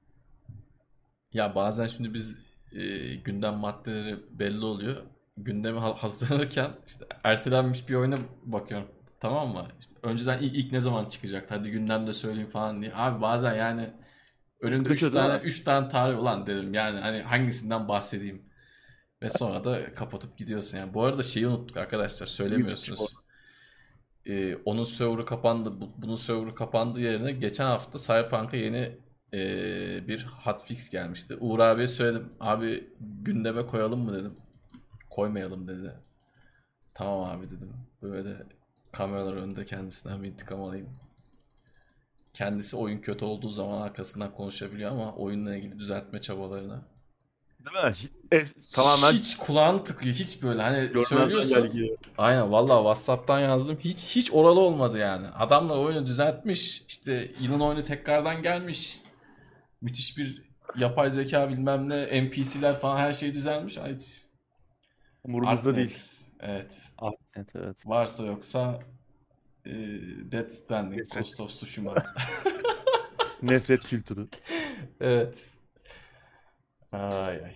Ya bazen şimdi biz gündem maddeleri belli oluyor. Gündeme hazırlanırken işte ertelenmiş bir oyuna bakıyorum. Tamam mı? İşte önceden ilk ne zaman çıkacak? Hadi gündemde söyleyeyim falan diye. Abi bazen yani Uçup önümde 3 kaçıyor değil tane mi? 3 tane tarih ulan derim. Yani hani hangisinden bahsedeyim? Ve sonra da kapatıp gidiyorsun. Yani bu arada şeyi unuttuk arkadaşlar, Bugün çıkmış bu. söylemiyorsunuz. Onun server'ı kapandı. Bunun server'ı kapandığı yerine geçen hafta Cyberpunk'a yeni bir hotfix gelmişti. Uğur abiye söyledim. Abi gündeme koyalım mı dedim. Koymayalım dedi. Tamam abi dedim. Böyle kameralar önünde kendisinden bir intikam alayım. Kendisi oyun kötü olduğu zaman arkasından konuşabiliyor ama oyunla ilgili düzeltme çabalarını Değil mi? Tamamen hiç kulağını tıkıyor. Hiç böyle hani görmezden geldi söylüyorsun. geliyor. Aynen vallahi WhatsApp'tan yazdım. Hiç oralı olmadı yani. Adamlar oyunu düzeltmiş. İşte yılın oyunu tekrardan gelmiş. Müthiş bir yapay zeka bilmem ne NPC'ler falan her şey düzelmiş. Ay, hiç. Umurumuzda değil. Artnet. Evet. Evet, evet. Varsa yoksa e, Death Stranding, Nefret. Ghost of Tsushima. Nefret kültürü. Evet. Ay ay.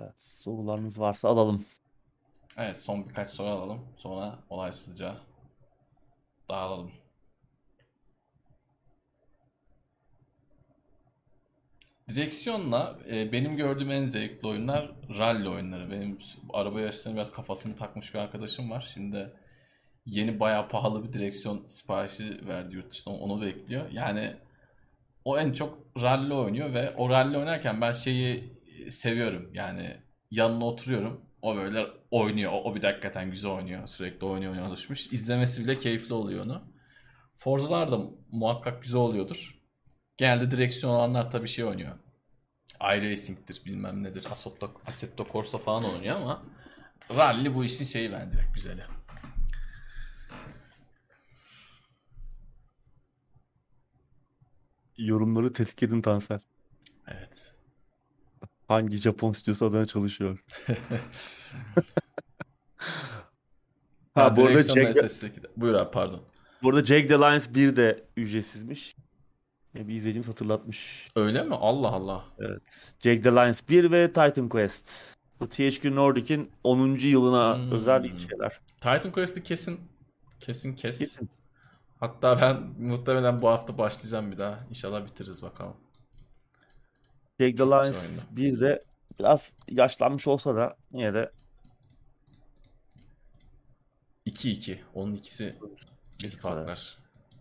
Evet, sorularınız varsa alalım. Evet, son birkaç soru alalım. Sonra olaysızca dağılalım. Direksiyonla benim gördüğüm en zevkli oyunlar rally oyunları. Benim araba yarışlarına biraz kafasını takmış bir arkadaşım var. Şimdi yeni bayağı pahalı bir direksiyon siparişi verdi yurt dışından. Onu bekliyor. Yani o en çok rally oynuyor ve o rally oynarken ben şeyi seviyorum. Yani yanına oturuyorum. O böyle oynuyor. O bir de hakikaten güzel oynuyor. Sürekli oynuyor alışmış. İzlemesi bile keyifli oluyor onu. Forza'lar da muhakkak güzel oluyordur. Genelde direksiyon olanlar tabii şey oynuyor. iRacing'tir bilmem nedir. Assetto Corsa falan oynuyor ama rally bu işin şeyi bence güzeli. Yorumları tetkik edin Tansel. Evet. Hangi Japon stüdyosu adına çalışıyor? Ha, Ha, bu arada direksiyonla ETS 2'de. Buyur abi, pardon. Jag the Lions 1 de ücretsizmiş. Bir izleyicimiz hatırlatmış. Öyle mi? Allah Allah. Evet. Jag the Lions 1 ve Titan Quest. Bu THQ Nordic'in 10. yılına özel ilk Hmm. şeyler. Titan Quest'i kesin kes. Kesin. Hatta ben muhtemelen bu hafta başlayacağım bir daha. İnşallah bitiririz bakalım. Jag the Çok güzel oyundu. Lions 1 de biraz yaşlanmış olsa da yine de 2-2. Onun ikisi bizi güzel. patlar.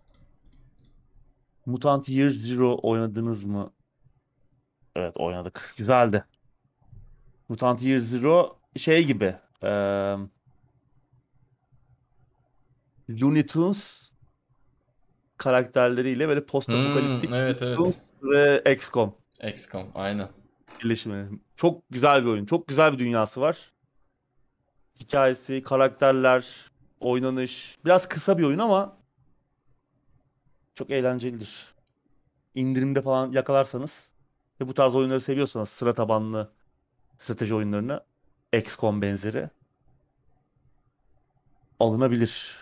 Mutant Year Zero oynadınız mı? Evet, oynadık. Güzeldi. Mutant Year Zero şey gibi. Looney Tunes karakterleriyle böyle post apokaliptik Evet, Tunes evet. ve XCOM XCOM aynen. birleşimi. Çok güzel bir oyun. Çok güzel bir dünyası var. Hikayesi, karakterler, oynanış. Biraz kısa bir oyun ama çok eğlencelidir. İndirimde falan yakalarsanız ve bu tarz oyunları seviyorsanız, sıra tabanlı strateji oyunlarını, XCOM benzeri alınabilir.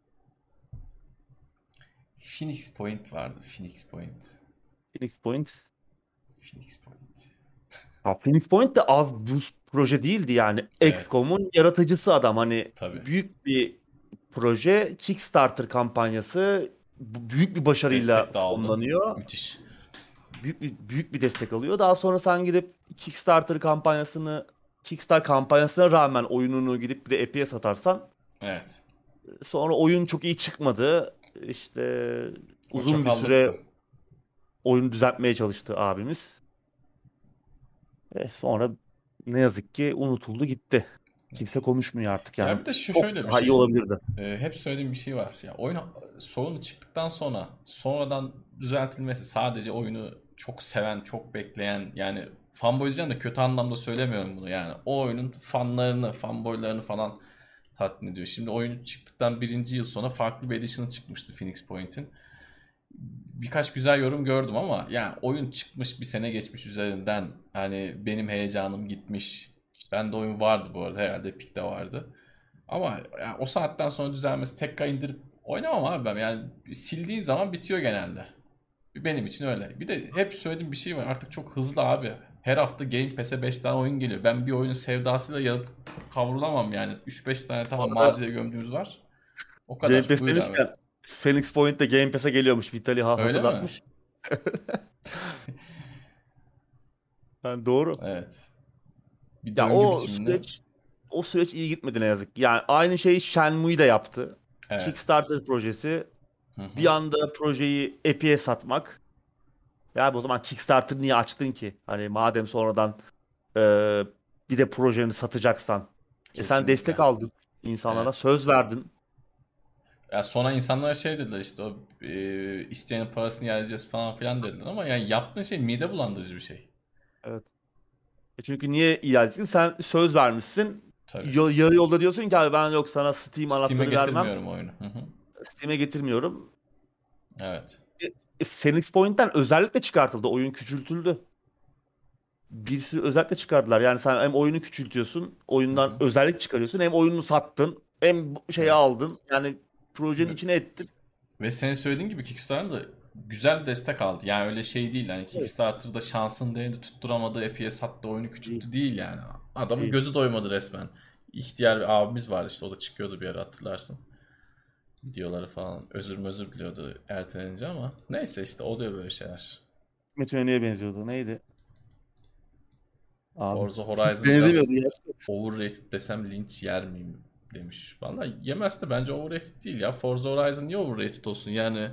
Phoenix Point vardı. Phoenix Point. Phoenix Point. Phoenix Point. Ha, Phoenix Point de az buz proje değildi yani. Evet, XCOM'un yaratıcısı adam, hani tabii. büyük bir proje, Kickstarter kampanyası büyük bir başarıyla Destek de aldı. fonlanıyor. Müthiş. Büyük bir destek alıyor. Daha sonra sen gidip Kickstarter kampanyasına rağmen oyununu gidip bir de Epi'ye satarsan, Evet. sonra oyun çok iyi çıkmadı. İşte O uzun bir süre çakallıktı. oyunu düzeltmeye çalıştı abimiz. Sonra ne yazık ki unutuldu gitti. Kimse Evet. konuşmuyor artık Ya yani. bir de Çok şöyle bir daha iyi şey. olabilirdi. Hep söylediğim bir şey var. Ya oyun sorunu çıktıktan sonra sonradan düzeltilmesi sadece oyunu çok seven, çok bekleyen, yani fanboy diyeceğim de kötü anlamda söylemiyorum bunu. Yani o oyunun fanboylarını falan tatmin ediyor. Şimdi oyun çıktıktan birinci yıl sonra farklı bir edition'ı çıkmıştı Phoenix Point'in. Birkaç güzel yorum gördüm ama yani oyun çıkmış bir sene geçmiş üzerinden, hani benim heyecanım gitmiş. Bende oyun vardı bu arada, herhalde Epic'te vardı. Ama yani o saatten sonra düzelmesi, tekrar indirip oynamam abi ben. Yani sildiğin zaman bitiyor genelde. Benim için öyle. Bir de hep söylediğim bir şey var. Artık çok hızlı abi. Her hafta Game Pass'e 5 tane oyun geliyor. Ben bir oyunun sevdasıyla yanıp kavrulamam yani. 3-5 tane Bu tamam arada maziye gömdüğümüz var. O Game kadar. Pass Buyur abi. demişken Phoenix Point de Game Pass'e geliyormuş. Vitali Öyle mi? hatırlatmış. Yani doğru. Evet. Bir Ya döngü biçiminde. o süreç iyi gitmedi ne yazık ki. Yani aynı şeyi Shenmue'yi de yaptı. Evet. Kickstarter projesi. Hı Bir hı. anda projeyi Epic'e satmak. Ya o zaman Kickstarter niye açtın ki? Hani madem sonradan e, bir de projeni satacaksan. Sen destek Kesinlikle. aldın. İnsanlara Evet. söz verdin. Ya sonra insanlara şey dediler, işte o isteyenin parasını iade edeceğiz falan filan dediler ama yani yaptığın şey mide bulandırıcı bir şey. Evet. Çünkü niye iade ettin? Sen söz vermişsin. Tabii. Yarı yolda diyorsun ki abi ben yok sana Steam Steam'e anahtarı vermem. getirmiyorum oyunu. Hı hı. Steam'e getirmiyorum. Evet. Phoenix Point'ten özellikle çıkartıldı. Oyun küçültüldü. Bir sürü özellikle çıkardılar. Yani sen hem oyunu küçültüyorsun, Hı oyundan hı. özellik çıkarıyorsun, hem oyununu sattın, hem şeyi Evet. aldın. Yani projenin Ve, içine ettin. ve senin söylediğin gibi Kickstarter'da güzel destek aldı. Yani öyle şey değil. Hani Evet. Kickstarter'da şansın değerinde tutturamadığı, Epic'e sattığı oyunu Değil. küçülttü değil yani. Adamın İyi. gözü doymadı resmen. İhtiyar bir abimiz vardı işte, o da çıkıyordu bir ara, hatırlarsın. Videoları falan özür diliyordu ertelenince ama neyse işte oluyor böyle şeyler. Metin neye benziyordu? Neydi? Abi. Forza Horizon biraz Benzemiyordu ya. overrated desem linç yer miyim demiş. Vallahi yemez de bence overrated değil ya. Forza Horizon niye overrated olsun? Yani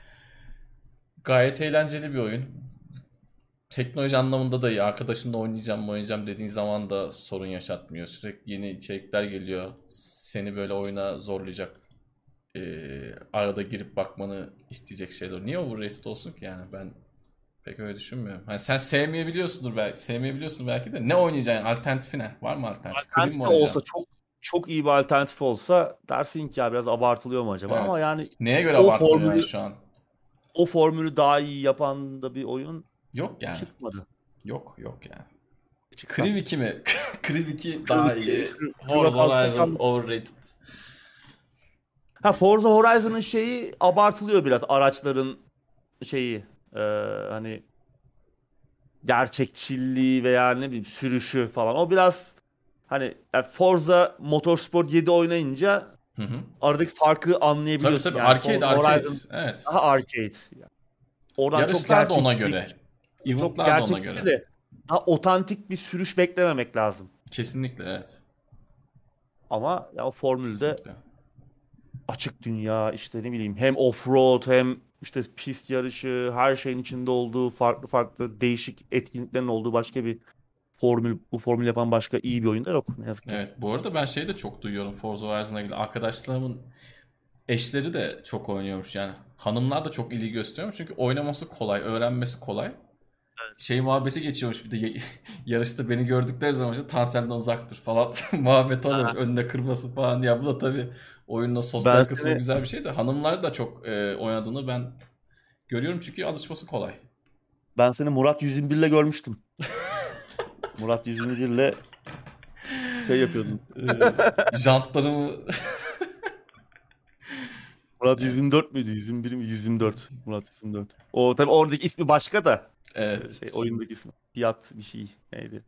gayet eğlenceli bir oyun. Teknoloji anlamında da iyi. Arkadaşınla oynayacağım dediğin zaman da sorun yaşatmıyor. Sürekli yeni içerikler geliyor. Seni böyle oyuna zorlayacak. Arada girip bakmanı isteyecek şeyler. Niye overrated olsun ki yani? Ben pek öyle düşünmüyorum. Hani sen sevmeyebiliyorsun belki de. Ne oynayacaksın? Alternatifi ne? Var mı alternatif? Clean mi Alternatif olsa oynayacaksın? çok iyi bir alternatif olsa dersin ki ya biraz abartılıyor mu acaba? Ama Evet. yani Neye göre o abartılıyor yani formülü şu an? o formülü daha iyi yapan da bir oyun Yok yani. çıkmadı. Yok yani. Çıksa. Kriv 2 mi? Kriv 2 Kırık daha iyi. kırığa Forza kalksak Horizon anlatırım. overrated. Ha, Forza Horizon'ın şeyi abartılıyor biraz, araçların şeyi e, hani gerçekçiliği veya ne bileyim sürüşü falan. O biraz hani Forza Motorsport 7 oynayınca Hı hı. aradaki farkı Tabii anlayabiliyorsun. tabii, Yani arcade Forza arcade. Horizon Evet. daha arcade. Yani oradan çok Yarışlar da ona gerçekçi, göre. çok Event'lar da ona gerçekçi göre. de daha otantik bir sürüş beklememek lazım. Kesinlikle evet. Ama ya o formülde Kesinlikle. açık dünya işte ne bileyim hem off-road hem işte pist yarışı, her şeyin içinde olduğu farklı farklı değişik etkinliklerin olduğu başka bir bu formül yapan başka iyi bir oyun da yok ne yazık ki. Evet, bu arada ben şeyi de çok duyuyorum Forza Horizon'la ilgili. Arkadaşlarımın eşleri de çok oynuyormuş yani. Hanımlar da çok ilgi gösteriyormuş çünkü oynaması kolay, öğrenmesi kolay. Şey muhabbeti geçiyormuş bir de yarışta beni gördükleri zaman işte Tansel'den uzaktır falan muhabbet oluyormuş, Ha, önüne kırması falan. Ya bu da tabii oyunun o sosyal ben kısmı seni güzel bir şey de hanımlar da çok oynadığını ben görüyorum çünkü alışması kolay. ben seni Murat 121'le görmüştüm. Murat 121'le şey yapıyordun. Jantlarımı Murat evet, 124 müydü? 121 mi? 124. Murat 124. O tabii oradaki ismi başka da. evet. Şey oyundaki ismi. Fiyat bir şey neydi?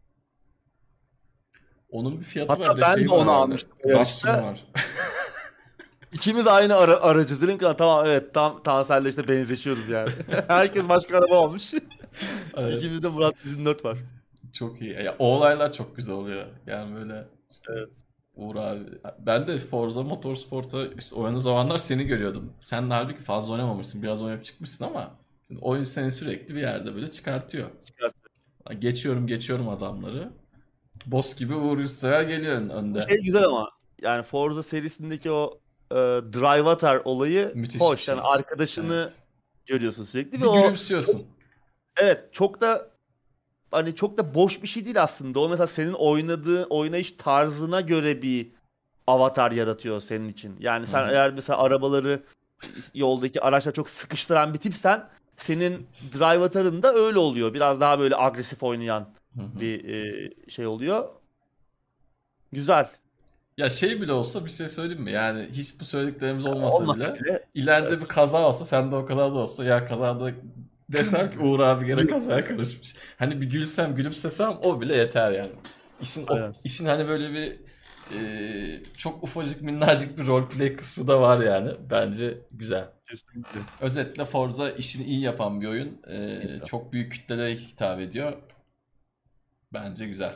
Onun bir fiyatı var, Hatta bir de ben şey de var onu herhalde. almıştım o Datsun yarışta. var. İkimiz aynı aracı. Dedim ki tamam, evet, tam Tansel'le işte benzeşiyoruz yani. Herkes başka araba almış. Evet. İkimizde Murat 124 var. Çok iyi. Ya, o olaylar çok güzel oluyor. Yani böyle işte Evet. Uğur abi. Ben de Forza Motorsport'a işte oynadığı zamanlar seni görüyordum. Sen de halbuki fazla oynamamışsın. Biraz oynayıp çıkmışsın ama şimdi oyun seni sürekli bir yerde böyle çıkartıyor. Çıkarttı. Geçiyorum adamları. Boss gibi Uğur Yurtsever geliyor Bu önde. şey güzel ama yani Forza serisindeki o Drive Atar olayı Müthiş bir hoş. Yani şey. arkadaşını Evet. görüyorsun sürekli ve Bir o çok, gülümsüyorsun. evet, çok da hani çok da boş bir şey değil aslında. O mesela senin oynayış tarzına göre bir avatar yaratıyor senin için. Yani Hı sen hı. eğer mesela arabaları yoldaki araçla çok sıkıştıran bir tipsen senin drive atarın da öyle oluyor. Biraz daha böyle agresif oynayan Hı hı. bir şey oluyor. Güzel. Ya şey bile olsa bir şey söyleyeyim mi? Yani hiç bu söylediklerimiz olmasa Olmasa bile bile ileride bir evet. kaza olsa, sende o kadar da olsa, ya kazada desem ki Uğur abi gene Yok. kazaya karışmış. Hani bir gülümsesem o bile yeter yani. Aynen. İşin hani böyle bir çok ufacık minnacık bir roleplay kısmı da var yani. Bence güzel. Kesinlikle. Özetle Forza işini iyi yapan bir oyun. Kesinlikle. Çok büyük kitlelere hitap ediyor. Bence güzel.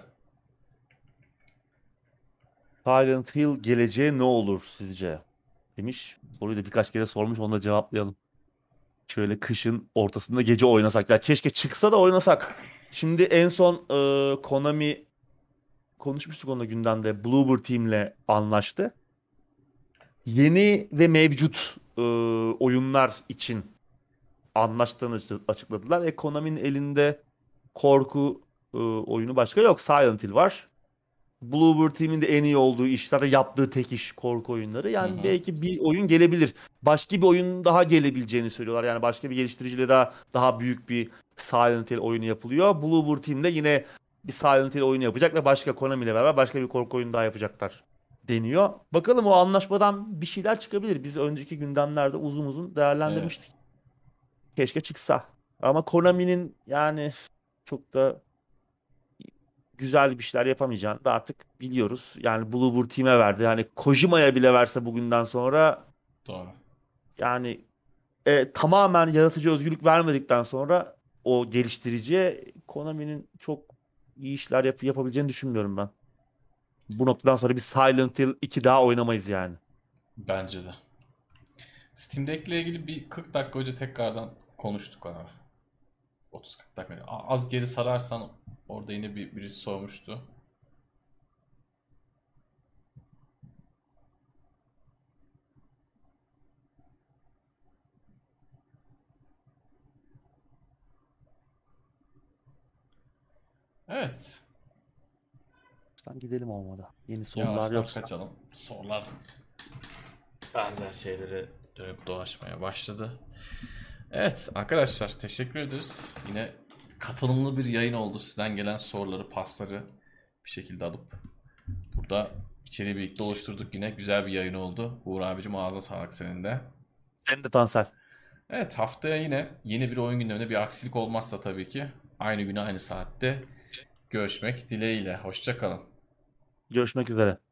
Silent Hill geleceğe ne olur sizce? Demiş. Soruyu da birkaç kere sormuş, onu da cevaplayalım. Şöyle kışın ortasında gece oynasak. Ya keşke çıksa da oynasak. Şimdi en son Konami konuşmuştuk onunla gündemde. Bloober Team'le anlaştı. Yeni ve mevcut oyunlar için anlaştığını açıkladılar. Konami'nin elinde korku oyunu başka yok. Silent Hill var. Bloober Team'in de en iyi olduğu iş, zaten yaptığı tek iş korku oyunları. Hı Yani hı. belki bir oyun gelebilir. Başka bir oyun daha gelebileceğini söylüyorlar. Yani başka bir geliştiriciyle daha büyük bir Silent Hill oyunu yapılıyor. Bloober Team de yine bir Silent Hill oyunu yapacak ve başka Konami ile beraber başka bir korku oyunu daha yapacaklar deniyor. Bakalım, o anlaşmadan bir şeyler çıkabilir. Biz önceki gündemlerde uzun uzun Evet. değerlendirmiştik. Keşke çıksa. Ama Konami'nin yani çok da güzel bir şeyler yapamayacağını da artık biliyoruz. Yani Bloober Team'e verdi. Yani Kojima'ya bile verse bugünden sonra, Doğru. yani tamamen yaratıcı özgürlük vermedikten sonra o geliştiriciye, Konami'nin çok iyi işler yapabileceğini düşünmüyorum ben. Bu noktadan sonra bir Silent Hill 2 daha oynamayız yani. Bence de. Steam Deck'le ilgili bir 40 dakika önce tekrardan konuştuk abi. 30-40 dakika önce. Az geri sararsan orada yine birisi sormuştu. Evet. Sen gidelim olmadı. Yeni sorular Yavaştan yoksa. kaçalım. Sorular benzer şeylere dönüp dolaşmaya başladı. Evet arkadaşlar teşekkür ederiz. Yine katılımlı bir yayın oldu. Sizden gelen soruları, pasları bir şekilde alıp burada içeriği birlikte oluşturduk yine. Güzel bir yayın oldu. Uğur abicim ağzına sağlık senin de. Sen de Tansel. Evet haftaya yine yeni bir oyun gündeminde bir aksilik olmazsa tabii ki aynı güne aynı saatte görüşmek dileğiyle. Hoşça kalın. Görüşmek üzere.